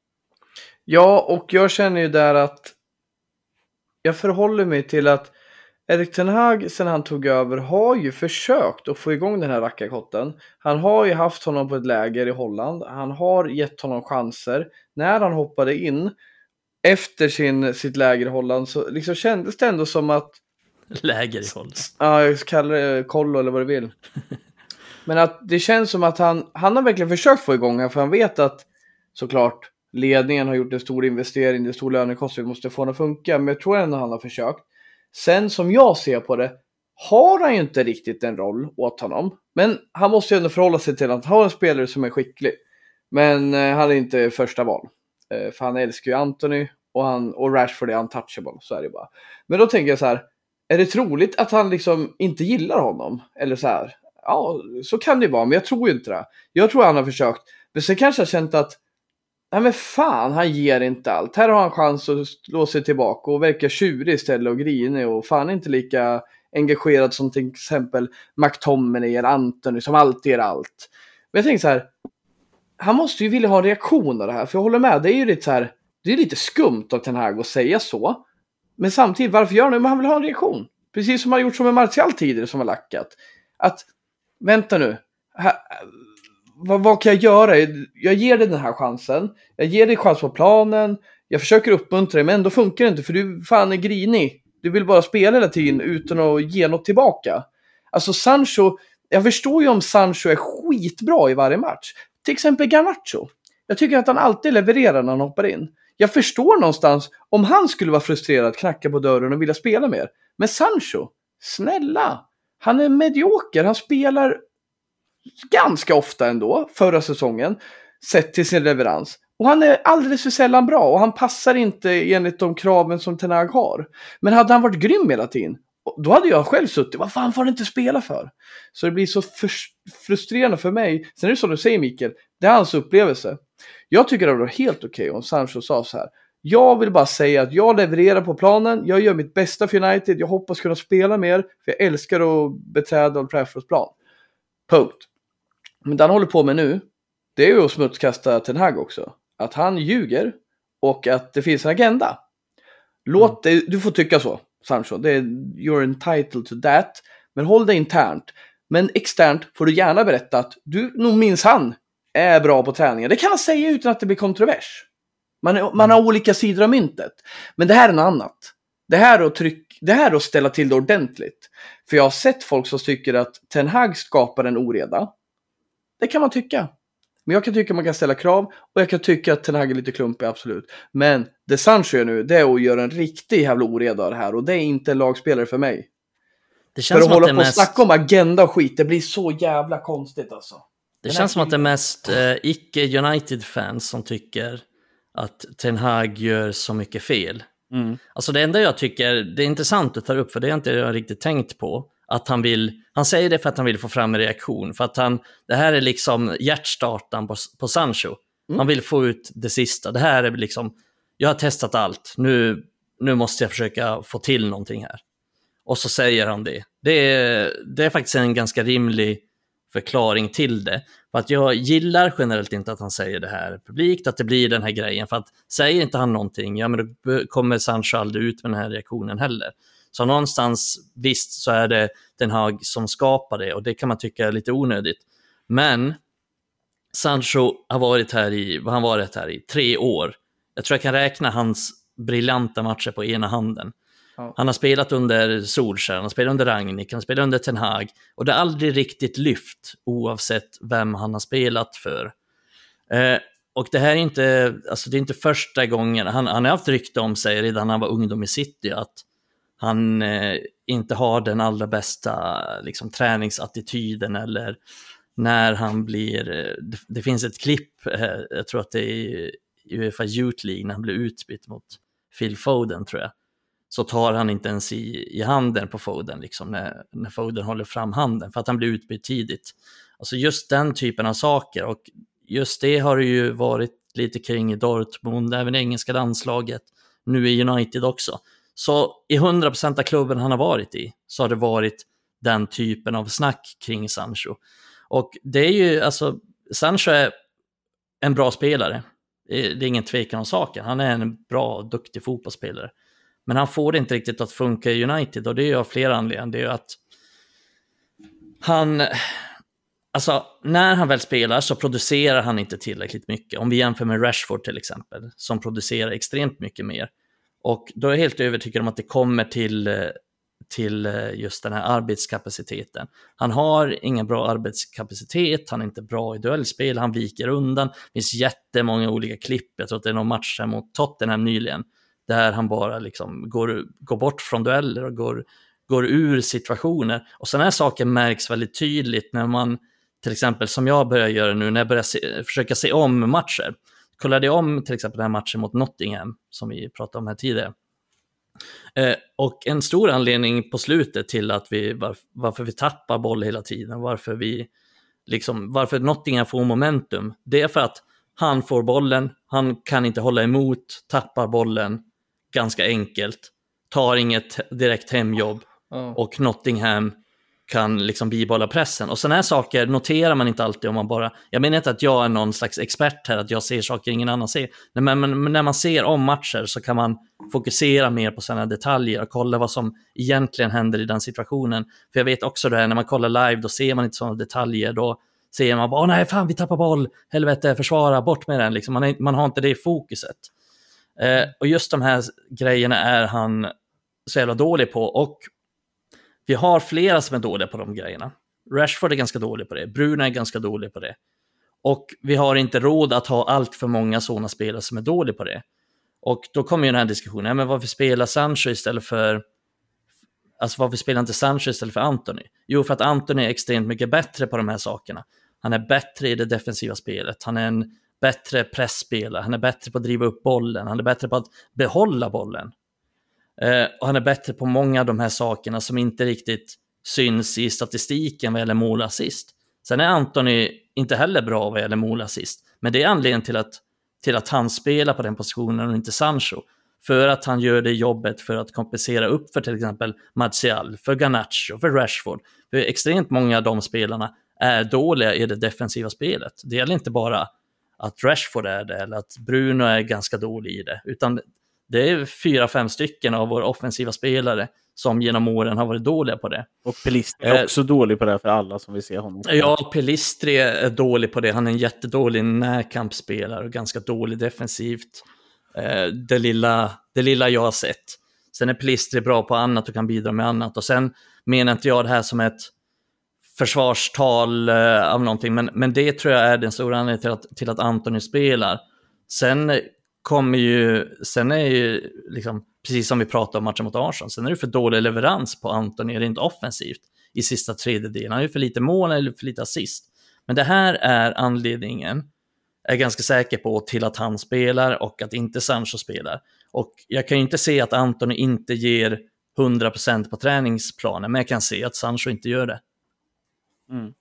Ja, och jag känner ju där att jag förhåller mig till att Erik Ten Hag sen han tog över har ju försökt att få igång den här rackarkotten. Han har ju haft honom på ett läger i Holland. Han har gett honom chanser. När han hoppade in efter sin, sitt läger i Holland så liksom kändes det ändå som att läger i Holland. Ja, jag kallar det kollo eller vad du vill. Men att det känns som att han, han har verkligen försökt få igång här, för han vet att såklart ledningen har gjort en stor investering, det är stor lönekostnad, måste få den att funka, men jag tror ändå han har försökt. Sen som jag ser på det har han ju inte riktigt en roll åt honom, men han måste ju ändå förhålla sig till att ha en spelare som är skicklig, men eh, han är inte första val, eh, för han älskar ju Anthony och, han, och Rashford är untouchable, så är det bara. Men då tänker jag så här, är det troligt att han liksom inte gillar honom? Eller så här, ja, så kan det vara, men jag tror ju inte det. Jag tror han har försökt, men sen kanske jag har känt att nej men fan, han ger inte allt. Här har han chans att slå sig tillbaka och verka tjurig istället och grinig och fan inte lika engagerad som till exempel McTominay eller Anthony som alltid är allt. Men jag tänker så här, han måste ju vilja ha en reaktion av det här, för jag håller med, det är ju lite så här, det är lite skumt av Ten Hag att säga så. Men samtidigt, varför gör han det? Men han vill ha en reaktion. Precis som han gjort som med Martial tidigare som har lackat. Att, vänta nu, här, vad, vad kan jag göra? Jag ger dig den här chansen. Jag ger dig chans på planen. Jag försöker uppmuntra dig, men ändå funkar det inte. För du fan är grinig. Du vill bara spela hela tiden utan att ge något tillbaka. Alltså Sancho, jag förstår ju om Sancho är skitbra i varje match. Till exempel Garnacho. Jag tycker att han alltid levererar när han hoppar in. Jag förstår någonstans om han skulle vara frustrerad, knacka på dörren och vilja spela mer. Men Sancho, snälla. Han är medioker. Han spelar ganska ofta ändå förra säsongen. Sett till sin leverans. Och han är alldeles för sällan bra. Och han passar inte enligt de kraven som Ten Hag har. Men hade han varit grym hela tiden, då hade jag själv suttit. Vad fan får han inte spela för? Så det blir så för- frustrerande för mig. Sen är det som du säger, Mikael. Det är hans upplevelse. Jag tycker det var helt okej okay om Sancho sa så här. Jag vill bara säga att jag levererar på planen. Jag gör mitt bästa för United. Jag hoppas kunna spela mer. För jag älskar att beträda Old Traffords plan. Punkt. Men det han håller på med nu, det är ju att smutskasta Ten Hag också. Att han ljuger och att det finns en agenda. Låt mm. det, du får tycka så, Sancho. Det är, you're entitled to that. Men håll det internt. Men externt får du gärna berätta att du nog minns han är bra på träningen. Det kan man säga utan att det blir kontrovers. Man, är, man har olika sidor av myntet. Men det här är något annat. Det här är att, tryck, det här är att ställa till det ordentligt. För jag har sett folk som tycker att Ten Hag skapar en oreda. Det kan man tycka. Men jag kan tycka att man kan ställa krav. Och jag kan tycka att Ten Hag är lite klumpig, absolut. Men det Sancho gör nu, det är att göra en riktig jävla oreda av det här. Och det är inte en lagspelare för mig. Det känns för att som hålla att det på och mest... snacka om agenda och skit, det blir så jävla konstigt alltså. Det känns som att det är mest eh, icke-United-fans som tycker att Ten Hag gör så mycket fel. Mm. Alltså det enda jag tycker, det är intressant att ta upp, för det är inte jag riktigt tänkt på, att han vill, han säger det för att han vill få fram en reaktion, för att han, det här är liksom hjärtstartan på, på Sancho. Mm. Han vill få ut det sista. Det här är liksom, jag har testat allt, nu, nu måste jag försöka få till någonting här. Och så säger han det. Det är, det är faktiskt en ganska rimlig förklaring till det. För att jag gillar generellt inte att han säger det här publikt, att det blir den här grejen. För att säger inte han någonting, ja men då kommer Sancho aldrig ut med den här reaktionen heller. Så någonstans, visst så är det Ten Hag som skapar det, och det kan man tycka är lite onödigt. Men Sancho har varit här i, vad han varit här i, tre år. Jag tror jag kan räkna hans briljanta matcher på ena handen. Han har spelat under Solskjaer, han har spelat under Rangnick, han har spelat under Ten Hag. Och det har aldrig riktigt lyft oavsett vem han har spelat för. Eh, och det här är inte, alltså det är inte första gången. Han, han har haft rykte om sig redan när han var ungdom i City att han eh, inte har den allra bästa liksom, träningsattityden. Eller när han blir, det, det finns ett klipp, eh, jag tror att det är i UEFA Youth League när han blir utbytt mot Phil Foden tror jag. Så tar han inte ens i, i handen på Foden liksom, när, när Foden håller fram handen för att han blir utbytt tidigt. Alltså just den typen av saker, och just det har det ju varit lite kring i Dortmund, även i engelska landslaget, nu i United också. Så i hundra procent av klubben han har varit i så har det varit den typen av snack kring Sancho. Och det är ju, alltså Sancho är en bra spelare. Det är ingen tvekan om saken. Han är en bra, duktig fotbollsspelare. Men han får det inte riktigt att funka i United, och det är av flera anledningar. Det är ju att han, alltså när han väl spelar så producerar han inte tillräckligt mycket. Om vi jämför med Rashford till exempel, som producerar extremt mycket mer. Och då är jag helt övertygad om att det kommer till, till just den här arbetskapaciteten. Han har ingen bra arbetskapacitet, han är inte bra i duellspel, han viker undan. Det finns jättemånga olika klipp, jag tror att det är någon match mot Tottenham nyligen, där han bara liksom går, går bort från dueller och går, går ur situationer. Och sådana här saker märks väldigt tydligt när man, till exempel som jag börjar göra nu, när jag börjar se, försöka se om matcher. Kollade jag om till exempel den här matchen mot Nottingham, som vi pratade om här tidigare. Eh, och en stor anledning på slutet till att vi, var, varför vi tappar boll hela tiden, varför vi liksom, varför Nottingham får momentum, det är för att han får bollen, han kan inte hålla emot, tappar bollen ganska enkelt, tar inget direkt hemjobb oh. och Nottingham kan liksom bibehålla pressen. Och sådana här saker noterar man inte alltid om man bara, jag menar inte att jag är någon slags expert här, att jag ser saker ingen annan ser, men, men, men när man ser om matcher så kan man fokusera mer på sådana detaljer och kolla vad som egentligen händer i den situationen. För jag vet också det här, när man kollar live då ser man inte sådana detaljer, då ser man bara, åh nej fan vi tappar boll, helvete försvara, bort med den liksom. man, är, man har inte det i fokuset. Eh, och just de här grejerna är han så jävla dålig på, och vi har flera som är dåliga på de grejerna. Rashford är ganska dålig på det. Bruno är ganska dålig på det. Och vi har inte råd att ha allt för många sådana spelare som är dåliga på det. Och då kommer ju den här diskussionen, ja, men varför spelar Sancho istället för... Alltså varför spelar inte Sancho istället för Antony? Jo, för att Antony är extremt mycket bättre på de här sakerna. Han är bättre i det defensiva spelet. Han är en bättre pressspelare. Han är bättre på att driva upp bollen. Han är bättre på att behålla bollen. Eh, och han är bättre på många av de här sakerna som inte riktigt syns i statistiken vad gäller målassist. Sen är Antony inte heller bra vad gäller målassist. Men det är anledningen till att, till att han spelar på den positionen och inte Sancho. För att han gör det jobbet för att kompensera upp för till exempel Martial, för Garnacho, för Rashford. För extremt många av de spelarna är dåliga i det defensiva spelet. Det gäller inte bara att Rashford är det eller att Bruno är ganska dålig i det. Utan det är fyra, fem stycken av våra offensiva spelare som genom åren har varit dåliga på det. Och Pelistri är också eh, dålig på det för alla som vi ser honom. Ja, Pelistri är dålig på det. Han är en jättedålig närkampsspelare och ganska dålig defensivt. Eh, det, lilla, det lilla jag har sett. Sen är Pelistri bra på annat och kan bidra med annat. Och sen menar inte jag det här som ett försvarstal eh, av någonting. Men, men det tror jag är den stora anledningen till att, till att Antony spelar. Sen kommer ju, sen är ju liksom, precis som vi pratade om matchen mot Arsenal, sen är det för dålig leverans på Antony rent offensivt i sista tredjedelen. Han är ju för lite mål eller för lite assist. Men det här är anledningen, är jag ganska säker på, till att han spelar och att inte Sancho spelar. Och jag kan ju inte se att Antony inte ger hundra procent på träningsplanen, men jag kan se att Sancho inte gör det. Mm.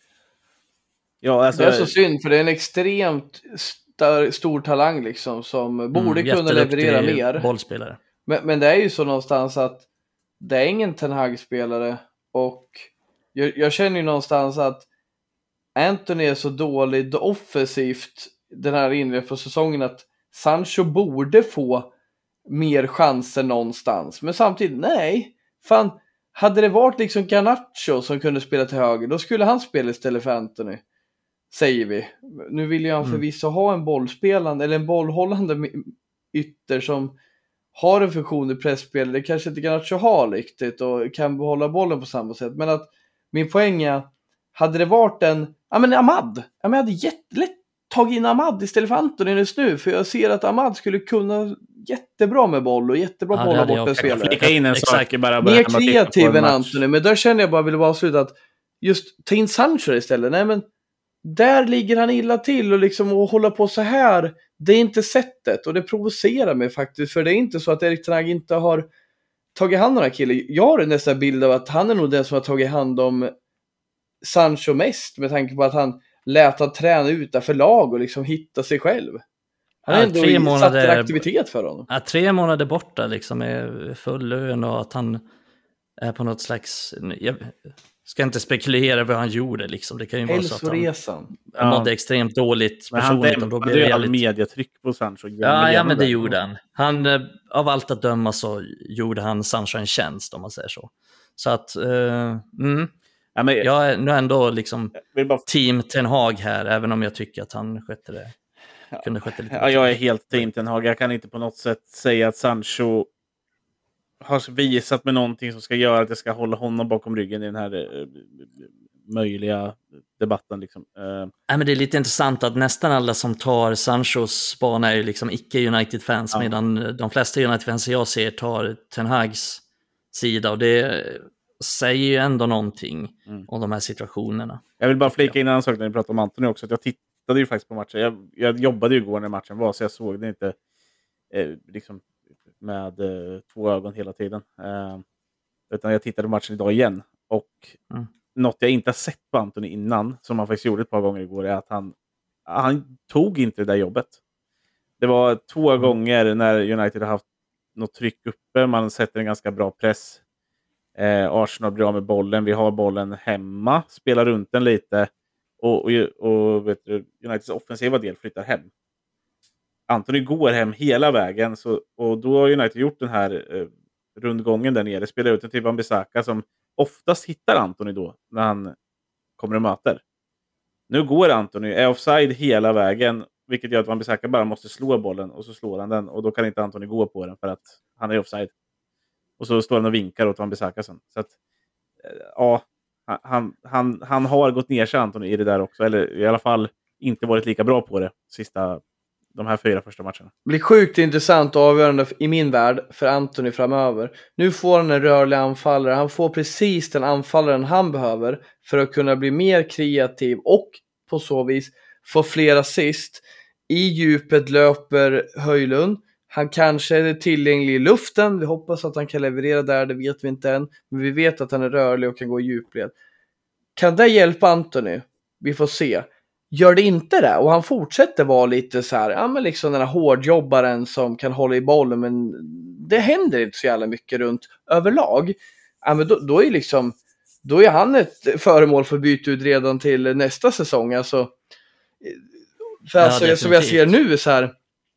Ja, alltså... Det är så synd, för det är en extremt st- stor talang liksom, som borde mm, kunna leverera mer. Bollspelare. Men, men det är ju så någonstans att det är ingen Ten Hag-spelare, och jag, jag känner ju någonstans att Antony är så dålig offensivt den här inledningen på säsongen att Sancho borde få mer chanser någonstans. Men samtidigt, nej. Fan, hade det varit liksom Garnacho som kunde spela till höger, då skulle han spela istället för Antony. Säger vi. Nu vill ju han mm. förvisso ha en bollspelande eller en bollhållande ytter som har en funktion i pressspel. Det kanske inte Garnacho har riktigt och kan behålla bollen på samma sätt. Men att min poäng är, hade det varit en, ja men Ahmad, ja men jag hade jättelätt tagit in Ahmad istället för Antony just nu, för jag ser att Ahmad skulle kunna jättebra med boll och jättebra ja, bolla bort en spelare. Flika in en sak, bara mer kreativ än Antony, men där känner jag bara vill vara avsluta att just ta in Sancho istället. Nej men där ligger han illa till och liksom att hålla på så här, det är inte sättet, och det provocerar mig faktiskt, för det är inte så att Erik Ten Hag inte har tagit hand om den här killen. Jag har nästan bild av att han är nog den som har tagit hand om Sancho mest, med tanke på att han lät han träna utanför lag och liksom hitta sig själv. Han är ja, ändå tre månader, satt aktivitet för honom. Ja, tre månader borta liksom med full lön, och att han är på något slags, jag ska inte spekulera vad han gjorde liksom. Det kan ju vara så att han, han mådde ja. extremt dåligt personligt. Men han då blev det jävligt... mediatryck på Sancho. Ja, ja, men det gjorde han. han. Av allt att döma så gjorde han Sancho en tjänst, om man säger så. Så att, uh, mm. Ja, men, jag är nu ändå liksom bara... team Ten Hag här, även om jag tycker att han skötte det. Ja. Kunde skötte lite ja, jag är helt team Ten Hag. Jag kan inte på något sätt säga att Sancho har visat med någonting som ska göra att jag ska hålla honom bakom ryggen i den här eh, möjliga debatten. Liksom. Eh. Ja, men det är lite intressant att nästan alla som tar Sanchos bana är ju liksom icke-United-fans, ja. medan de flesta United-fans jag ser tar Ten Hags sida, och det säger ju ändå någonting mm. om de här situationerna. Jag vill bara flika in en annan sak när vi pratar om Antony också. Att jag tittade ju faktiskt på matchen. Jag, jag jobbade ju igår när matchen var, så jag såg det inte eh, liksom med eh, två ögon hela tiden. Eh, utan jag tittade på matchen idag igen. Och mm. något jag inte har sett på Antony innan, som han faktiskt gjorde ett par gånger igår, är att han, han tog inte det där jobbet. Det var två mm. gånger när United har haft något tryck uppe. Man sätter en ganska bra press. Eh, Arsenal blir av med bollen. Vi har bollen hemma. Spelar runt den lite. Och, och, och vet du, Uniteds offensiva del flyttar hem. Antony går hem hela vägen. Så, och då har United gjort den här eh, rundgången där nere. Spelar ut den till Wan-Bissaka, som oftast hittar Antony då när han kommer och möter. Nu går Antony, är offside hela vägen. Vilket gör att Wan-Bissaka bara måste slå bollen. Och så slår han den. Och då kan inte Antony gå på den för att han är offside. Och så står han och vinkar åt Wan-Bissaka sen. Så att, ja, han, han, han har gått ner sig, Antoni, i det där också. Eller i alla fall inte varit lika bra på det sista, de här fyra första matcherna. Det blir sjukt intressant och avgörande i min värld för Antoni framöver. Nu får han en rörlig anfallare. Han får precis den anfallaren han behöver för att kunna bli mer kreativ och på så vis få fler assist. I djupet löper Højlund. Han kanske är tillgänglig i luften. Vi hoppas att han kan leverera där, det vet vi inte än. Men vi vet att han är rörlig och kan gå i djupled. Kan det hjälpa Antoni? Vi får se. Gör det inte det och han fortsätter vara lite så här, ja men liksom den här hårdjobbaren som kan hålla i bollen, men det händer inte så jävla mycket runt överlag. Ja men då, då är liksom då är han ett föremål för byte ut redan till nästa säsong. Alltså, för Ja, alltså, som jag ser nu så här,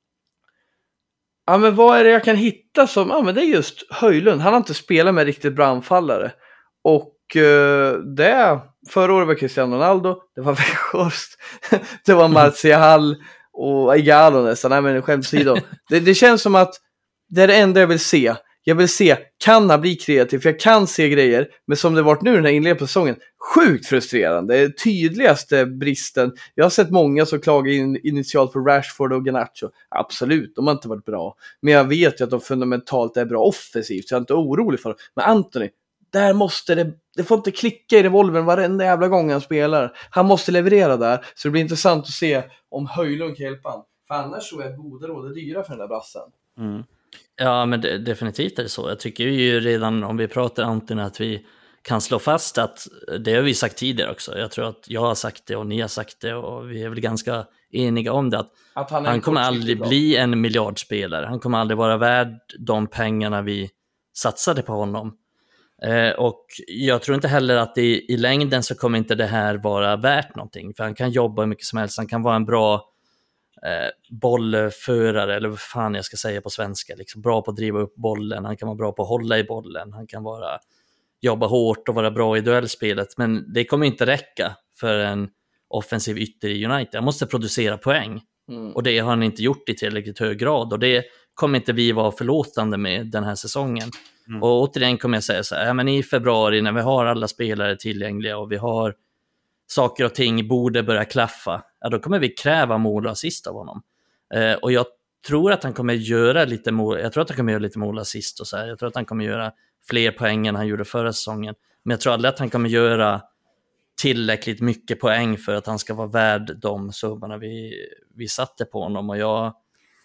ja men vad är det jag kan hitta som, ja men det är just Højlund. Han har inte spelat med riktigt bra anfallare. Och uh, det, förra året var Cristiano Ronaldo, det var Weghorst, det var Martial och Igalo nästan, nej men skämtsidå. det, det känns som att det är det enda jag vill se. Jag vill se, kan han bli kreativ? För jag kan se grejer, men som det varit nu den här inledningen på säsongen, sjukt frustrerande. Det är tydligaste bristen. Jag har sett många som klagar in initialt på Rashford och Garnacho. Absolut, de har inte varit bra. Men jag vet ju att de fundamentalt är bra offensivt, så jag är inte orolig för det. Men Antoni, där måste det, det får inte klicka i revolvern varenda jävla gång han spelar. Han måste leverera där, så det blir intressant att se om Højlund kan hjälpa han. För annars så är goda råd är dyra för den där brassen. Mm. Ja, men det, definitivt är det så. Jag tycker ju redan om vi pratar Antoni att vi kan slå fast att det har vi sagt tidigare också. Jag tror att jag har sagt det och ni har sagt det och vi är väl ganska eniga om det. Att, att han, han kommer aldrig bra. bli en miljardspelare. Han kommer aldrig vara värd de pengarna vi satsade på honom. Eh, och jag tror inte heller att i, i längden så kommer inte det här vara värt någonting. För han kan jobba hur mycket som helst. Han kan vara en bra Eh, bollförare, eller vad fan jag ska säga på svenska, liksom bra på att driva upp bollen, han kan vara bra på att hålla i bollen, han kan vara jobba hårt och vara bra i duellspelet, men det kommer inte räcka för en offensiv ytter i United. Han måste producera poäng mm. och det har han inte gjort i tillräckligt hög grad och det kommer inte vi vara förlåtande med den här säsongen. Mm. Och återigen kommer jag säga så här, ja, men i februari när vi har alla spelare tillgängliga och vi har saker och ting borde börja klaffa, ja, då kommer vi kräva mål och assist av honom. Eh, och jag tror att han kommer göra lite mål, jag tror att han kommer göra lite mål och assist och så här. Jag tror att han kommer göra fler poäng än han gjorde förra säsongen. Men jag tror aldrig att han kommer göra tillräckligt mycket poäng för att han ska vara värd de summorna vi, vi satte på honom. Och jag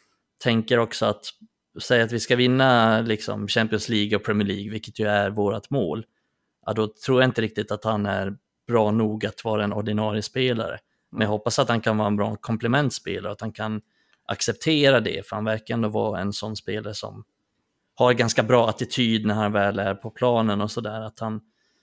tänker också att säga att vi ska vinna liksom Champions League och Premier League, vilket ju är vårat mål. Ja, då tror jag inte riktigt att han är bra nog att vara en ordinarie spelare. Men jag hoppas att han kan vara en bra komplementspelare, att han kan acceptera det, för han verkar ändå vara en sån spelare som har ganska bra attityd när han väl är på planen och sådär, att han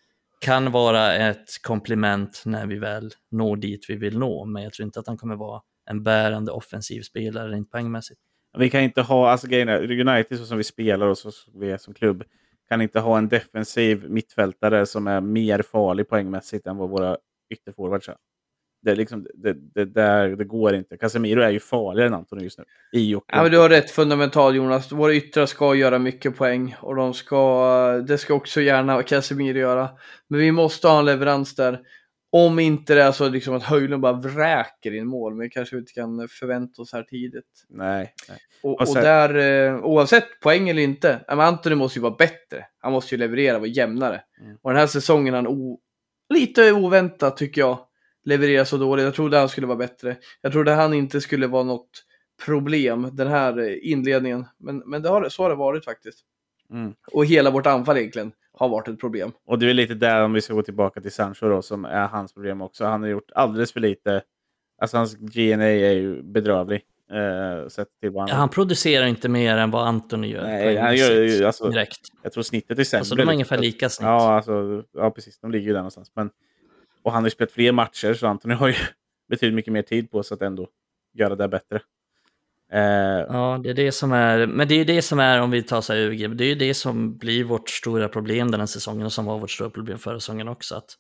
kan vara ett komplement när vi väl når dit vi vill nå, men jag tror inte att han kommer vara en bärande offensiv spelare rent poängmässigt. Vi kan inte ha, alltså United så som vi spelar och så som vi är som klubb, kan inte ha en defensiv mittfältare som är mer farlig poängmässigt än vad våra ytterforwards är. Det, är liksom, det, det, där, det går inte. Casemiro är ju farligare än Antoni just nu. I och ja, men du har rätt fundamental, Jonas. Våra yttrar ska göra mycket poäng. Och de ska, det ska också gärna Casemiro göra. Men vi måste ha en leverans där. Om inte det är så liksom att Højlund bara vräker in mål. Men kanske vi inte kan förvänta oss här tidigt. Nej. nej. Och, och, sen... och där, oavsett poäng eller inte. Men Antoni måste ju vara bättre. Han måste ju leverera, vara jämnare. Mm. Och den här säsongen han o, lite oväntat tycker jag. Leverera så dåligt. Jag trodde han skulle vara bättre. Jag trodde han inte skulle vara något problem den här inledningen. Men, men det har, så har det varit faktiskt. Mm. Och hela vårt anfall egentligen har varit ett problem. Och det är lite där, om vi ska gå tillbaka till Sancho då, som är hans problem också. Han har gjort alldeles för lite. Alltså hans G N A är ju bedrövlig. Eh, sett till vad han... Ja, han producerar inte mer än vad Antoni gör. Nej, han gör ju alltså, direkt. Jag tror snittet är sämre. Alltså de är ungefär lika snitt. Ja, alltså, ja, precis. De ligger ju där någonstans. Men och han har ju spelat fler matcher, så Antoni har ju betydligt mycket mer tid på sig att ändå göra det bättre. Eh... Ja, det är det som är, men det är ju det som är, om vi tar så här U G, det är ju det som blir vårt stora problem den här säsongen och som var vårt stora problem förra säsongen också, att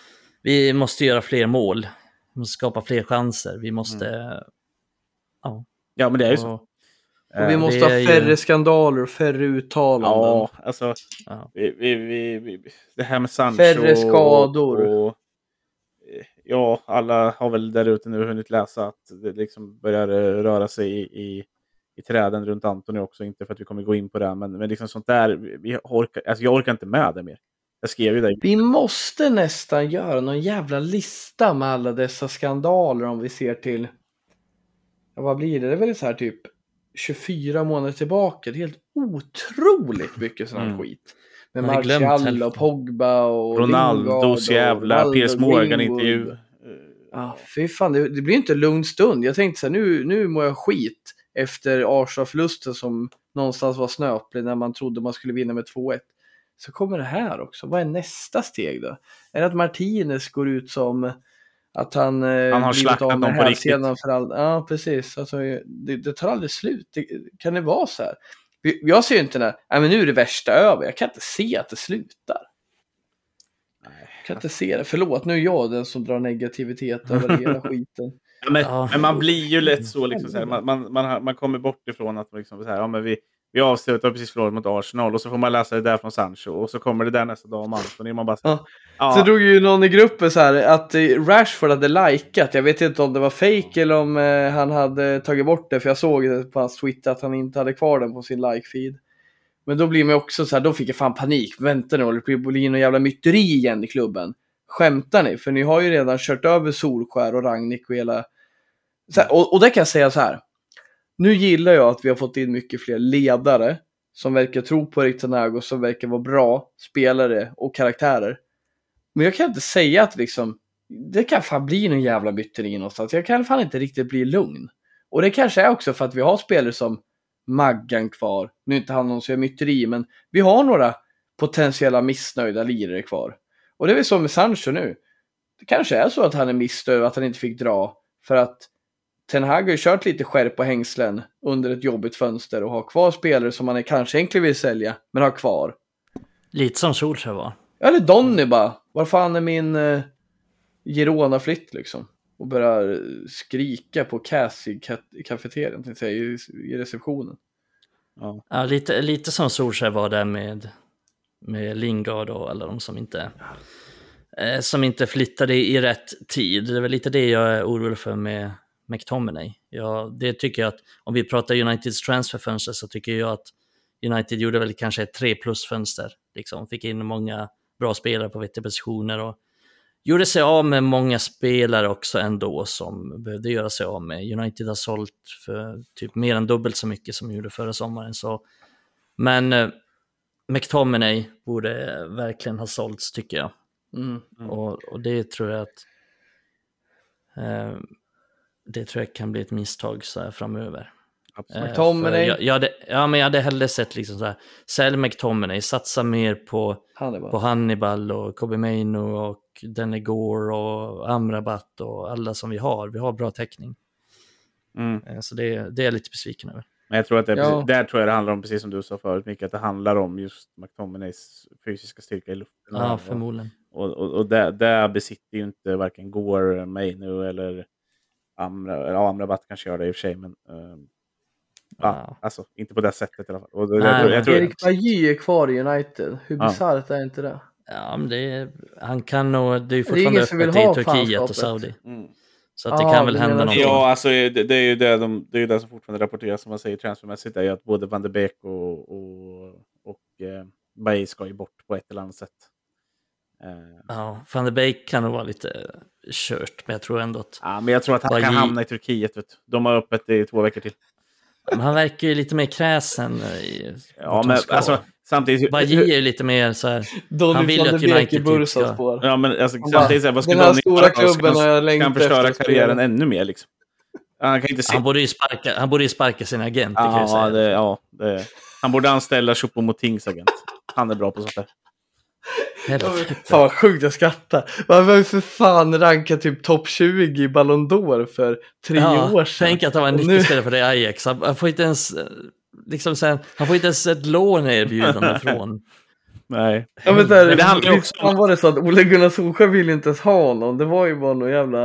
vi måste göra fler mål, vi måste skapa fler chanser, vi måste mm. ja. Ja, men det är ju så. Och vi måste ha färre ju... skandaler och färre uttalanden. Ja, alltså ja. Vi, vi, vi, vi, det här med Sancho färre skador. Och, och, ja, alla har väl där ute nu hunnit läsa att det liksom börjar röra sig i, i, i träden runt Antoni också. Inte för att vi kommer gå in på det, men, men liksom sånt där, vi orkar, alltså jag orkar inte med det mer. Jag skrev ju det. Vi måste nästan göra någon jävla lista med alla dessa skandaler om vi ser till, ja, vad blir det? Det är väl så här typ tjugofyra månader tillbaka. Det är helt otroligt mycket sån här mm. skit. Med Martial och Pogba och Ronaldos jävla P S Morgan-intervju. Ja, fy fan. Det, det blir inte en lugn stund. Jag tänkte så här, nu, nu mår jag skit efter Arsenal-förlusten som någonstans var snöplig när man trodde man skulle vinna med två ett. Så kommer det här också. Vad är nästa steg då? Är det att Martinez går ut som att han, han har slaktat någon på riktigt? För all... Ja, precis. Alltså, det, det tar aldrig slut. Det, kan det vara så här? Jag ser ju inte när, nej men nu är det värsta över. Jag kan inte se att det slutar. Nej. Jag kan inte se det. Förlåt, nu är jag den som drar negativitet över hela skiten. Ja, men, ja. men man blir ju lätt så liksom så här, man, man, man, man kommer bort ifrån att liksom så här, ja men vi Vi avslutar precis förlorat mot Arsenal och så får man läsa det där från Sancho och så kommer det där nästa dag om Antoni och man bara så, ja. Ja. Så drog ju någon i gruppen så här att Rashford hade likat. Jag vet inte om det var fake eller om eh, han hade tagit bort det, för jag såg det på hans Twitter att han inte hade kvar den på sin like-feed. Men då blir man också så här, då fick jag fan panik. Vänta nu, det blir någon jävla myteri igen i klubben. Skämtar ni? För ni har ju redan kört över Solskär och Rangnick och hela... Så här, och, och det kan jag säga så här. Nu gillar jag att vi har fått in mycket fler ledare som verkar tro på Erik Ten Hag och som verkar vara bra spelare och karaktärer. Men jag kan inte säga att liksom, det kan fan bli någon jävla myteri någonstans. Jag kan fan inte riktigt bli lugn. Och det kanske är också för att vi har spelare som Maggan kvar. Nu är inte han någon som är myteri, men vi har några potentiella missnöjda lirare kvar. Och det är väl så med Sancho nu. Det kanske är så att han är missnöjd att han inte fick dra för att Ten Hag har ju kört lite skärp på hängslen under ett jobbigt fönster och har kvar spelare som man är kanske egentligen vill sälja, men har kvar. Lite som Solskjaer var. Eller Donny bara. Var fan är min eh, Girona-flytt liksom? Och börjar skrika på Cass i kafeterian, tänkte jag, i, i receptionen. Ja, ja lite, lite som Solskjaer var där med, med Lingard och alla de som inte... Eh, som inte flyttade i, i rätt tid. Det är väl lite det jag är orolig för med McTominay. Ja, det tycker jag att om vi pratar Uniteds transferfönster så tycker jag att United gjorde väl kanske ett tre plus fönster. Liksom. Fick in många bra spelare på vettiga positioner och gjorde sig av med många spelare också ändå som behövde göra sig av med. United har sålt för typ mer än dubbelt så mycket som gjorde förra sommaren. Så. Men eh, McTominay borde verkligen ha sålts tycker jag. Mm. Mm. Och, och det tror jag att eh, det tror jag kan bli ett misstag så här framöver. Absolut. McTominay. Jag, jag hade, ja, men jag hade hellre sett liksom så här, sälj McTominay, satsa mer på Hannibal, på Hannibal och Kobe Maino och Danny Gore och Amrabat och alla som vi har. Vi har bra täckning. Mm. Så det, det är jag lite besviken över. Men jag tror att det är ja. precis, där tror jag det handlar om, precis som du sa förut, mycket att det handlar om just McTominays fysiska styrka i luften. Ja, förmodligen. Och, och, och där, där besitter ju inte varken Gore, Maino eller Amra, ja, Amrabat kanske gör det i och för sig, men um, ja, ja, alltså inte på det sättet i alla fall. Och då, Nej, jag, jag, jag tror Erik Bajy är kvar i United. Hur ja. bisarrt är inte det? Ja, men det är, han kan nog, det är ju fortfarande öppet i Turkiet och Saudi. Mm. Så att det ah, kan väl hända någonting. Ja, alltså det, det är ju det, de, det är ju det som fortfarande rapporteras, som man säger transfermässigt, är ju att både Van de Beek och, och, och eh, Bajy ska ju bort på ett eller annat sätt. Uh, ja, Van de Beek kan nog vara lite kört, men jag tror ändå att... Ja, men jag tror att han Bajy... kan hamna i Turkiet, vet du. De har öppet i två veckor till. Men han verkar ju lite mer kräsen i... Ja, men alltså... Samtidigt... Bajy är ju lite mer så här... Donny han vill ju att United typ ska... Spår. Ja, men alltså, samtidigt så här, vad ska den här stora klubben har jag längtat efter. Kan förstöra karriären ännu mer, liksom. Han kan inte se... Han borde ju sparka, han borde ju sparka sin agent, ja, kan jag säga. Det, ja, det... Han borde anställa Choupo-Motings agent. Han är bra på sånt där. Fan vad sjukt jag skrattar. Man var ju för fan ranka typ topp tjugo i Ballon d'Or för tre ja, år sedan. Tänk att han var nittio nu... istället för det Ajax. Han, han får inte ens liksom sen, han får inte ens ett lån erbjudande från. Nej. Ja, men där, men det handlar ju också om... var det så att Ole Gunnar Solskjaer ville inte ens ha honom. Det var ju bara någon jävla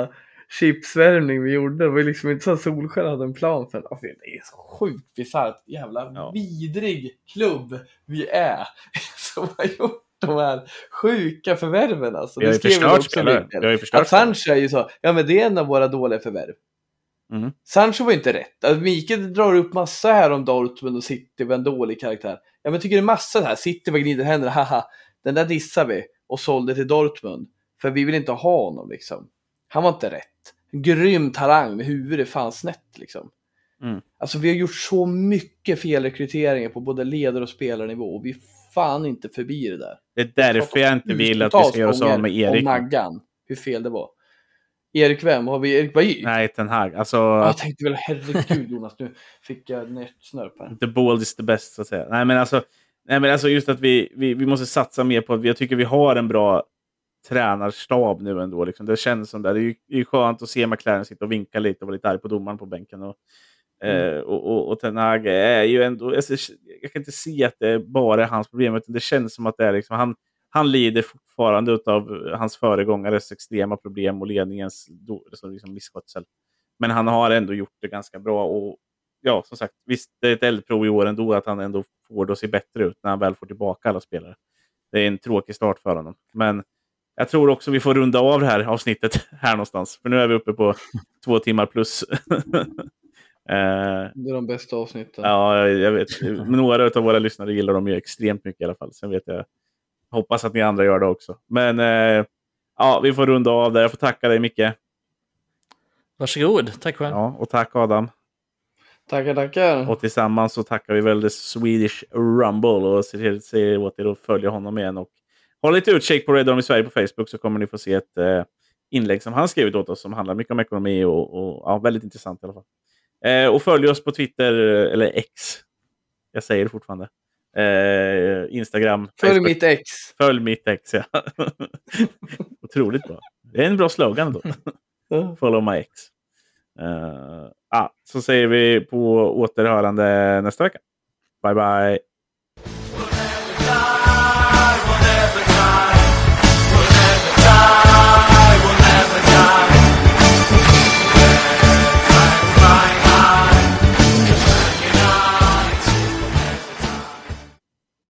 chipsvärmning vi gjorde. Det var liksom inte så att Solskär hade en plan för. Alltså, det är så sjukt bisarrt. Jävla Ja. vidrig klubb vi är. Som har gjort de här sjuka förvärven. Alltså. Vi har ju Det skrev förstört också spelare. Mikael. Vi har ju förstört Att Sancho är ju så. Ja, men det är en av våra dåliga förvärv. Mm. Sancho var inte rätt. Alltså, Mikael drar upp massa här om Dortmund och City var en dålig karaktär. Ja, men tycker det är massa här. City var gnider händerna. Haha. Den där dissar vi. Och sålde till Dortmund. För vi vill inte ha honom liksom. Han var inte rätt. Grym talang med huvudet fan snett liksom. Mm. Alltså vi har gjort så mycket felrekryteringar på både ledare och spelarnivå. Och vi är fan inte förbi det där. Det är därför jag inte vill att vi ska göra oss av med Erik. Om Naggan. Hur fel det var. Erik vem? Har vi Erik Bajy? Nej, Ten Hag. Alltså, Jag tänkte väl, herregud Jonas, nu fick jag nötsnörp här. the bold is the best, så att säga. Nej, men alltså, nej, men alltså just att vi, vi, vi måste satsa mer på att jag tycker vi har en bra tränarstab nu ändå. Liksom. Det känns som det. Det är ju, det är ju skönt att se McLaren sitta och vinka lite och vara lite arg på domaren på bänken. Och, mm. eh, och, och, och Ten Hag är ju ändå... Alltså, jag kan inte se att det bara är hans problem, utan det känns som att det är liksom... Han, han lider fortfarande av hans föregångares extrema problem och ledningens då, liksom misskötsel. Men han har ändå gjort det ganska bra. Och ja, som sagt, visst, det är ett eldprov i år ändå att han ändå får det att se bättre ut när han väl får tillbaka alla spelare. Det är en tråkig start för honom. Men jag tror också vi får runda av det här avsnittet här någonstans. För nu är vi uppe på två timmar plus. Det är de bästa avsnitten. Ja, jag vet. Några av våra lyssnare gillar dem ju extremt mycket i alla fall. Sen vet jag, hoppas att ni andra gör det också. Men eh, ja, vi får runda av där. Jag får tacka dig, Micke. Varsågod, tack själv. Ja, och tack Adam. Tackar, tackar. Och tillsammans så tackar vi väl The Swedish Rumble och ser till att se åt er och följa honom igen. Och håll lite utkik på Red Army Sverige på Facebook så kommer ni få se ett eh, inlägg som han skrivit åt oss som handlar mycket om ekonomi och, och ja, väldigt intressant i alla fall. Eh, och följ oss på Twitter, eller X. Jag säger det fortfarande. Eh, Instagram. Följ Facebook. mitt ex. Följ mitt ex, ja. Otroligt bra. Det är en bra slogan då. Follow my ex. Uh, ah, så säger vi på återhörande nästa vecka. Bye bye.